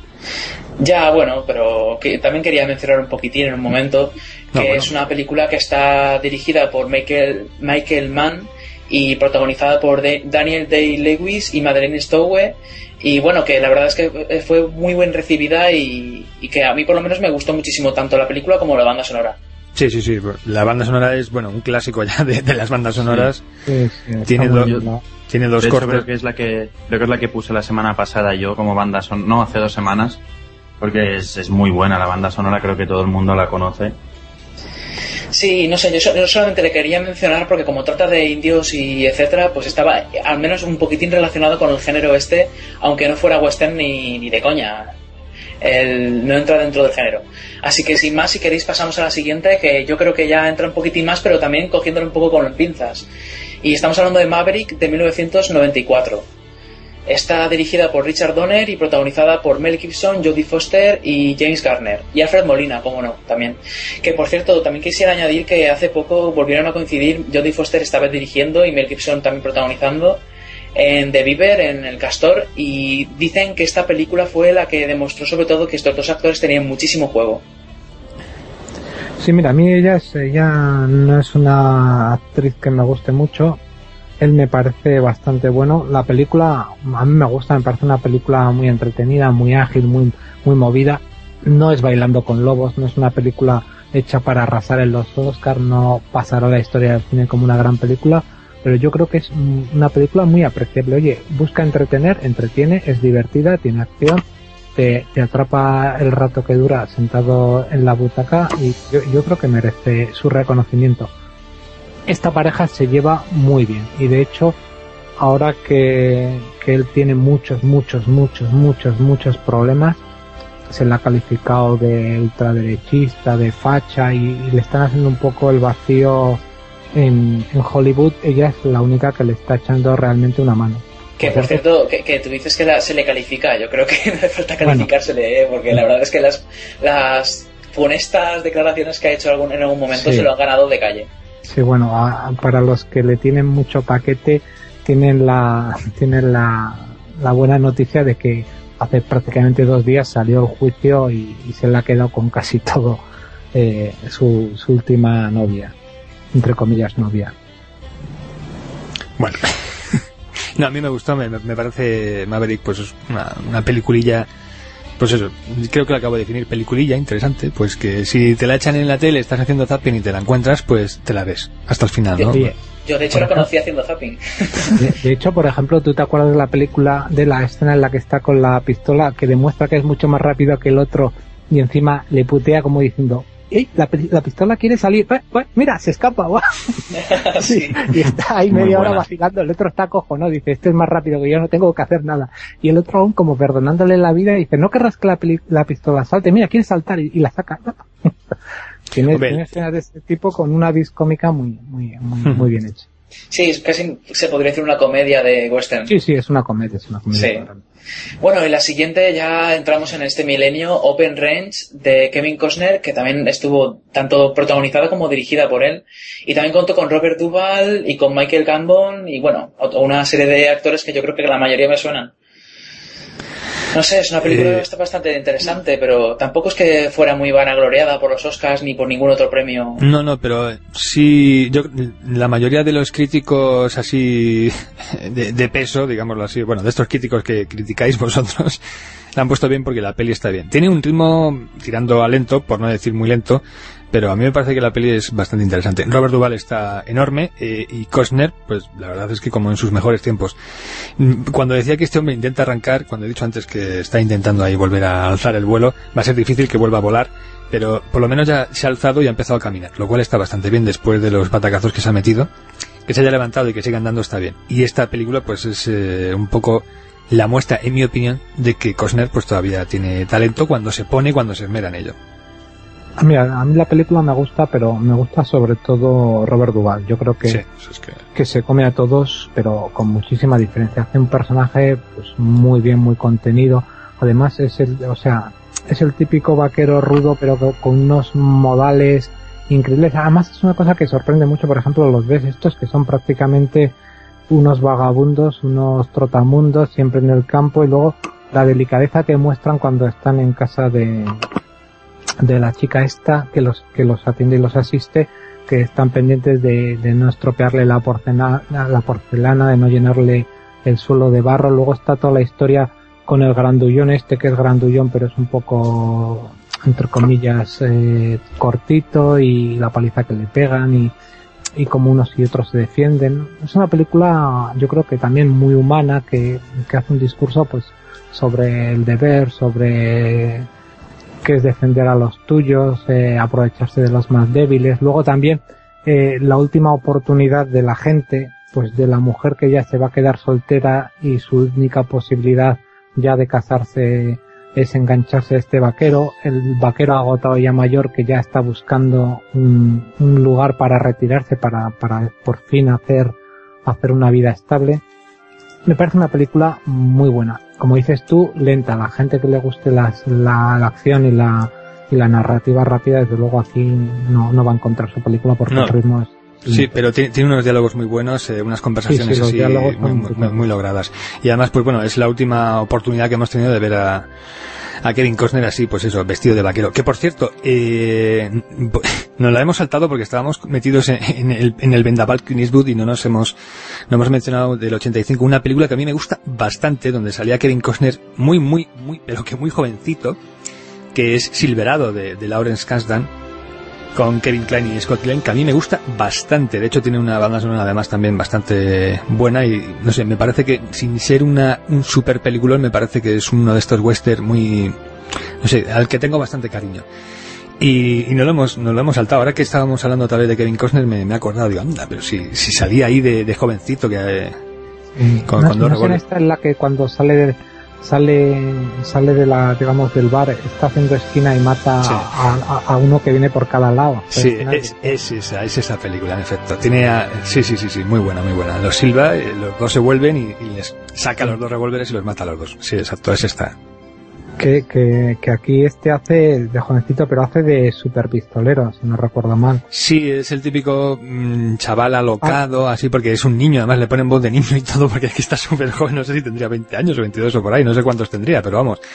Ya, bueno, pero que también quería mencionar un poquitín en un momento que no, bueno. Es una película que está dirigida por Michael, Michael Mann y protagonizada por de, Daniel Day-Lewis y Madeleine Stowe, y bueno, que la verdad es que fue muy bien recibida y, y que a mí por lo menos me gustó muchísimo tanto la película como la banda sonora. Sí, sí, sí, la banda sonora es, bueno, un clásico ya de, de las bandas sonoras. Sí, sí, tiene, do, yo, tiene dos de cortes. Creo que es la que creo que es la que puse la semana pasada yo como banda sonora, no, hace dos semanas, porque es, es muy buena la banda sonora, creo que todo el mundo la conoce. Sí, no sé, yo, yo solamente le quería mencionar porque como trata de indios y etcétera, pues estaba al menos un poquitín relacionado con el género este, aunque no fuera western ni, ni de coña. El, no entra dentro del género. Así que sin más, si queréis pasamos a la siguiente, que yo creo que ya entra un poquitín más, pero también cogiéndolo un poco con pinzas. Y estamos hablando de Maverick, de mil novecientos noventa y cuatro. Está dirigida por Richard Donner y protagonizada por Mel Gibson, Jodie Foster y James Garner. Y Alfred Molina, como no, también. Que por cierto, también quisiera añadir que hace poco volvieron a coincidir Jodie Foster esta vez dirigiendo y Mel Gibson también protagonizando en The Beaver, en El Castor, y dicen que esta película fue la que demostró sobre todo que estos dos actores tenían muchísimo juego. Sí, mira, a mí ella, es, ella no es una actriz que me guste mucho. Él me parece bastante bueno. La película a mí me gusta, me parece una película muy entretenida, muy ágil, muy muy movida. No es Bailando con Lobos, no es una película hecha para arrasar en los Oscars, no pasará a la historia del cine como una gran película, pero yo creo que es una película muy apreciable. Oye, busca entretener, entretiene, es divertida, tiene acción, te, te atrapa el rato que dura sentado en la butaca, y yo, yo creo que merece su reconocimiento. Esta pareja se lleva muy bien, y de hecho ahora que, que él tiene muchos, muchos, muchos, muchos, muchos problemas, se le ha calificado de ultraderechista, de facha, y, y le están haciendo un poco el vacío en, en Hollywood. Ella es la única que le está echando realmente una mano. Que por cierto, que, que tú dices que la, se le califica, yo creo que no hace falta calificársele, bueno, ¿eh? Porque la verdad es que las, las funestas declaraciones que ha hecho algún, en algún momento sí, se lo han ganado de calle. Sí, bueno, a, para los que le tienen mucho paquete, tienen la tienen la, la buena noticia de que hace prácticamente dos días salió el juicio y, y se le ha quedado con casi todo eh, su, su última novia, entre comillas novia. Bueno, no, a mí me gustó, me, me parece Maverick pues es una, una peliculilla, pues eso, creo que lo acabo de definir, peliculilla interesante, pues que si te la echan en la tele, estás haciendo zapping y te la encuentras, pues te la ves hasta el final, ¿no? Sí, yo de hecho lo conocí haciendo zapping. De, de hecho, por ejemplo, ¿tú te acuerdas de la película, de la escena en la que está con la pistola, que demuestra que es mucho más rápido que el otro y encima le putea como diciendo, ¡ey! La, la pistola quiere salir, eh, eh, mira, se escapa, ¡guau! Sí. Y está ahí media hora vacilando, el otro está cojo, ¿no? Dice, este es más rápido que yo, no tengo que hacer nada. Y el otro aún como perdonándole la vida dice, no querrás que la, la pistola salte, mira, quiere saltar, y, y la saca. Tiene, tiene escenas de este tipo con una vis cómica muy, muy, muy, muy bien hecha. Sí, casi se podría decir una comedia de western. Sí, sí, es una comedia, es una comedia. Sí. Bueno, y la siguiente ya entramos en este milenio, Open Range, de Kevin Costner, que también estuvo tanto protagonizada como dirigida por él, y también contó con Robert Duvall y con Michael Gambon, y bueno, una serie de actores que yo creo que la mayoría me suenan. No sé, es una película eh, bastante interesante, pero tampoco es que fuera muy vanagloriada por los Oscars ni por ningún otro premio. No, no, pero sí, yo la mayoría de los críticos así de, de peso, digámoslo así, bueno, de estos críticos que criticáis vosotros, la han puesto bien porque la peli está bien. Tiene un ritmo tirando a lento, por no decir muy lento, pero a mí me parece que la peli es bastante interesante. Robert Duvall está enorme eh, y Costner, pues la verdad es que como en sus mejores tiempos. Cuando decía que este hombre intenta arrancar, cuando he dicho antes que está intentando ahí volver a alzar el vuelo, va a ser difícil que vuelva a volar, pero por lo menos ya se ha alzado y ha empezado a caminar, lo cual está bastante bien después de los batacazos que se ha metido. Que se haya levantado y que siga andando está bien. Y esta película pues es eh, un poco la muestra, en mi opinión, de que Costner pues todavía tiene talento cuando se pone y cuando se esmera en ello. Mira, a mí la película me gusta, pero me gusta sobre todo Robert Duvall. Yo creo que, sí, es que... que se come a todos, pero con muchísima diferencia. Hace un personaje pues muy bien, muy contenido. Además es el, o sea, es el típico vaquero rudo, pero con unos modales increíbles. Además es una cosa que sorprende mucho, por ejemplo, los ves estos que son prácticamente unos vagabundos, unos trotamundos, siempre en el campo, y luego la delicadeza que muestran cuando están en casa de de la chica esta que los que los atiende y los asiste, que están pendientes de, de no estropearle la porcelana, la porcelana, de no llenarle el suelo de barro. Luego está toda la historia con el grandullón este, que es grandullón pero es un poco, entre comillas, eh, cortito, y la paliza que le pegan y, y como unos y otros se defienden. Es una película, yo creo que también muy humana, que, que hace un discurso pues sobre el deber, sobre que es defender a los tuyos, eh, aprovecharse de los más débiles. Luego también eh, la última oportunidad de la gente, pues de la mujer que ya se va a quedar soltera y su única posibilidad ya de casarse es engancharse a este vaquero, el vaquero agotado ya mayor que ya está buscando un, un lugar para retirarse, para, para por fin hacer, hacer una vida estable. Me parece una película muy buena. Como dices tú, lenta. La gente que le guste las, la, la acción y la, y la narrativa rápida, desde luego aquí no, no va a encontrar su película porque no. El ritmo es... Sí, pero tiene, tiene unos diálogos muy buenos, eh, unas conversaciones sí, sí, así muy, muy, muy, muy logradas. Y además, pues bueno, es la última oportunidad que hemos tenido de ver a, a Kevin Costner así, pues eso, vestido de vaquero. Que por cierto, eh, nos la hemos saltado porque estábamos metidos en, en el, en el vendaval Clint Eastwood y no nos hemos, no hemos mencionado del ochenta y cinco una película que a mí me gusta bastante, donde salía Kevin Costner muy, muy, muy, pero que muy jovencito, que es Silverado de, de Lawrence Kasdan, con Kevin Kline y Scott Glenn, que a mí me gusta bastante. De hecho tiene una banda sonora además también bastante buena y no sé, me parece que sin ser una un super peliculón, me parece que es uno de estos western muy, no sé, al que tengo bastante cariño. Y, y no lo hemos no lo hemos saltado. Ahora que estábamos hablando otra vez de Kevin Costner, me, me he acordado, digo, anda, pero si, si salía ahí de, de jovencito, que eh, sí. con, no, con dos no revólveres. Esta es la que cuando sale de sale sale de la, digamos, del bar, está haciendo esquina y mata sí. a, a, a uno que viene por cada lado. Sí, es, es esa es esa película, en efecto. Tiene a, sí, sí, sí, sí, muy buena, muy buena. Los silba, los dos se vuelven y, y les saca sí. los dos revólveres y los mata a los dos. Sí, exacto, es esta. Que, que, que aquí este hace de jovencito, pero hace de super pistolero, si no recuerdo mal. Sí, es el típico mmm, chaval alocado, ah. así, porque es un niño, además le ponen voz de niño y todo, porque aquí está súper joven, no sé si tendría veinte años o veintidós o por ahí, no sé cuántos tendría, pero vamos.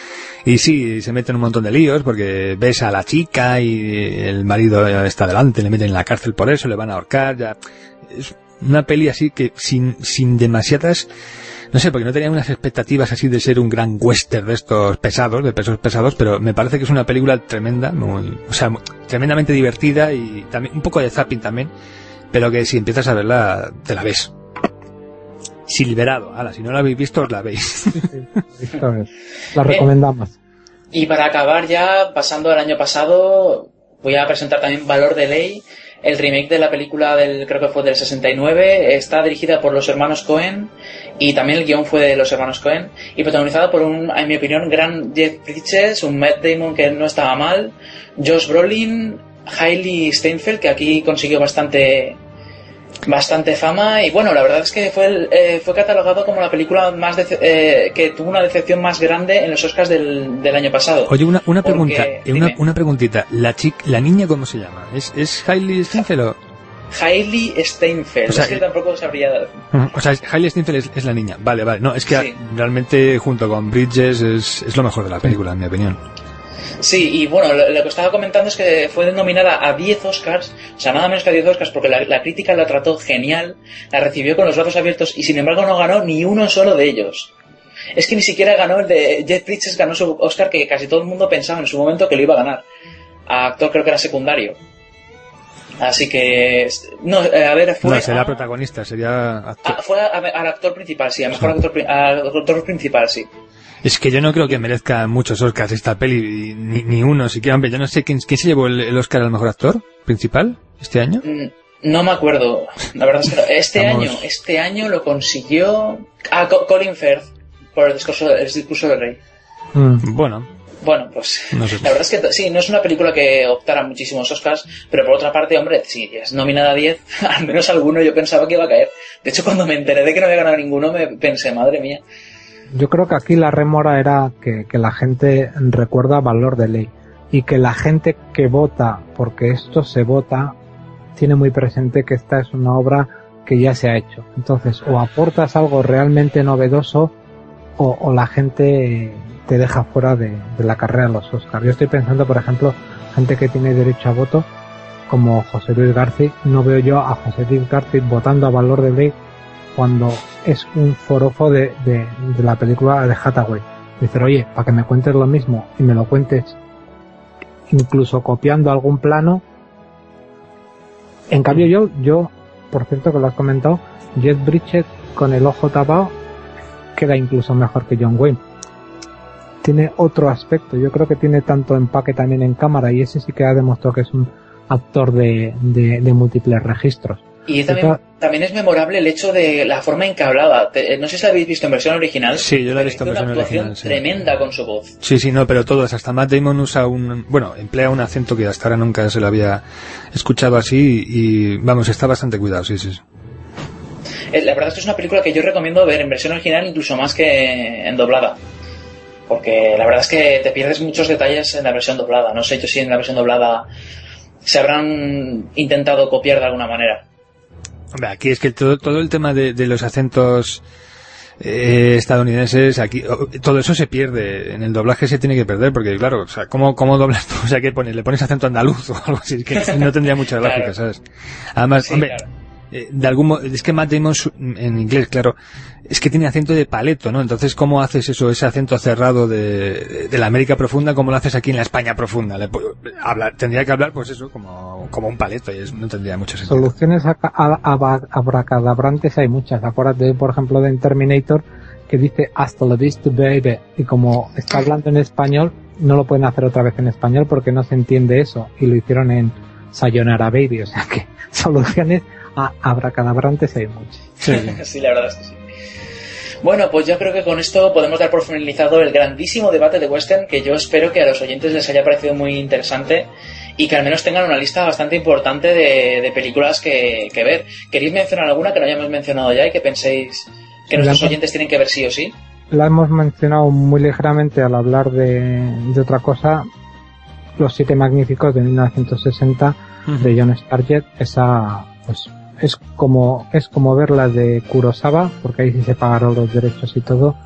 Y sí, se meten un montón de líos porque ves a la chica y el marido está delante, le meten en la cárcel por eso, le van a ahorcar. Ya. Es una peli así que sin, sin demasiadas... No sé, porque no tenía unas expectativas así de ser un gran western de estos pesados, de pesos pesados, pero me parece que es una película tremenda, muy, o sea, tremendamente divertida y también un poco de zapping también, pero que si empiezas a verla, te la ves. Silverado, ala, si no la habéis visto, os la veis. Sí, sí, la recomendamos. Y para acabar ya, pasando al año pasado, voy a presentar también Valor de Ley, el remake de la película del, creo que fue del sesenta y nueve, está dirigida por los hermanos Coen y también el guión fue de los hermanos Coen y protagonizada por un, en mi opinión, gran Jeff Bridges, un Matt Damon que no estaba mal, Josh Brolin, Hailey Steinfeld, que aquí consiguió bastante bastante fama y bueno, la verdad es que fue el, eh, fue catalogado como la película más dece- eh, que tuvo una decepción más grande en los Oscars del, del año pasado. Oye, una, una pregunta, Porque, eh, una, dime. una preguntita, la chica, la niña ¿cómo se llama? ¿Es, es Hailey Steinfeld o...? Hailey Steinfeld, O sea, es que tampoco sabría... O sea, Hailey Steinfeld es, es la niña, vale, vale, no, es que Sí. realmente junto con Bridges es, es lo mejor de la película, en mi opinión. Sí, y bueno, lo, lo que estaba comentando es que fue nominada a diez Oscars, o sea, nada menos que a diez Oscars, porque la, la crítica la trató genial, la recibió con los brazos abiertos y sin embargo no ganó ni uno solo de ellos. Es que ni siquiera ganó el de Jeff Bridges, ganó su Oscar que casi todo el mundo pensaba en su momento que lo iba a ganar. A actor creo que era secundario. Así que... No, eh, a ver, fue... No, sería a- protagonista, sería actor. a- fue a- a- al actor principal, sí, al mejor actor, pri- al actor principal, sí. Es que yo no creo que merezca muchos Oscars esta peli, y ni, ni uno siquiera. Hombre, yo no sé quién, quién se llevó el, el Oscar al mejor actor principal este año. Mm, No me acuerdo, la verdad es que no. Este Estamos- año, este año lo consiguió ah, Co- Colin Firth por el discurso, el discurso del rey. Mm. Bueno, Bueno, pues no sé. la verdad es que t- sí, no es una película que optara a muchísimos Oscars, pero por otra parte, hombre, si es nominada a diez, al menos alguno yo pensaba que iba a caer. De hecho, cuando me enteré de que no había ganado ninguno, me pensé, madre mía. Yo creo que aquí la rémora era que, que la gente recuerda Valor de Ley y que la gente que vota, porque esto se vota, tiene muy presente que esta es una obra que ya se ha hecho. Entonces, o aportas algo realmente novedoso o, o la gente te deja fuera de, de la carrera de los Oscars. Yo estoy pensando, por ejemplo, gente que tiene derecho a voto, como José Luis García. No veo yo a José Luis García votando a Valor de Ley cuando es un forofo de, de, de la película de Hathaway. Dice, oye, para que me cuentes lo mismo y me lo cuentes incluso copiando algún plano. En cambio yo, yo, por cierto que lo has comentado, Jeff Bridges con el ojo tapado queda incluso mejor que John Wayne. Tiene otro aspecto, yo creo que tiene tanto empaque también en cámara y ese sí que ha demostrado que es un actor de, de, de múltiples registros. Y también, también es memorable el hecho de la forma en que hablaba. Te- No sé si la habéis visto en versión original. Sí, yo la he visto en Hizo una versión actuación original, sí. tremenda con su voz. Sí, sí, no, pero todos, hasta Matt Damon usa un, bueno, emplea un acento que hasta ahora nunca se lo había escuchado así y, vamos, está bastante cuidado, sí, sí. sí. Eh, La verdad es que es una película que yo recomiendo ver en versión original incluso más que en doblada. Porque la verdad es que te pierdes muchos detalles en la versión doblada. No sé yo si en la versión doblada se habrán intentado copiar de alguna manera. Hombre, aquí es que todo, todo el tema de, de los acentos eh, estadounidenses, aquí o- todo eso se pierde. En el doblaje se tiene que perder, porque claro, o sea, ¿cómo, cómo doblas tú? O sea, ¿qué pones? ¿Le pones acento andaluz o algo así? Es que no tendría mucha Claro. lógica, ¿sabes? Además, Sí, hombre, claro. eh, de algún modo, es que Matt Damon su- en inglés, claro, es que tiene acento de paleto, ¿no? Entonces, ¿cómo haces eso, ese acento cerrado de, de la América profunda, cómo lo haces aquí en la España profunda? Le, pu- hablar, tendría que hablar, pues eso, como, como un paleto, y es- no tendría mucho sentido. Soluciones a- a- a- abracadabrantes hay muchas. Acuérdate, por ejemplo, de Terminator, que dice hasta la vista, baby. Y como está hablando en español, no lo pueden hacer otra vez en español porque no se entiende eso. Y lo hicieron en Sayonara Baby. O sea que soluciones a abracadabrantes hay muchas. Sí, Sí, la verdad es que sí. Bueno, pues yo creo que con esto podemos dar por finalizado el grandísimo debate de western, que yo espero que a los oyentes les haya parecido muy interesante y que al menos tengan una lista bastante importante de, de películas que, que ver. ¿Queréis mencionar alguna que no hayamos mencionado ya y que penséis que nuestros La- oyentes tienen que ver sí o sí? La hemos mencionado muy ligeramente al hablar de, de otra cosa. Los Siete Magníficos de mil novecientos sesenta de John Stargett. Esa, pues, es como, es como ver la de Kurosawa, porque ahí sí se pagaron los derechos y todo.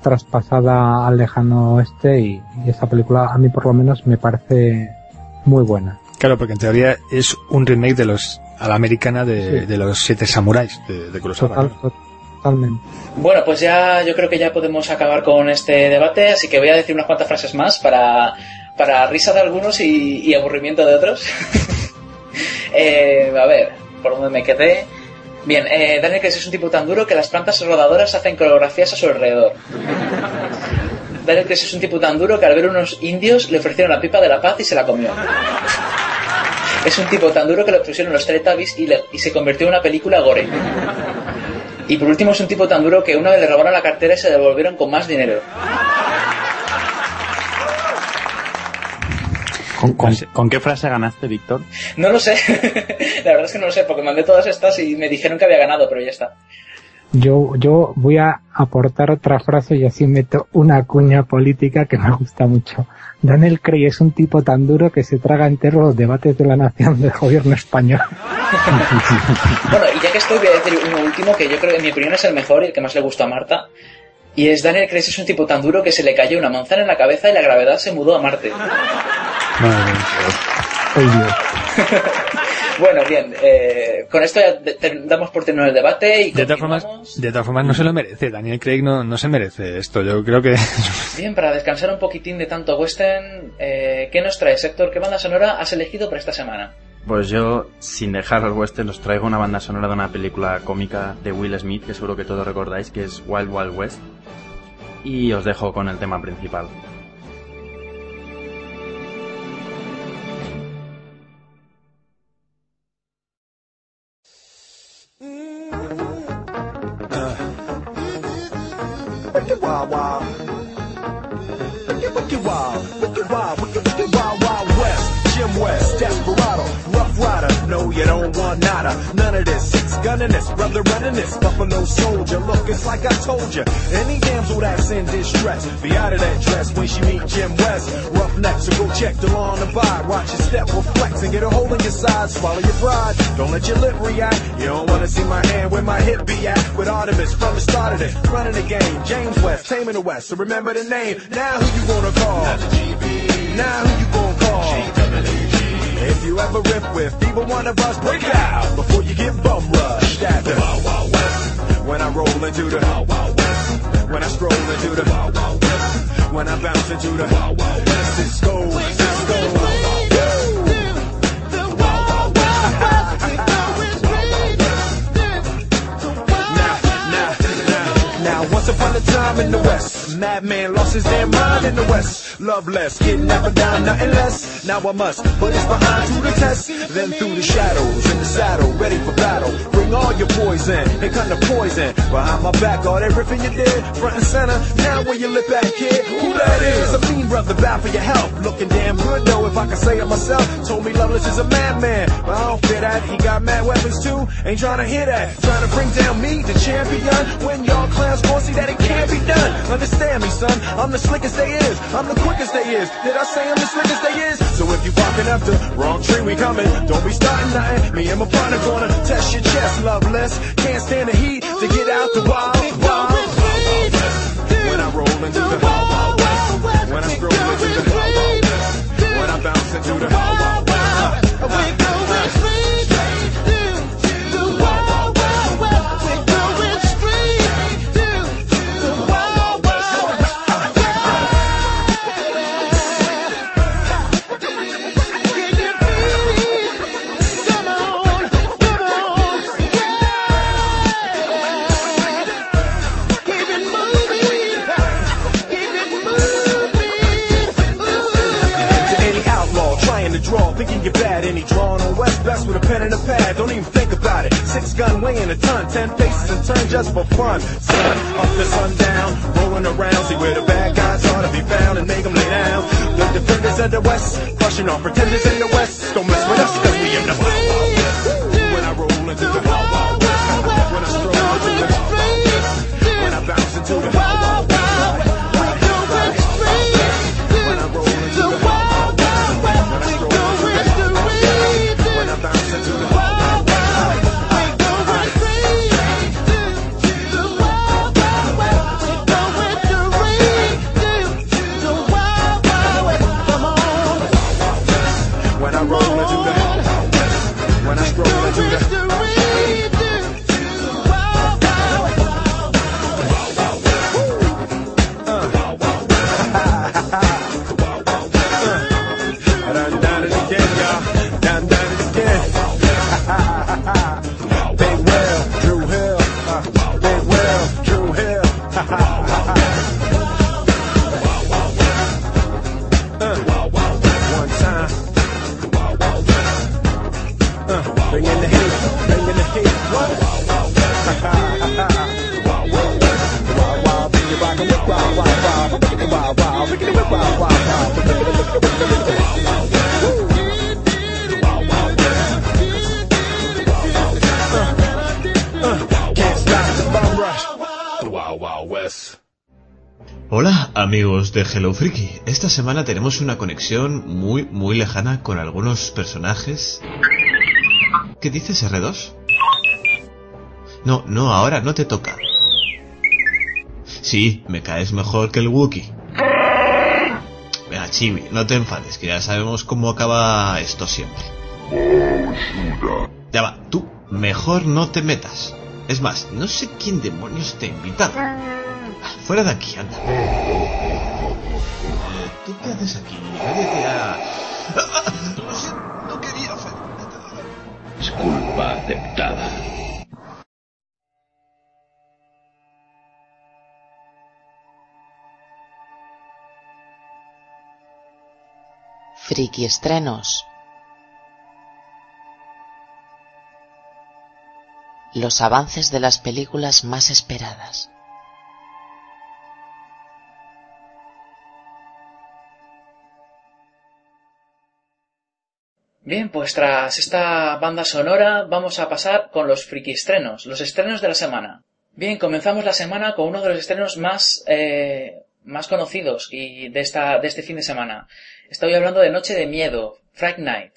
traspasada al lejano oeste y, y esta película a mí por lo menos me parece muy buena. Claro, porque en teoría es un remake de los a la americana de, Sí. de los siete samuráis de, de Kurosawa. Total, ¿no? totalmente. Bueno, pues ya yo creo que ya podemos acabar con este debate, así que voy a decir unas cuantas frases más para, para risa de algunos y, y aburrimiento de otros. eh, a ver, ¿por dónde me quedé? Bien, eh, Daniel Craig es un tipo tan duro que las plantas rodadoras hacen coreografías a su alrededor. Daniel Craig es un tipo tan duro que al ver unos indios le ofrecieron la pipa de la paz y se la comió. Es un tipo tan duro que le pusieron los Teletubbies y, le, y se convirtió en una película gore. Y por último es un tipo tan duro que una vez le robaron la cartera y se devolvieron con más dinero. ¿Con, con, ¿Con qué frase ganaste, Víctor? No lo sé. La verdad es que no lo sé, porque mandé todas estas y me dijeron que había ganado, pero ya está. Yo, yo voy a aportar otra frase y así meto una cuña política que me gusta mucho. Daniel Craig es un tipo tan duro que se traga entero los debates de la nación del gobierno español. Bueno, y ya que estoy, voy a decir uno último que yo creo que en mi opinión es el mejor y el que más le gustó a Marta. Y es Daniel Craig es un tipo tan duro que se le cayó una manzana en la cabeza y la gravedad se mudó a Marte. Bueno, bien, eh, con esto ya de, te, damos por terminado el debate y de todas formas, de todas formas no se lo merece. Daniel Craig no, no se merece esto. Yo creo que bien, para descansar un poquitín de tanto western, eh, ¿qué nos traes, Héctor? ¿Qué banda sonora has elegido para esta semana? Pues yo, sin dejar el western, os traigo una banda sonora de una película cómica de Will Smith, que seguro que todos recordáis, que es Wild Wild West. Y os dejo con el tema principal. Wild, wild. Wicked, wicked wild. Wicked wild. Wicked, wicked wild, wild west. Jim West, Desperado, Rough Rider. No, you don't want nada. None of this. Six gunning this, brother running this. Buffalo Soldier. Look, it's like I told you. Any damsel that's in distress, be out of that dress when she meet Jim West. Rough neck, so go check the law and abide. Watch your step, will flex and get a hole in your side. Swallow your pride. Don't let your lip react. You don't wanna see my hand where my hip be at. With Artemis from the start of it, running the game. James West, taming the West. So remember the name. Now who you gonna call? Now who you gonna call? If you ever rip with either one of us, break out before you get bum rushed at the Wild Wild West. When I roll into the Wild Wild West. When I stroll into the Wild Wild West. When I bounce into the Wild Wild West. Cisco, Cisco. Once upon a time in the West, madman lost his damn mind in the West. Love less, kidnapper down, nothing less. Now I must put his behind to the test. Then through the shadows, in the saddle, ready for battle. Bring all your poison, they come to poison. Behind my back, all that ripping you did, front and center. Now where you lip at, kid? Who that is? A mean brother, bow for your help. Looking damn good though, if I can say it myself. Told me Loveless is a madman, but I don't fear that. He got mad weapons too, ain't trying to hear that. Trying to bring down me, the champion. When y'all clowns gon' see that it can't be done. Understand me, son, I'm the slickest they is. I'm the quickest they is. Did I say I'm the slickest they is? So if you barking up the wrong tree, we coming. Don't be starting nothing. Me and my partner gonna test your chest, Loveless. Can't stand the heat to get out the wild, wild. When I roll into the wild, wild west. When I stroll into the wild, wild west. When I bounce into the wild, wild west. We're going straight to the wild, wild west. We're going straight to the wild, wild west. Come on, come on, keep it moving, keep it moving. To any outlaw trying to draw, thinking you're bad, any drawing on West best with a pen and a pad. Don't even think about it. Six gun weighing a ton, ten faces and turn just for fun. Sun up to sundown, rolling around, see where the bad guys are to be found and make them lay down. The defenders of the West, crushing on pretenders in the West. Don't mess with us, cause we in the Wild Wild West. When I roll into the Wild Wild West, when I stroll into the Wild Wild West, when I bounce into the Wild Wild West. When I roll into the Wild Wild West, when I stroll into the Wild Wild West, when I bounce into the Wild Wild West. We're going straight to the Wild Wild West. We're going do the Hola amigos de Hello Freaky, esta semana tenemos una conexión muy muy lejana con algunos personajes. ¿Qué dices, erre dos? No, no, ahora no te toca. Sí, me caes mejor que el Wookiee. Venga, Chibi, no te enfades, que ya sabemos cómo acaba esto siempre. Ya va, tú mejor no te metas. Es más, no sé quién demonios te ha invitado. Fuera de aquí, anda. ¿Tú qué haces aquí? Váyate a... No sé, no quería hacer... Disculpa aceptada. Friki estrenos. Los avances de las películas más esperadas. Bien, pues tras esta banda sonora vamos a pasar con los friki estrenos, los estrenos de la semana. Bien, comenzamos la semana con uno de los estrenos más eh, más conocidos y de esta de este fin de semana. Estoy hablando de Noche de Miedo, Fright Night.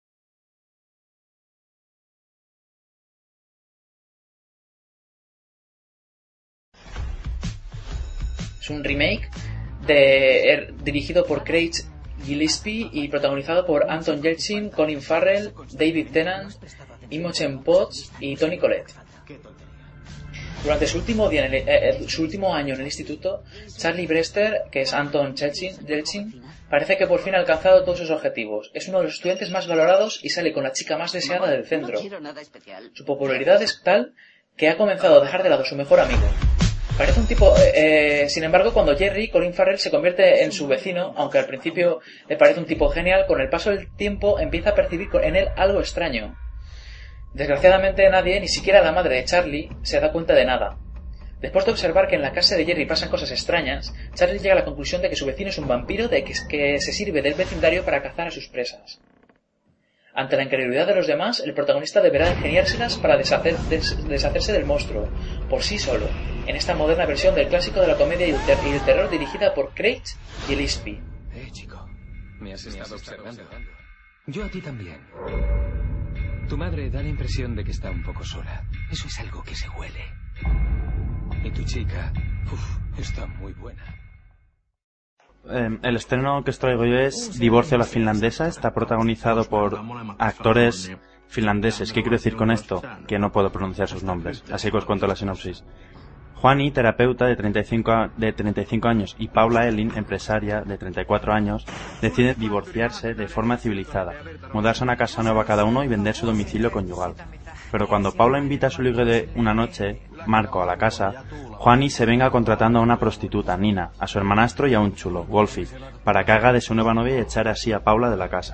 Es un remake de, er, dirigido por Craig Gillespie y protagonizado por Anton Yelchin, Colin Farrell, David Tennant, Imogen Poots y Toni Collette. Durante su último, día en el, eh, su último año en el instituto, Charlie Brewster, que es Anton Yelchin, parece que por fin ha alcanzado todos sus objetivos. Es uno de los estudiantes más valorados y sale con la chica más deseada del centro. Su popularidad es tal que ha comenzado a dejar de lado a su mejor amigo. Parece un tipo... Eh, sin embargo, cuando Jerry, Colin Farrell, se convierte en su vecino, aunque al principio le parece un tipo genial, con el paso del tiempo empieza a percibir en él algo extraño. Desgraciadamente nadie, ni siquiera la madre de Charlie, se da cuenta de nada. Después de observar que en la casa de Jerry pasan cosas extrañas, Charlie llega a la conclusión de que su vecino es un vampiro de que, que se sirve del vecindario para cazar a sus presas. Ante la incredulidad de los demás, el protagonista deberá ingeniárselas para deshacer, des, deshacerse del monstruo, por sí solo, en esta moderna versión del clásico de la comedia y el, ter y el terror dirigida por Craig Gillespie. Eh, chico, me has estado observando. Yo a ti también. Tu madre da la impresión de que está un poco sola. Eso es algo que se huele. Y tu chica, uf, está muy buena. Eh, el estreno que os traigo yo es Divorcio a la finlandesa. Está protagonizado por actores finlandeses. ¿Qué quiero decir con esto? Que no puedo pronunciar sus nombres, así que os cuento la sinopsis. Juani, terapeuta de treinta y cinco, de treinta y cinco años, y Paula Elin, empresaria de treinta y cuatro años, deciden divorciarse de forma civilizada, mudarse a una casa nueva cada uno y vender su domicilio conyugal. Pero cuando Paula invita a su ligue de una noche, Marco, a la casa, Juani se venga contratando a una prostituta, Nina, a su hermanastro y a un chulo, Wolfie, para que haga de su nueva novia y echar así a Paula de la casa.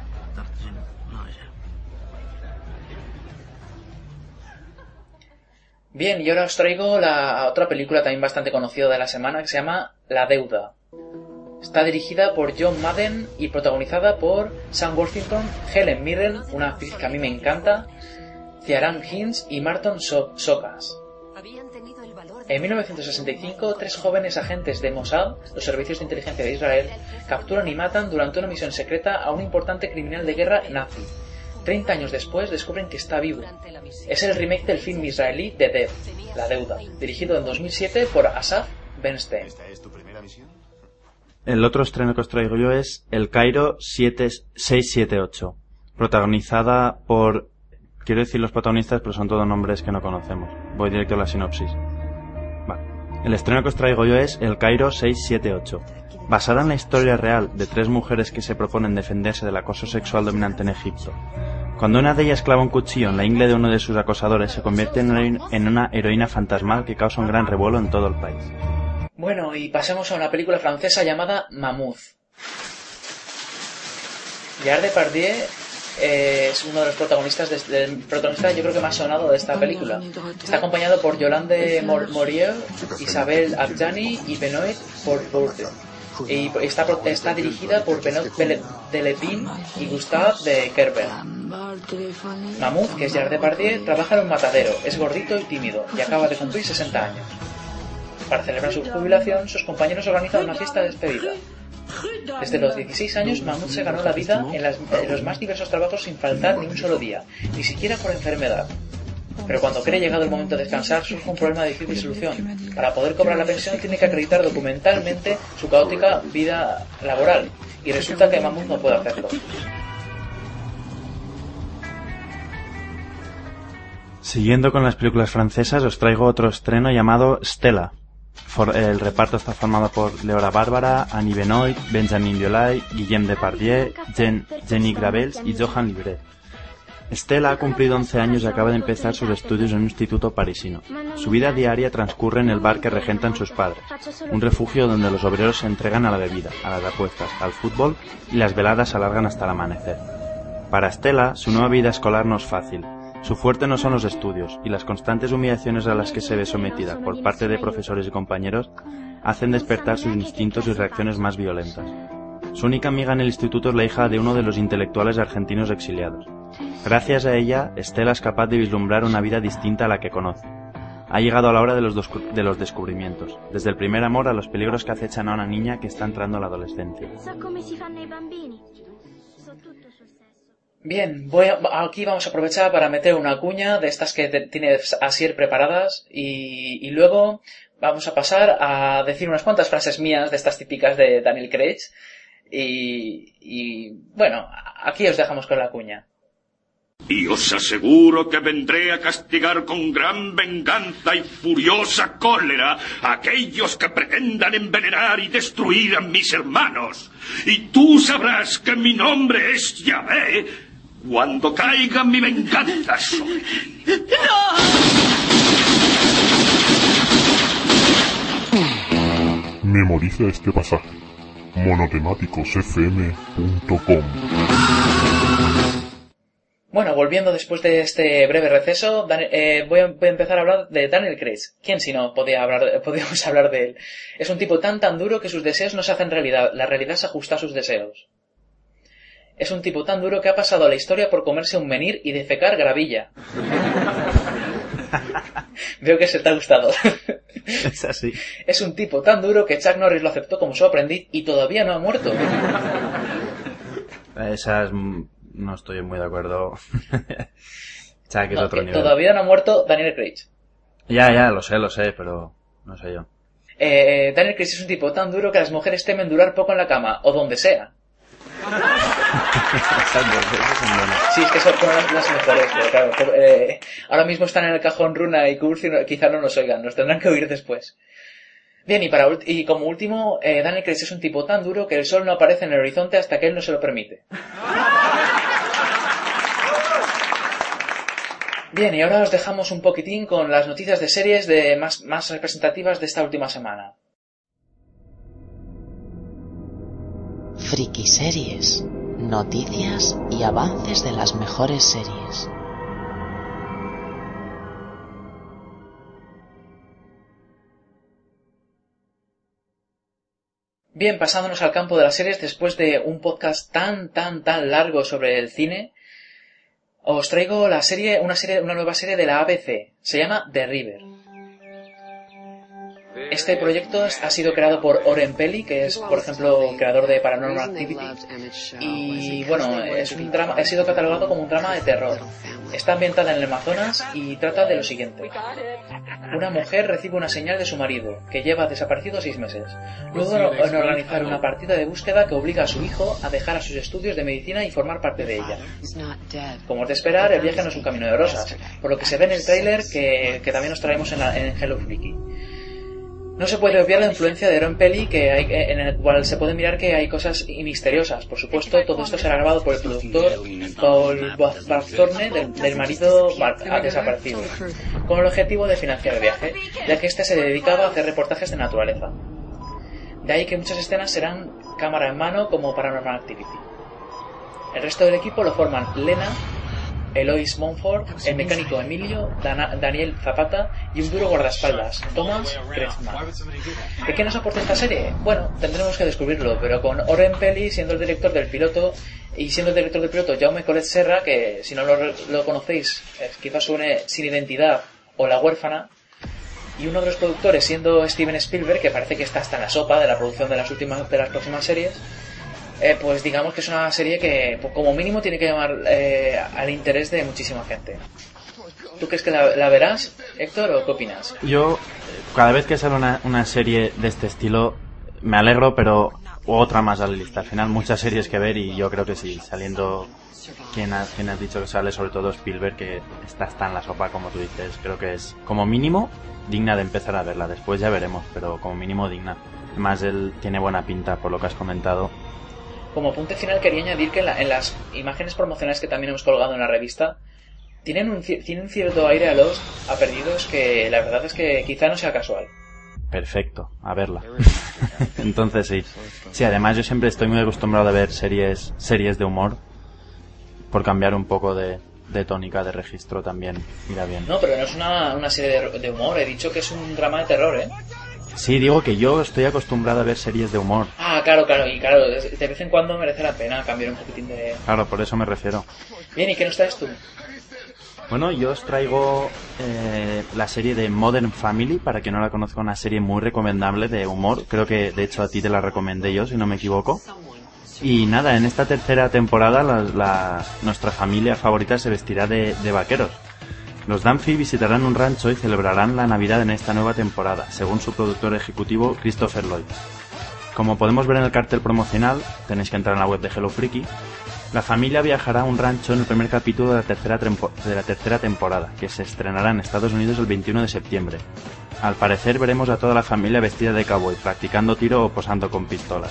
Bien, y ahora os traigo la otra película también bastante conocida de la semana que se llama La Deuda. Está dirigida por John Madden y protagonizada por Sam Worthington, Helen Mirren, una actriz que a mí me encanta, Ciarán Hinds y Marton so Sokas. En mil novecientos sesenta y cinco, tres jóvenes agentes de Mossad, los servicios de inteligencia de Israel, capturan y matan durante una misión secreta a un importante criminal de guerra nazi. Treinta años después descubren que está vivo. Es el remake del film israelí The Debt, La Deuda, dirigido en dos mil siete por Asaf Bernstein. El otro estreno que os traigo yo es El Cairo seiscientos setenta y ocho, protagonizada por Quiero decir los protagonistas, pero son todos nombres que no conocemos. Voy directo a la sinopsis. Vale. El estreno que os traigo yo es El Cairo seiscientos setenta y ocho. Basada en la historia real de tres mujeres que se proponen defenderse del acoso sexual dominante en Egipto. Cuando una de ellas clava un cuchillo en la ingle de uno de sus acosadores, se convierte en una heroína fantasmal que causa un gran revuelo en todo el país. Bueno, y pasemos a una película francesa llamada Mammoth. Gerard Depardieu eh, es uno de los protagonistas, de, del protagonista yo creo que más sonado de esta película. Está acompañado por Yolande Morier, Isabelle Adjani y Benoît Poirot. Y está, está dirigida por Benoît Delepin y Gustave de Kerber. Mammoth, que es Gerard Depardieu, trabaja en un matadero, es gordito y tímido y acaba de cumplir sesenta años. Para celebrar su jubilación, sus compañeros organizan una fiesta de despedida. Desde los dieciséis años, Mammoth se ganó la vida en, las, en los más diversos trabajos sin faltar ni un solo día, ni siquiera por enfermedad. Pero cuando cree llegado el momento de descansar, surge un problema de difícil solución. Para poder cobrar la pensión tiene que acreditar documentalmente su caótica vida laboral, y resulta que Mammoth no puede hacerlo. Siguiendo con las películas francesas, os traigo otro estreno llamado Stella. For, el reparto está formado por Leora Bárbara, Annie Benoît, Benjamin Biolay, Guillaume Depardieu, Jen, Jenny Gravels y Johan Libret. Stella ha cumplido once años y acaba de empezar sus estudios en un instituto parisino. Su vida diaria transcurre en el bar que regentan sus padres, un refugio donde los obreros se entregan a la bebida, a las apuestas, al fútbol y las veladas se alargan hasta el amanecer. Para Stella, su nueva vida escolar no es fácil. Su fuerte no son los estudios, y las constantes humillaciones a las que se ve sometida por parte de profesores y compañeros hacen despertar sus instintos y reacciones más violentas. Su única amiga en el instituto es la hija de uno de los intelectuales argentinos exiliados. Gracias a ella, Stella es capaz de vislumbrar una vida distinta a la que conoce. Ha llegado a la hora de los, de los descubrimientos, desde el primer amor a los peligros que acechan a una niña que está entrando a la adolescencia. Bien, voy a, aquí vamos a aprovechar para meter una cuña de estas que te, tiene Asier preparadas y, y luego vamos a pasar a decir unas cuantas frases mías de estas típicas de Daniel Craig y, y bueno, aquí os dejamos con la cuña. Y os aseguro que vendré a castigar con gran venganza y furiosa cólera a aquellos que pretendan envenenar y destruir a mis hermanos. Y tú sabrás que mi nombre es Yahvé cuando caiga mi venganza sobre ti. ¡No! Memoriza este pasaje. monotemáticos f m punto com. Bueno, volviendo después de este breve receso, Dan, eh, voy, a, voy a empezar a hablar de Daniel Craig. ¿Quién si no podía hablar, podíamos hablar de él? Es un tipo tan tan duro que sus deseos no se hacen realidad, la realidad se ajusta a sus deseos. Es un tipo tan duro que ha pasado a la historia por comerse un menhir y defecar gravilla. Veo que se te ha gustado. Es así. Es un tipo tan duro que Chuck Norris lo aceptó como su aprendiz y todavía no ha muerto. Esas... No estoy muy de acuerdo. Chuck es no, otro nivel. Todavía no ha muerto Daniel Craig. Ya, ya, lo sé, lo sé, pero no sé yo. Eh, Daniel Craig es un tipo tan duro que las mujeres temen durar poco en la cama, o donde sea. Sí, es que son las, las mejores, pero claro, eh, ahora mismo están en el cajón Runa y Curcio, quizá no nos oigan, nos tendrán que oír después. Bien, y, para, y como último, eh, Daniel Craig es un tipo tan duro que el sol no aparece en el horizonte hasta que él no se lo permite. Bien, y ahora os dejamos un poquitín con las noticias de series de más, más representativas de esta última semana. Friki Series. Noticias y avances de las mejores series. Bien, pasándonos al campo de las series, después de un podcast tan, tan, tan largo sobre el cine, os traigo la serie, una serie, una nueva serie de la A B C. Se llama The River. Este proyecto ha sido creado por Oren Peli, que es, por ejemplo, creador de Paranormal Activity. Y bueno, es un drama, ha sido catalogado como un drama de terror. Está ambientada en el Amazonas y trata de lo siguiente. Una mujer recibe una señal de su marido, que lleva desaparecido seis meses. Luego en organizar una partida de búsqueda que obliga a su hijo a dejar a sus estudios de medicina y formar parte de ella. Como es de esperar, el viaje no es un camino de rosas, por lo que se ve en el tráiler que, que también nos traemos en, la, en Hello Freaky. No se puede obviar la influencia de Oren Peli, que hay, en el cual se puede mirar que hay cosas misteriosas. Por supuesto, todo esto será grabado por el productor Paul Bawthorne, del, del marido desaparecido, con el objetivo de financiar el viaje, ya que este se dedicaba a hacer reportajes de naturaleza. De ahí que muchas escenas serán cámara en mano, como Paranormal Activity. El resto del equipo lo forman Lena, Eloise Montfort, el mecánico Emilio, Dana, Daniel Zapata y un duro guardaespaldas, Thomas Kretschmann. ¿De qué nos aporta esta serie? Bueno, tendremos que descubrirlo, pero con Oren Peli siendo el director del piloto y siendo el director del piloto Jaume Collet Serra, que si no lo, lo conocéis, eh, quizás suene Sin Identidad o La Huérfana, y uno de los productores siendo Steven Spielberg, que parece que está hasta en la sopa de la producción de las últimas de las próximas series. Eh, pues digamos que es una serie que pues, como mínimo tiene que llamar eh, al interés de muchísima gente. ¿Tú crees que la, la verás, Héctor, o qué opinas? Yo, cada vez que sale una, una serie de este estilo, me alegro, pero otra más a la lista. Al final, muchas series que ver y yo creo que sí, saliendo... ¿Quién ha, quién ha dicho que sale? Sobre todo Spielberg, que está, está en la sopa, como tú dices. Creo que es, como mínimo, digna de empezar a verla. Después ya veremos, pero como mínimo digna. Además, él tiene buena pinta, por lo que has comentado. Como apunte final quería añadir que en, la, en las imágenes promocionales que también hemos colgado en la revista tienen un, tienen un cierto aire a los a perdidos que la verdad es que quizá no sea casual. Perfecto, a verla. Entonces sí. Sí, además yo siempre estoy muy acostumbrado a ver series series de humor, por cambiar un poco de, de tónica, de registro también irá bien. No, pero no es una, una serie de, de humor, he dicho que es un drama de terror, ¿eh? Sí, digo que yo estoy acostumbrado a ver series de humor. Ah, claro, claro, y claro, de vez en cuando merece la pena cambiar un poquitín de... Claro, por eso me refiero. Bien, ¿y qué nos traes tú? Bueno, yo os traigo eh, la serie de Modern Family, para quien no la conozca, una serie muy recomendable de humor. Creo que, de hecho, a ti te la recomendé yo, si no me equivoco. Y nada, en esta tercera temporada la, la, nuestra familia favorita se vestirá de, de vaqueros. Los Dunphy visitarán un rancho y celebrarán la Navidad en esta nueva temporada, según su productor ejecutivo Christopher Lloyd. Como podemos ver en el cartel promocional, tenéis que entrar en la web de Hello Freaky, la familia viajará a un rancho en el primer capítulo de la tercera, tempo- de la tercera temporada, que se estrenará en Estados Unidos el veintiuno de septiembre. Al parecer veremos a toda la familia vestida de cowboy, practicando tiro o posando con pistolas.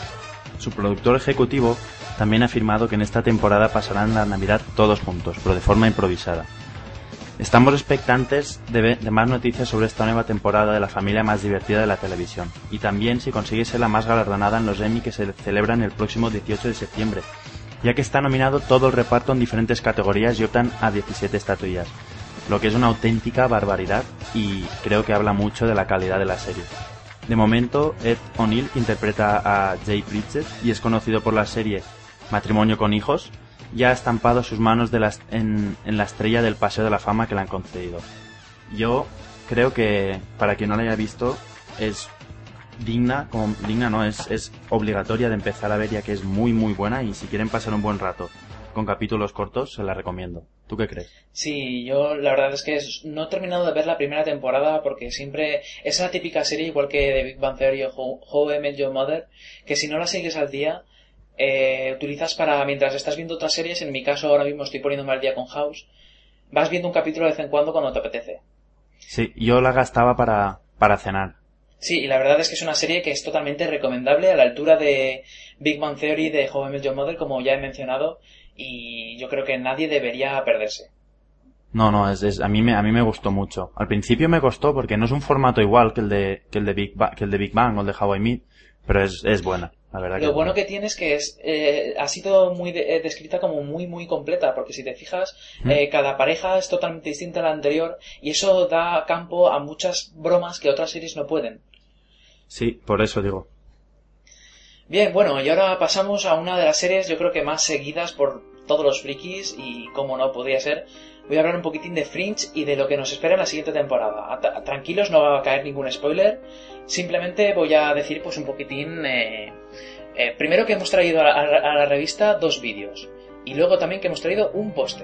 Su productor ejecutivo también ha afirmado que en esta temporada pasarán la Navidad todos juntos, pero de forma improvisada. Estamos expectantes de, ver, de más noticias sobre esta nueva temporada de la familia más divertida de la televisión, y también si consigue ser la más galardonada en los Emmy que se celebran el próximo dieciocho de septiembre, ya que está nominado todo el reparto en diferentes categorías y optan a diecisiete estatuillas, lo que es una auténtica barbaridad y creo que habla mucho de la calidad de la serie. De momento, Ed O'Neill, que interpreta a Jay Pritchett y es conocido por la serie Matrimonio con Hijos, ya ha estampado sus manos de la, en, en la estrella del Paseo de la Fama que le han concedido. Yo creo que, para quien no la haya visto, es digna, como digna no, es, es obligatoria de empezar a ver, ya que es muy muy buena, y si quieren pasar un buen rato con capítulos cortos, se la recomiendo. ¿Tú qué crees? Sí, yo la verdad es que es, no he terminado de ver la primera temporada porque siempre es la típica serie, igual que de Big Bang Theory o How, How I Met Your Mother, que si no la sigues al día, eh, utilizas para, mientras estás viendo otras series, en mi caso ahora mismo estoy poniéndome al día con House, vas viendo un capítulo de vez en cuando cuando te apetece. Sí, yo la gastaba para, para cenar. Sí, y la verdad es que es una serie que es totalmente recomendable, a la altura de Big Bang Theory, de How I Met Your Mother, como ya he mencionado, y yo creo que nadie debería perderse. No, no, es, es a mí me a mí me gustó mucho. Al principio me costó porque no es un formato igual que el de que el de Big Bang, que el de Big Bang o el de How I Met, pero es es buena, la verdad. Lo que bueno que tiene es que es eh, ha sido muy de, eh, descrita como muy muy completa, porque si te fijas, ¿Mm? eh, cada pareja es totalmente distinta a la anterior y eso da campo a muchas bromas que otras series no pueden. Sí, por eso digo. Bien, bueno, y ahora pasamos a una de las series yo creo que más seguidas por todos los frikis, y como no podría ser, voy a hablar un poquitín de Fringe y de lo que nos espera en la siguiente temporada. At- tranquilos, no va a caer ningún spoiler, simplemente voy a decir pues un poquitín... Eh, eh, primero que hemos traído a la, a la revista dos vídeos, y luego también que hemos traído un póster.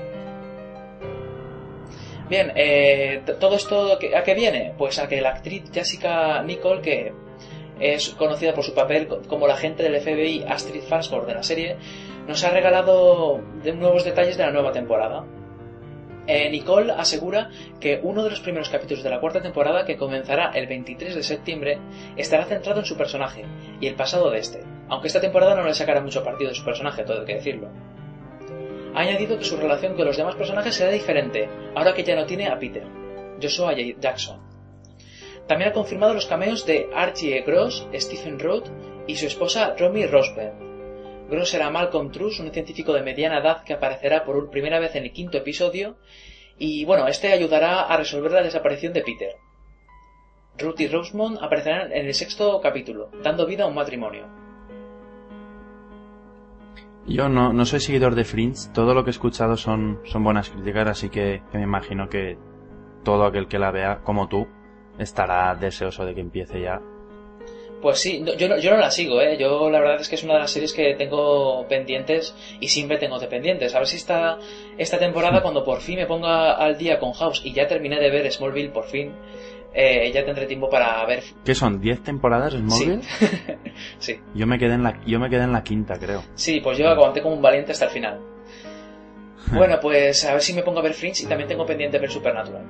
Bien, eh, todo esto ¿a qué viene? Pues a que la actriz Jessica Nicole, que es conocida por su papel como la agente del F B I Astrid Fansford de la serie, nos ha regalado de nuevos detalles de la nueva temporada. Eh, Nicole asegura que uno de los primeros capítulos de la cuarta temporada, que comenzará el veintitrés de septiembre, estará centrado en su personaje y el pasado de este, aunque esta temporada no le sacará mucho partido de su personaje, todo hay que decirlo. Ha añadido que su relación con los demás personajes será diferente, ahora que ya no tiene a Peter, Joshua Jackson. También ha confirmado los cameos de Archie Gross, Stephen Root y su esposa Romy Rosberg. Gross será Malcolm Truss, un científico de mediana edad que aparecerá por primera vez en el quinto episodio, y bueno, este ayudará a resolver la desaparición de Peter. Ruth y Rosemond aparecerán en el sexto capítulo, dando vida a un matrimonio. Yo no, no soy seguidor de Fringe, todo lo que he escuchado son, son buenas críticas, así que, que me imagino que todo aquel que la vea, como tú, estará deseoso de que empiece ya. Pues sí, no, yo, no, yo no la sigo, ¿eh? Yo la verdad es que es una de las series que tengo pendientes y siempre tengo de pendientes. A ver si esta, esta temporada, cuando por fin me ponga al día con House y ya terminé de ver Smallville por fin, eh, ya tendré tiempo para ver... ¿Qué son? ¿diez temporadas en Smallville? Sí. Sí. Yo me, quedé en la, yo me quedé en la quinta, creo. Sí, pues yo aguanté como un valiente hasta el final. Bueno, pues a ver si me pongo a ver Fringe y también tengo pendiente ver Supernatural.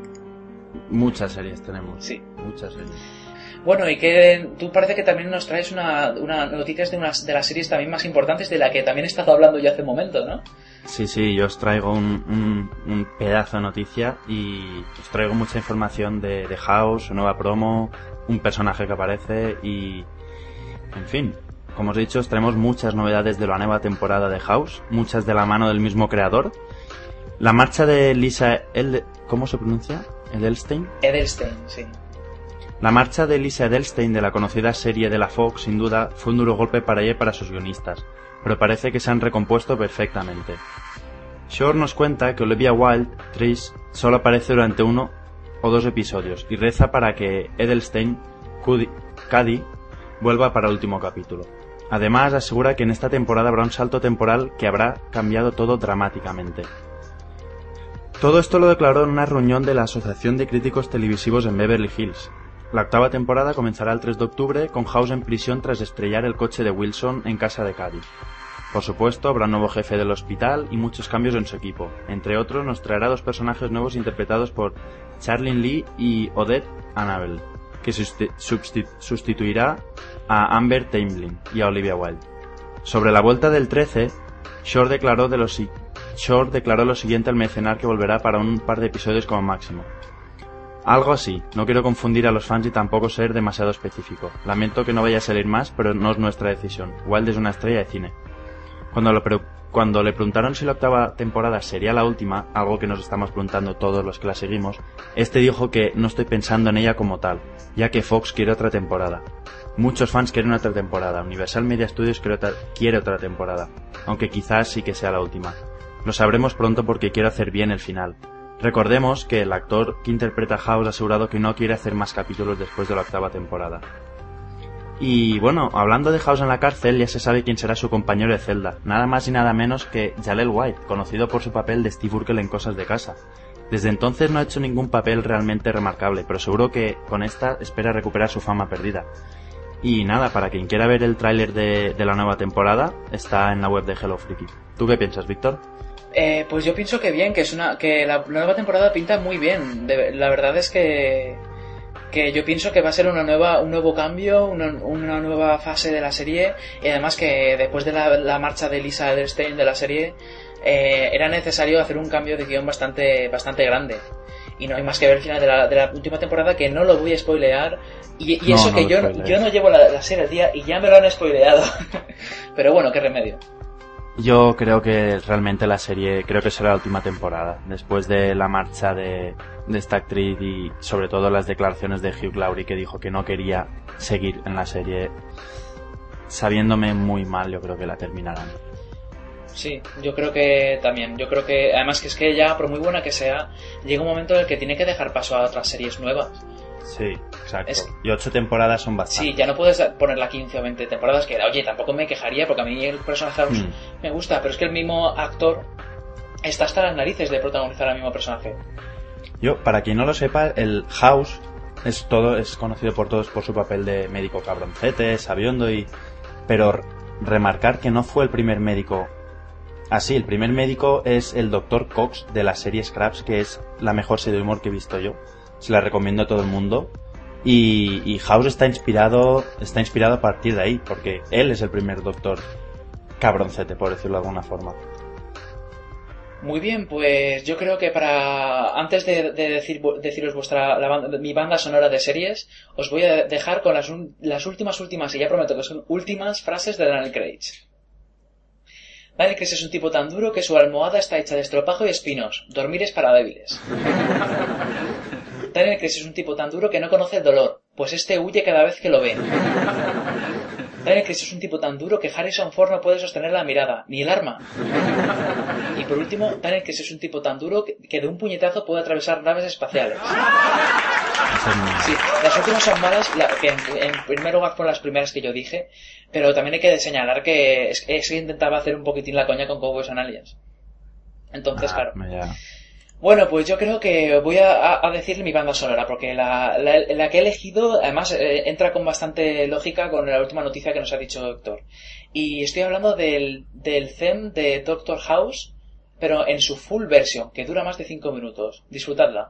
Muchas series tenemos. Sí. Muchas series. Bueno, y que tú parece que también nos traes una, una noticias de unas de las series también más importantes de la que también he estado hablando yo hace un momento, ¿no? Sí, sí, yo os traigo un, un, un pedazo de noticia y os traigo mucha información de, de House, su nueva promo, un personaje que aparece y... En fin, como os he dicho, os traemos muchas novedades de la nueva temporada de House, muchas de la mano del mismo creador. La marcha de Lisa... El, ¿Cómo se pronuncia? ¿Edelstein? Edelstein, sí. La marcha de Lisa Edelstein de la conocida serie de la Fox, sin duda, fue un duro golpe para ella y para sus guionistas, pero parece que se han recompuesto perfectamente. Shore nos cuenta que Olivia Wilde, Trish, solo aparece durante uno o dos episodios y reza para que Edelstein, Cady, vuelva para el último capítulo. Además, asegura que en esta temporada habrá un salto temporal que habrá cambiado todo dramáticamente. Todo esto lo declaró en una reunión de la Asociación de Críticos Televisivos en Beverly Hills. La octava temporada comenzará el tres de octubre con House en prisión tras estrellar el coche de Wilson en casa de Cady. Por supuesto, habrá un nuevo jefe del hospital y muchos cambios en su equipo. Entre otros, nos traerá dos personajes nuevos interpretados por Charlene Lee y Odette Annable, que sustituirá a Amber Tamblyn y a Olivia Wilde. Sobre la vuelta del trece, Shore declaró, de los, Shore declaró lo siguiente al mencionar que volverá para un par de episodios como máximo. Algo así, no quiero confundir a los fans y tampoco ser demasiado específico. Lamento que no vaya a salir más, pero no es nuestra decisión. Wilde es una estrella de cine. Cuando, lo pre- cuando le preguntaron si la octava temporada sería la última, algo que nos estamos preguntando todos los que la seguimos, este dijo que no estoy pensando en ella como tal, ya que Fox quiere otra temporada. Muchos fans quieren otra temporada, Universal Media Studios quiere otra, quiere otra temporada, aunque quizás sí que sea la última. Lo sabremos pronto porque quiero hacer bien el final. Recordemos que el actor que interpreta a House ha asegurado que no quiere hacer más capítulos después de la octava temporada. Y bueno, hablando de House en la cárcel, ya se sabe quién será su compañero de celda, nada más y nada menos que Jaleel White, conocido por su papel de Steve Urkel en Cosas de Casa. Desde entonces no ha hecho ningún papel realmente remarcable, pero seguro que con esta espera recuperar su fama perdida. Y nada, para quien quiera ver el tráiler de, de la nueva temporada, está en la web de Hello Freaky. ¿Tú qué piensas, Víctor? Eh, pues yo pienso que bien, que es una que la nueva temporada pinta muy bien. De, la verdad es que que yo pienso que va a ser una nueva un nuevo cambio, una, una nueva fase de la serie, y además que después de la, la marcha de Lisa Edelstein de la serie eh, era necesario hacer un cambio de guión bastante bastante grande. Y no hay más que ver el final de la, de la última temporada, que no lo voy a spoilear. Y, y eso no, no que yo, yo no llevo la, la serie al día y ya me lo han spoileado. Pero bueno, qué remedio. Yo creo que realmente la serie, creo que será la última temporada. Después de la marcha de, de esta actriz y sobre todo las declaraciones de Hugh Laurie, que dijo que no quería seguir en la serie, sabiéndome muy mal, yo creo que la terminarán. Sí, yo creo que también. Yo creo que, además que es que ya, por muy buena que sea, llega un momento en el que tiene que dejar paso a otras series nuevas. Sí, exacto. Es... Y ocho temporadas son bastantes. Sí, ya no puedes ponerla quince o veinte temporadas, que oye, tampoco me quejaría porque a mí el personaje House mm. me gusta, pero es que el mismo actor está hasta las narices de protagonizar al mismo personaje. Yo, para quien no lo sepa, el House es todo es conocido por todos por su papel de médico cabroncete, sabiondo y... Pero remarcar que no fue el primer médico... Ah, sí, el primer médico es el doctor Cox de la serie Scraps, que es la mejor serie de humor que he visto yo. Se la recomiendo a todo el mundo. Y, y House está inspirado está inspirado a partir de ahí, porque él es el primer doctor cabroncete, por decirlo de alguna forma. Muy bien, pues yo creo que para antes de, de decir, deciros vuestra la banda, mi banda sonora de series, os voy a dejar con las, las últimas, últimas, y ya prometo que son últimas frases de Daniel Craig. Daniel Craig es un tipo tan duro que su almohada está hecha de estropajo y espinos. Dormir es para débiles. Daniel Craig es un tipo tan duro que no conoce el dolor, pues este huye cada vez que lo ve. Daniel Craig es un tipo tan duro que Harrison Ford no puede sostener la mirada, ni el arma. Y por último, Daniel Craig es un tipo tan duro que, que de un puñetazo puede atravesar naves espaciales. Sí, las últimas son malas, la, que en, en primer lugar fueron las primeras que yo dije, pero también hay que señalar que es, es que intentaba hacer un poquitín la coña con Cowboys and Aliens. Entonces, ah, claro. Ya. Bueno, pues yo creo que voy a, a decir mi banda sonora, porque la, la, la que he elegido, además, eh, entra con bastante lógica con la última noticia que nos ha dicho Héctor. Y estoy hablando del, del theme de Doctor House, pero en su full versión, que dura más de cinco minutos. Disfrutadla.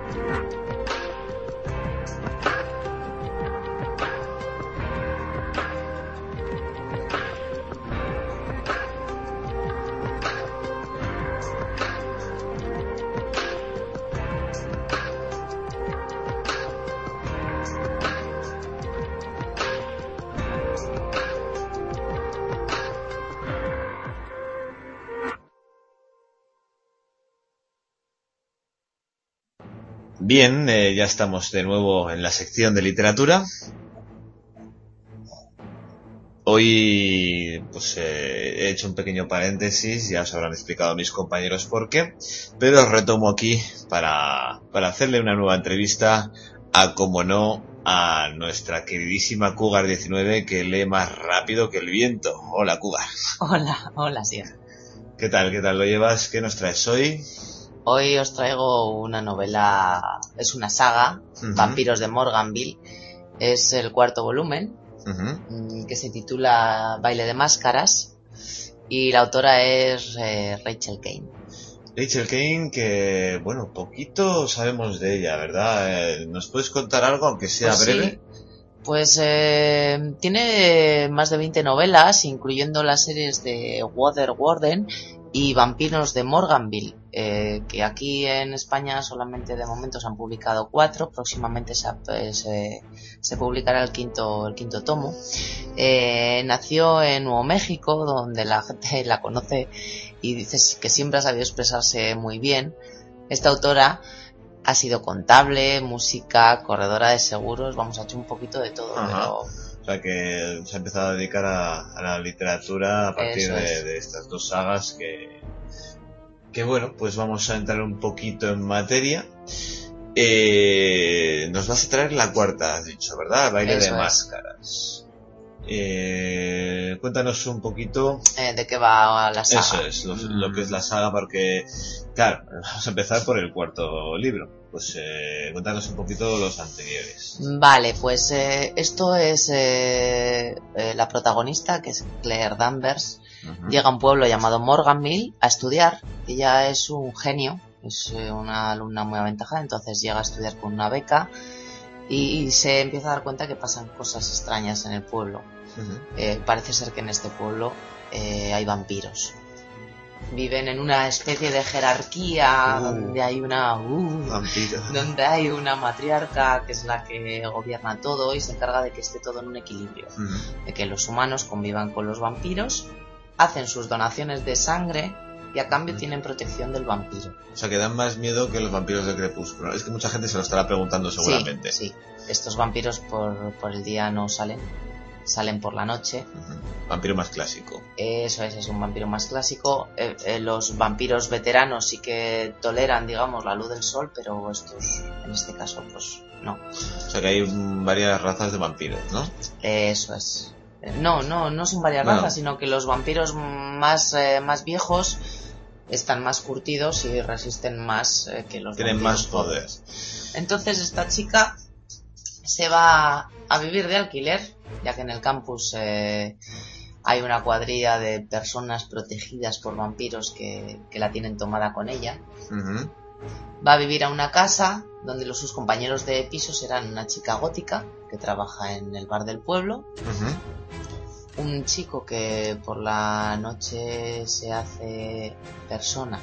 Bien, eh, ya estamos de nuevo en la sección de literatura. Hoy pues eh, he hecho un pequeño paréntesis, ya os habrán explicado mis compañeros por qué, pero os retomo aquí para, para hacerle una nueva entrevista a, como no, a nuestra queridísima Cougar diecinueve, que lee más rápido que el viento. Hola, Cougar. Hola, hola, sí. ¿Qué tal? ¿Qué tal lo llevas? ¿Qué nos traes hoy? Hoy os traigo una novela, es una saga, uh-huh. Vampiros de Morganville. Es el cuarto volumen, uh-huh. que se titula Baile de Máscaras, y la autora es eh, Rachel Kane. Rachel Kane, que, bueno, poquito sabemos de ella, ¿verdad? Eh, ¿Nos puedes contar algo, aunque sea pues breve? Sí. Pues eh, tiene más de veinte novelas, incluyendo las series de Water Warden y Vampiros de Morganville, eh, que aquí en España solamente de momento se han publicado cuatro. Próximamente se, se, se publicará el quinto, el quinto tomo. Eh, nació en Nuevo México, donde la gente la conoce y dice que siempre ha sabido expresarse muy bien. Esta autora ha sido contable, música, corredora de seguros, vamos, ha hecho un poquito de todo. Ajá. Pero... O sea que se ha empezado a dedicar a, a la literatura a partir de, de estas dos sagas que, que bueno, pues vamos a entrar un poquito en materia. Eh, nos vas a traer la cuarta, has dicho, ¿verdad? Baile Eso de Máscaras. Eh, cuéntanos un poquito eh, de qué va la saga. Eso es, lo, lo que es la saga, porque claro, vamos a empezar por el cuarto libro. Pues eh, cuéntanos un poquito los anteriores. Vale, pues eh, esto es eh, eh, la protagonista, que es Claire Danvers. Uh-huh. Llega a un pueblo llamado Morganville a estudiar. Ella es un genio, es eh, una alumna muy aventajada, entonces llega a estudiar con una beca y, y se empieza a dar cuenta que pasan cosas extrañas en el pueblo. Uh-huh. Eh, parece ser que en este pueblo eh, hay vampiros. Viven en una especie de jerarquía uh, donde hay una uh, donde hay una matriarca que es la que gobierna todo y se encarga de que esté todo en un equilibrio, uh-huh. de que los humanos convivan con los vampiros, hacen sus donaciones de sangre y a cambio uh-huh. tienen protección del vampiro. O sea, que dan más miedo que los vampiros de Crepúsculo. Es que mucha gente se lo estará preguntando seguramente. Sí, sí. Estos vampiros por, por el día no salen, salen por la noche. Uh-huh. Vampiro más clásico. Eso es, es un vampiro más clásico. Eh, eh, los vampiros veteranos sí que toleran, digamos, la luz del sol, pero estos, en este caso, pues no. O sea que hay varias razas de vampiros, ¿no? Eh, eso es. Eh, no, no, no son varias razas, no. Sino que los vampiros más, eh, más viejos están más curtidos y resisten más eh, que los Tienen vampiros más poder. Entonces esta chica se va a vivir de alquiler, ya que en el campus eh, hay una cuadrilla de personas protegidas por vampiros que, que la tienen tomada con ella. Uh-huh. Va a vivir a una casa donde los, sus compañeros de piso serán una chica gótica que trabaja en el bar del pueblo, uh-huh. un chico que por la noche se hace persona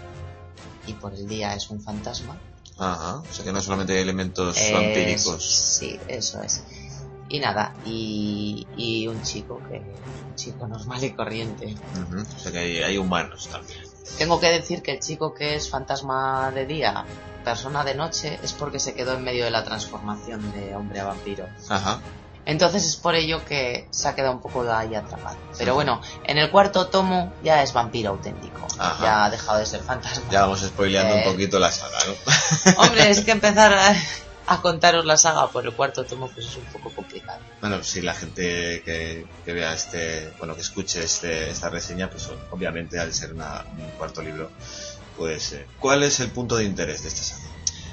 y por el día es un fantasma. Ajá, o sea que no solamente hay elementos es, vampíricos. Sí, eso es. Y nada, y, y un chico que un chico normal y corriente. Uh-huh. O sea que hay, hay humanos también. Tengo que decir que el chico que es fantasma de día, persona de noche, es porque se quedó en medio de la transformación de hombre a vampiro. Ajá. Entonces es por ello que se ha quedado un poco ahí atrapado. Pero bueno, en el cuarto tomo ya es vampiro auténtico. Ajá. Ya ha dejado de ser fantasma. Ya vamos spoileando eh... un poquito la saga, ¿no? Hombre, es que empezar a, a contaros la saga por el cuarto tomo pues es un poco complicado. Bueno, si la gente que, que vea este, bueno, que escuche este, esta reseña, pues obviamente al ser una, un cuarto libro, pues eh, ¿cuál es el punto de interés de esta saga?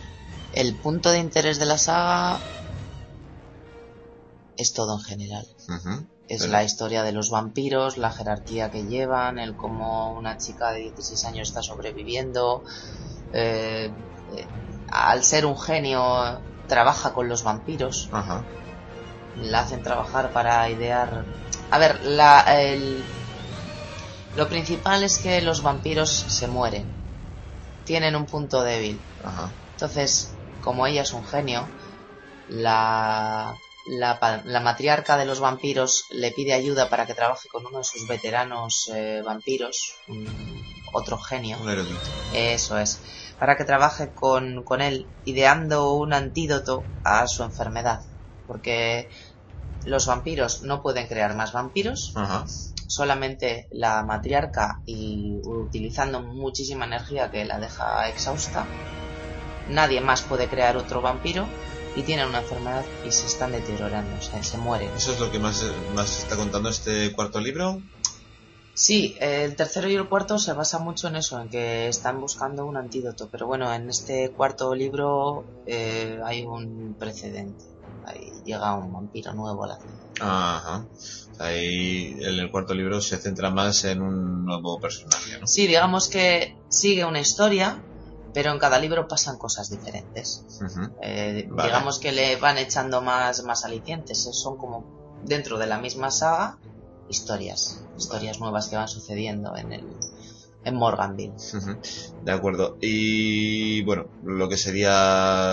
El punto de interés de la saga es todo en general. Uh-huh. Es Pero... la historia de los vampiros, la jerarquía que llevan, el cómo una chica de dieciséis años está sobreviviendo, eh, eh, al ser un genio trabaja con los vampiros. Ajá. La hacen trabajar para idear... A ver, la, el... lo principal es que los vampiros se mueren. Tienen un punto débil. Ajá. Entonces, como ella es un genio, la, la, la matriarca de los vampiros le pide ayuda para que trabaje con uno de sus veteranos eh, vampiros, un, otro genio. Un erudito. Eso es. Para que trabaje con, con él, ideando un antídoto a su enfermedad. Porque los vampiros no pueden crear más vampiros. Ajá. Solamente la matriarca, y utilizando muchísima energía que la deja exhausta. Nadie más puede crear otro vampiro y tienen una enfermedad y se están deteriorando, o sea, se mueren. ¿Eso es lo que más, más está contando este cuarto libro? Sí, el tercero y el cuarto se basa mucho en eso, en que están buscando un antídoto, pero bueno, en este cuarto libro eh, hay un precedente. Ahí llega un vampiro nuevo a la ciudad. Ajá. Ahí en el cuarto libro se centra más en un nuevo personaje, ¿no? Sí, digamos que sigue una historia, pero en cada libro pasan cosas diferentes. Uh-huh. Eh, vale. Digamos que le van echando más, más alicientes. Son como dentro de la misma saga historias, historias vale. nuevas que van sucediendo en el en Morganville. Uh-huh. De acuerdo. Y bueno, lo que sería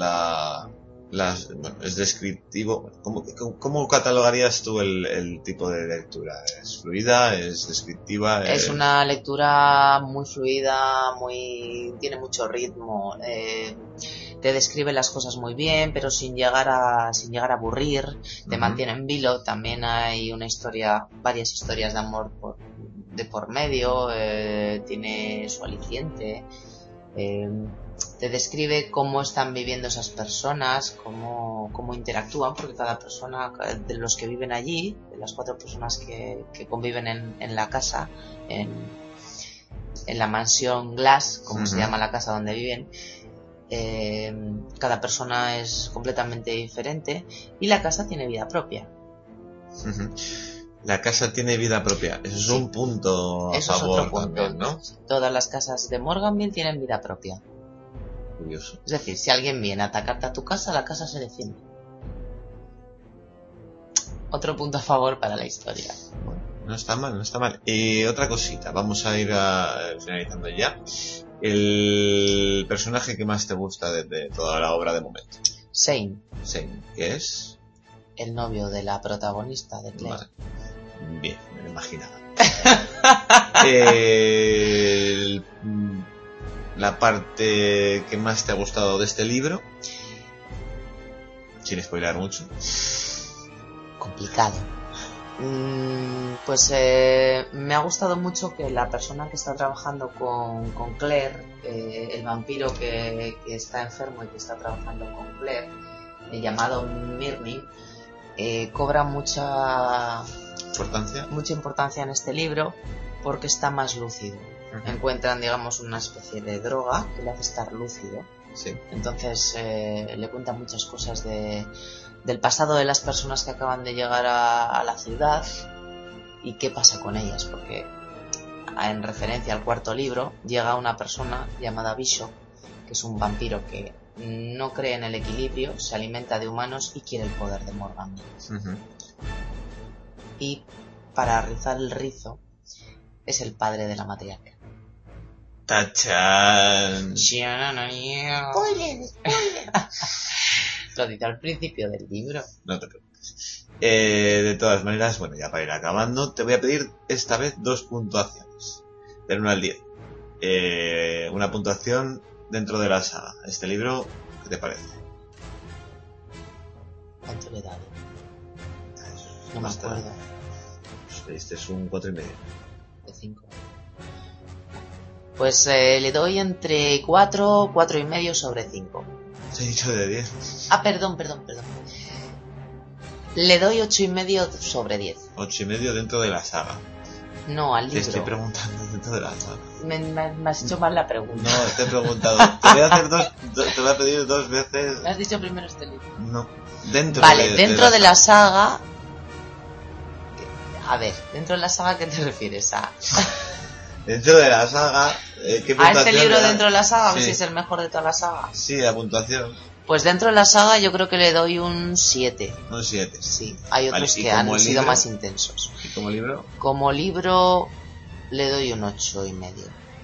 la Las, bueno, es descriptivo. ¿Cómo, cómo, cómo catalogarías tú el, el tipo de lectura? ¿Es fluida? ¿Es descriptiva? Es, es una lectura muy fluida, muy tiene mucho ritmo. Eh, te describe las cosas muy bien, pero sin llegar a sin llegar a aburrir. Te uh-huh. mantiene en vilo. También hay una historia, varias historias de amor por, de por medio. Eh, tiene su aliciente. Eh, te describe cómo están viviendo esas personas, cómo, cómo interactúan, porque cada persona de los que viven allí, de las cuatro personas que, que conviven en, en la casa, en, en la mansión Glass, como uh-huh. se llama la casa donde viven, eh, cada persona es completamente diferente y la casa tiene vida propia. Uh-huh. La casa tiene vida propia. Eso es sí. un punto a Eso favor es otro punto, también, ¿no? Todas las casas de Morganville tienen vida propia. Curioso. Es decir, si alguien viene a atacarte a tu casa, la casa se defiende. Otro punto a favor para la historia. Bueno, no está mal, no está mal. Y otra cosita, vamos a ir a, finalizando ya. El personaje que más te gusta de, de toda la obra de momento. Shane. Shane, ¿qué es? El novio de la protagonista de Claire. Vale. Bien, me lo imaginaba. el, la parte que más te ha gustado de este libro, sin spoiler mucho. Complicado. Mm, pues eh, me ha gustado mucho que la persona que está trabajando con, con Claire, eh, el vampiro que, que está enfermo y que está trabajando con Claire, eh, llamado Mirny, eh, cobra mucha importancia mucha importancia en este libro porque está más lúcido. Uh-huh. Encuentran, digamos, una especie de droga que le hace estar lúcido. Sí. Entonces eh, le cuentan muchas cosas de, del pasado de las personas que acaban de llegar a, a la ciudad y qué pasa con ellas, porque en referencia al cuarto libro llega una persona llamada Bishop, que es un vampiro que no cree en el equilibrio, se alimenta de humanos y quiere el poder de Morgan. Uh-huh. Y para rizar el rizo es el padre de la matriarca. ¡Tachán! ¡Spoiler! ¡Spoiler! Lo dice al principio del libro. No te preocupes. Eh, de todas maneras, bueno, ya para ir acabando, te voy a pedir esta vez dos puntuaciones. Del uno al diez. Eh, una puntuación dentro de la saga. Este libro, ¿qué te parece? ¿Cuánto le he dado? No me acuerdo. Este es un cuatro y medio. De cinco. Pues eh, le doy entre cuatro, cuatro y medio sobre cinco. ¿Te he dicho de diez? Ah, perdón, perdón, perdón. Le doy ocho y medio sobre diez. Ocho y medio dentro de la saga. No, al libro. Te estoy preguntando dentro de la saga. Me, me, me has hecho mal la pregunta. No, te he preguntado. Te voy a hacer dos, do, te voy a pedir dos veces. ¿Me has dicho primero este libro? No. Dentro vale, de, dentro de, la, de la saga. A ver, dentro de la saga, ¿qué te refieres a? Dentro de la saga, eh, ¿qué ¿A puntuación este libro le das? dentro de la saga? A ver Sí. si es el mejor de toda la saga. Sí, la puntuación. Pues dentro de la saga yo creo que le doy un siete. Un siete. Sí, hay otros Vale, ¿y que como han sido libro? más intensos. ¿Y como libro? Como libro le doy un ocho y medio.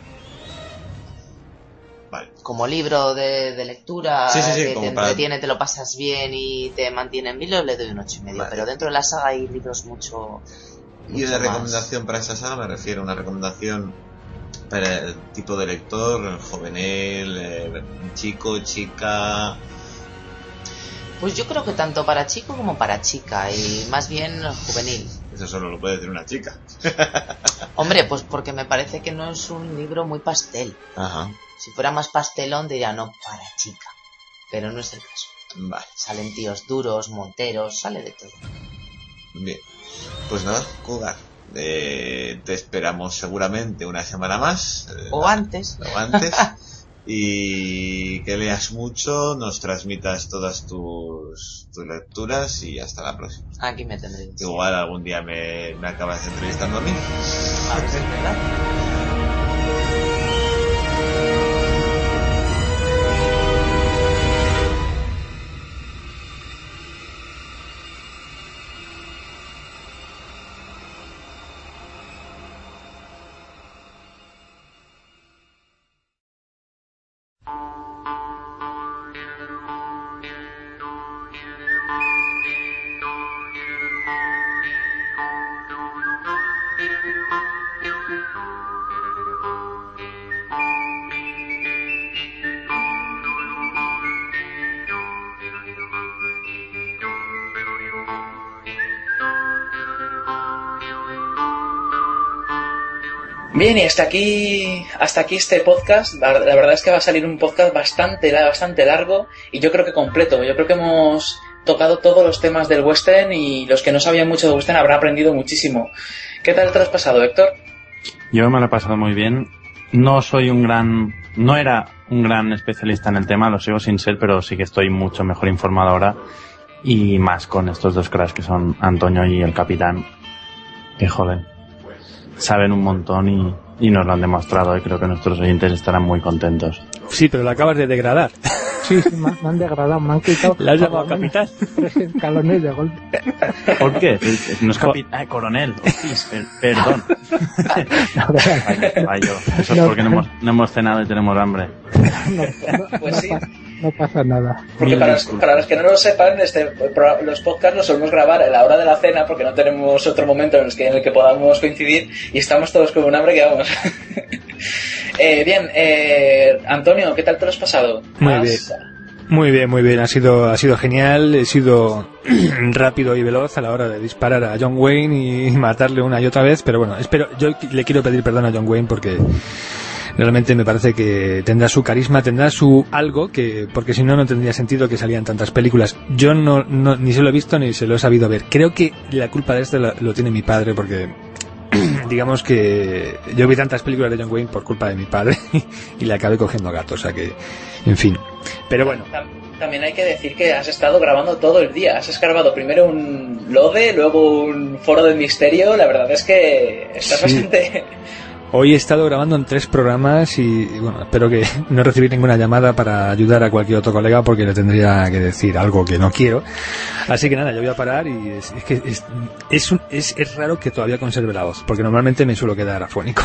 Vale. Como libro de, de lectura Sí, sí, sí, que como te para- entretiene, te lo pasas bien y te mantiene en vilo, le doy un ocho y medio. Vale. Pero dentro de la saga hay libros mucho... Y de mucho más. recomendación para esta saga me refiero a una recomendación para el tipo de lector, juvenil, eh, chico, chica... Pues yo creo que tanto para chico como para chica, y más bien juvenil. Eso solo lo puede decir una chica. Hombre, pues porque me parece que no es un libro muy pastel. Ajá. Si fuera más pastelón diría no para chica, pero no es el caso. Vale. Salen tíos duros, monteros, sale de todo. Bien. Pues nada, Cougar. Eh, te esperamos seguramente una semana más. Eh, O antes. O antes. Y que leas mucho, nos transmitas todas tus, tus lecturas y hasta la próxima. Aquí me tendréis. Igual algún día me, me acabas entrevistando a mí. A ver si es verdad. Bien, y hasta aquí, hasta aquí este podcast. La, la verdad es que va a salir un podcast bastante, bastante largo y yo creo que completo. Yo creo que hemos tocado todos los temas del western y los que no sabían mucho de western habrán aprendido muchísimo. ¿Qué tal te lo has pasado, Héctor? Yo me lo he pasado muy bien. No soy un gran, no era un gran especialista en el tema, lo sigo sin ser, pero sí que estoy mucho mejor informado ahora y más con estos dos cracks que son Antonio y el Capitán. Que joven. Saben un montón y, y nos lo han demostrado y creo que nuestros oyentes estarán muy contentos. Sí, pero lo acabas de degradar. Sí, sí, me, me han degradado, me han quitado... ¿Le has llamado capitán? Tres escalones de golpe. ¿Por qué? No es capitán, ah, coronel. Hostis, per, perdón. Vaya, vaya. Eso es porque no hemos, no hemos cenado y tenemos hambre. No, no, Pues no sí. pasa, no pasa nada. Porque para, para los que no lo sepan, este, los podcasts los solemos grabar a la hora de la cena porque no tenemos otro momento en el que, en el que podamos coincidir y estamos todos con un hambre que vamos. eh, bien, eh, Antonio, ¿qué tal te lo has pasado? Muy ¿Has- bien. Muy bien, muy bien. Ha sido, ha sido genial. He sido rápido y veloz a la hora de disparar a John Wayne y matarle una y otra vez. Pero bueno, espero, yo le quiero pedir perdón a John Wayne porque realmente me parece que tendrá su carisma, tendrá su algo que, porque si no, no tendría sentido que salían tantas películas. Yo no, no, ni se lo he visto ni se lo he sabido ver. Creo que la culpa de esto lo, lo tiene mi padre porque digamos que yo vi tantas películas de John Wayne por culpa de mi padre y le acabé cogiendo gato, o sea que, en fin. Pero bueno. Tam- También hay que decir que has estado grabando todo el día. Has grabado primero un Lode, luego un foro del misterio. La verdad es que estás Sí. bastante... Hoy he estado grabando en tres programas y, y bueno, espero que no recibir ninguna llamada para ayudar a cualquier otro colega porque le tendría que decir algo que no quiero. Así que nada, yo voy a parar y es, es que es, es, un- es, es raro que todavía conserve la voz, porque normalmente me suelo quedar afónico.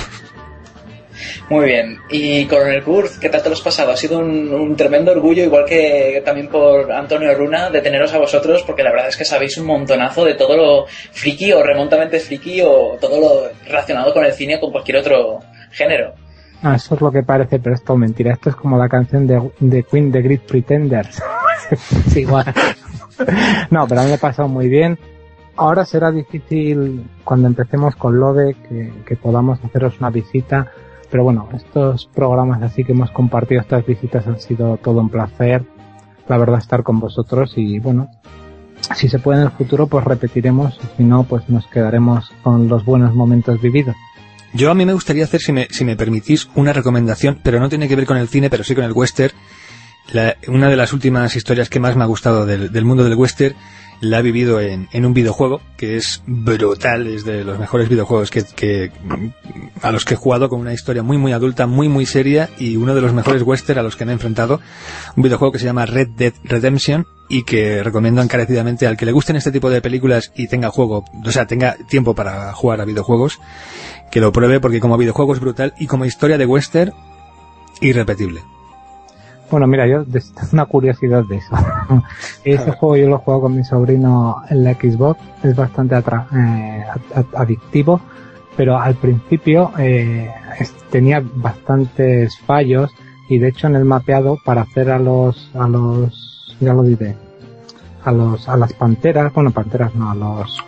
Muy bien. Y Coronel Kurz, ¿qué tal te lo has pasado? Ha sido un, un tremendo orgullo, igual que también por Antonio Runa, de teneros a vosotros, porque la verdad es que sabéis un montonazo de todo lo friki o remotamente friki o todo lo relacionado con el cine o con cualquier otro género. Ah, eso es lo que parece, pero esto es mentira. Esto es como la canción de, de Queen, The Great Pretenders. Es igual. No, pero a mí me ha pasado muy bien. Ahora será difícil cuando empecemos con Lode que, que podamos haceros una visita. Pero bueno, estos programas así que hemos compartido, estas visitas han sido todo un placer. La verdad, estar con vosotros y bueno, si se puede en el futuro pues repetiremos. Si no, pues nos quedaremos con los buenos momentos vividos. Yo a mí me gustaría hacer, si me, si me permitís, una recomendación, pero no tiene que ver con el cine, pero sí con el western. La, una de las últimas historias que más me ha gustado del, del mundo del western la ha vivido en, en un videojuego que es brutal, es de los mejores videojuegos que, que a los que he jugado, con una historia muy muy adulta, muy muy seria, y uno de los mejores western a los que me he enfrentado, un videojuego que se llama Red Dead Redemption, y que recomiendo encarecidamente al que le gusten este tipo de películas y tenga juego, o sea, tenga tiempo para jugar a videojuegos, que lo pruebe, porque como videojuego es brutal y como historia de western, irrepetible. Bueno, mira, yo tengo una curiosidad de eso. Ese juego yo lo he jugado con mi sobrino en la Xbox, es bastante atra eh, adictivo, pero al principio eh, es, tenía bastantes fallos, y de hecho en el mapeado, para hacer a los, a los, ya lo diré, a los, a las panteras, bueno, panteras no, a los,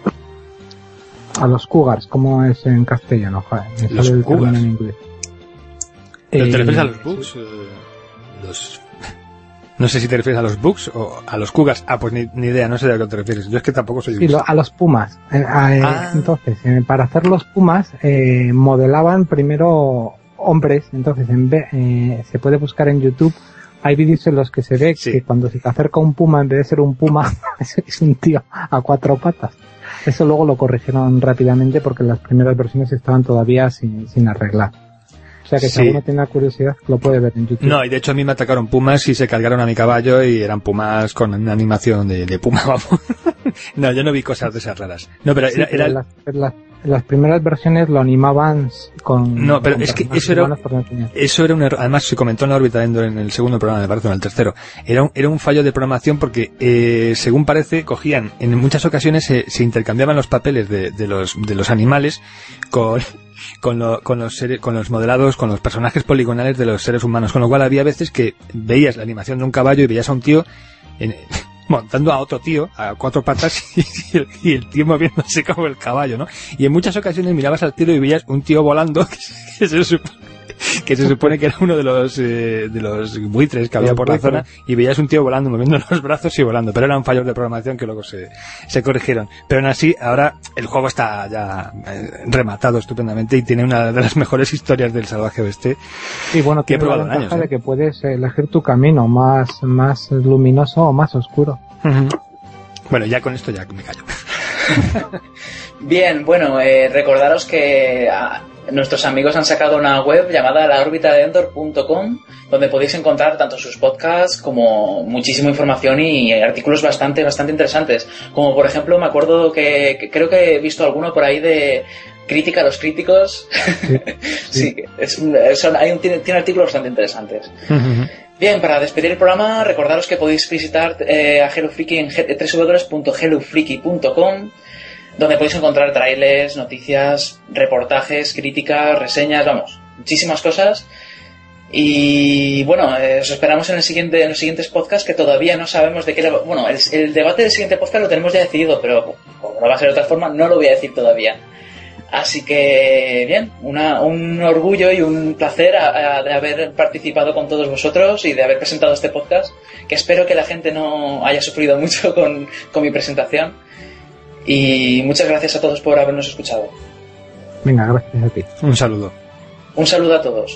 a los cougars, ¿cómo es en castellano? Joder, me los sale el término cougars. en inglés. ¿Te Eh, refieres a los bugs? Los... No sé si te refieres a los bugs o a los cougars. Ah, pues ni, ni idea, no sé de a qué te refieres. Yo es que tampoco soy... Sí, lo, a los pumas. Eh, eh, Ah. Entonces, eh, para hacer los pumas, eh, modelaban primero hombres. Entonces, en vez, eh, se puede buscar en YouTube, hay vídeos en los que se ve Sí. que cuando se te acerca un puma, en vez de ser un puma, es, es un tío a cuatro patas. Eso luego lo corrigieron rápidamente, porque las primeras versiones estaban todavía sin, sin arreglar. O sea que si Sí. alguno tiene curiosidad, lo puede ver en YouTube. No, y de hecho a mí me atacaron pumas y se cargaron a mi caballo, y eran pumas con una animación de, de puma, vamos. No, yo no vi cosas de esas raras. No, pero Sí, era... pero era- las, las, las primeras versiones lo animaban con... No, pero con es que personajes eso era, humanos porque no tenían. eso era un error. Además se comentó en la órbita de Endor en el segundo programa, me parece, o en el tercero. Era un, era un fallo de programación, porque eh, según parece, cogían, en muchas ocasiones se, se intercambiaban los papeles de, de los de los animales con con, lo- con los seres, con los modelados, con los personajes poligonales de los seres humanos, con lo cual había veces que veías la animación de un caballo y veías a un tío en, montando a otro tío a cuatro patas y el, y el tío moviéndose como el caballo, ¿no? Y en muchas ocasiones mirabas al cielo y veías un tío volando que, que se supone que se supone que era uno de los eh, de los buitres que había Los por la buitres. zona, y veías un tío volando, moviendo los brazos y volando, pero eran fallos de programación que luego se, se corrigieron. Pero aún así, ahora el juego está ya eh, rematado estupendamente y tiene una de las mejores historias del salvaje oeste Y bueno, que he tiene la probado en ventaja años. de ¿eh? que puedes elegir tu camino más, más luminoso o más oscuro. Ujú. Bueno, ya con esto ya me callo. Bien, bueno, eh, recordaros que ah, nuestros amigos han sacado una web llamada la órbita de endor punto com, donde podéis encontrar tanto sus podcasts como muchísima información y artículos bastante bastante interesantes. Como por ejemplo, me acuerdo que, que creo que he visto alguno por ahí de crítica a los críticos. Sí, es, son, hay un, tiene, tiene artículos bastante interesantes. Bien, para despedir el programa, recordaros que podéis visitar eh, a Hello Freaky en doble u doble u doble u punto hello freaky punto com, donde podéis encontrar trailers, noticias, reportajes, críticas, reseñas, vamos, muchísimas cosas. Y bueno, eh, os esperamos en el siguiente, en los siguientes podcasts, que todavía no sabemos de qué... Bueno, el, el debate del siguiente podcast lo tenemos ya decidido, pero como no va a ser de otra forma, no lo voy a decir todavía. Así que, bien, una, un orgullo y un placer a, a, de haber participado con todos vosotros y de haber presentado este podcast, que espero que la gente no haya sufrido mucho con, con mi presentación. Y muchas gracias a todos por habernos escuchado. Venga, gracias a ti. Un saludo. Un saludo a todos.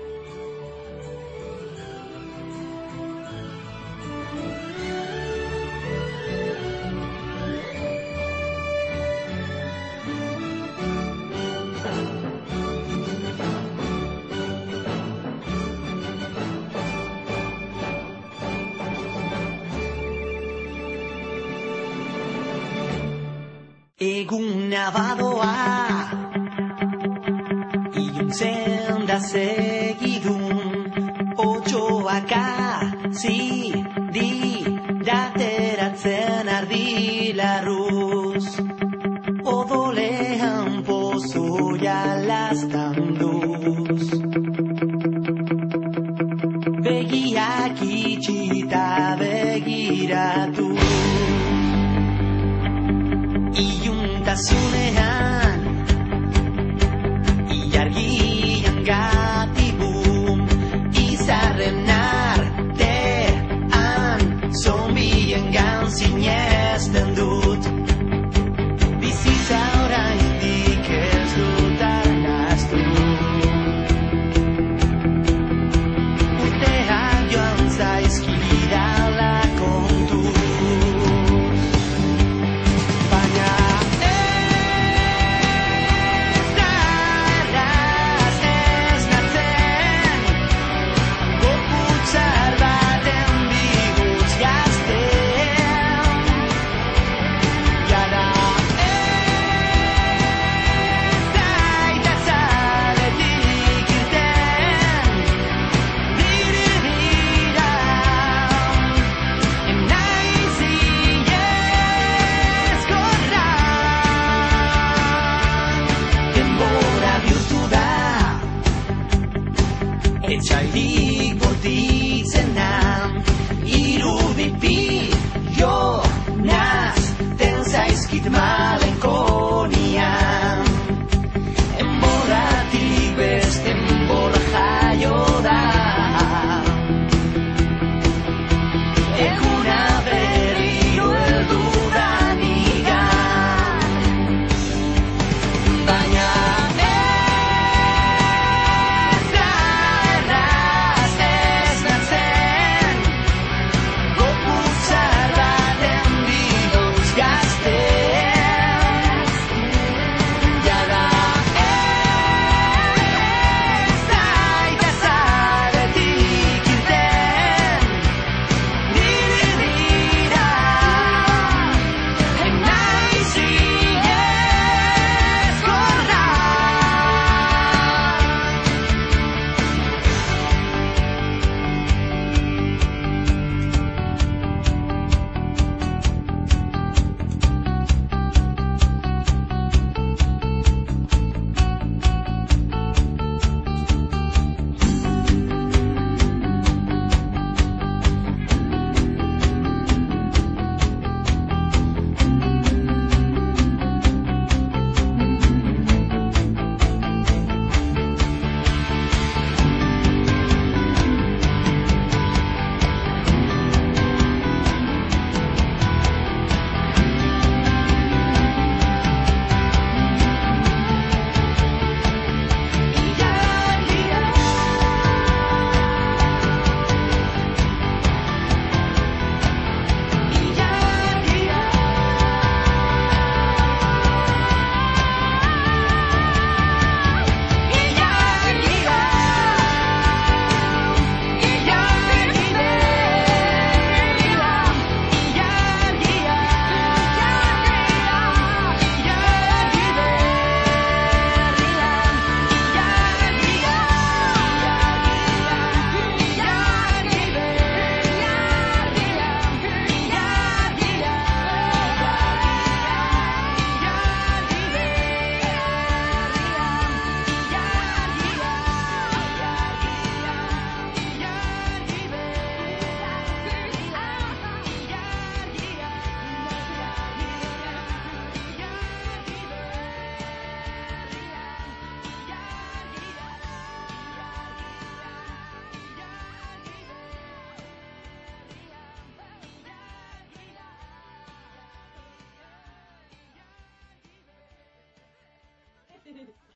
Eguna badoa Iluntzen da segidun Otxoaka zi di dateratzen ardilarruz Odolean pozoia lastanduz Begiak itxita begiratu Iuntasunean Ilargian gatibum Izarren artean Zombien ganzinezten dut Bizitza oraindik ez dut arnaztu Urteak joan zaizkidala kontuz dit malenko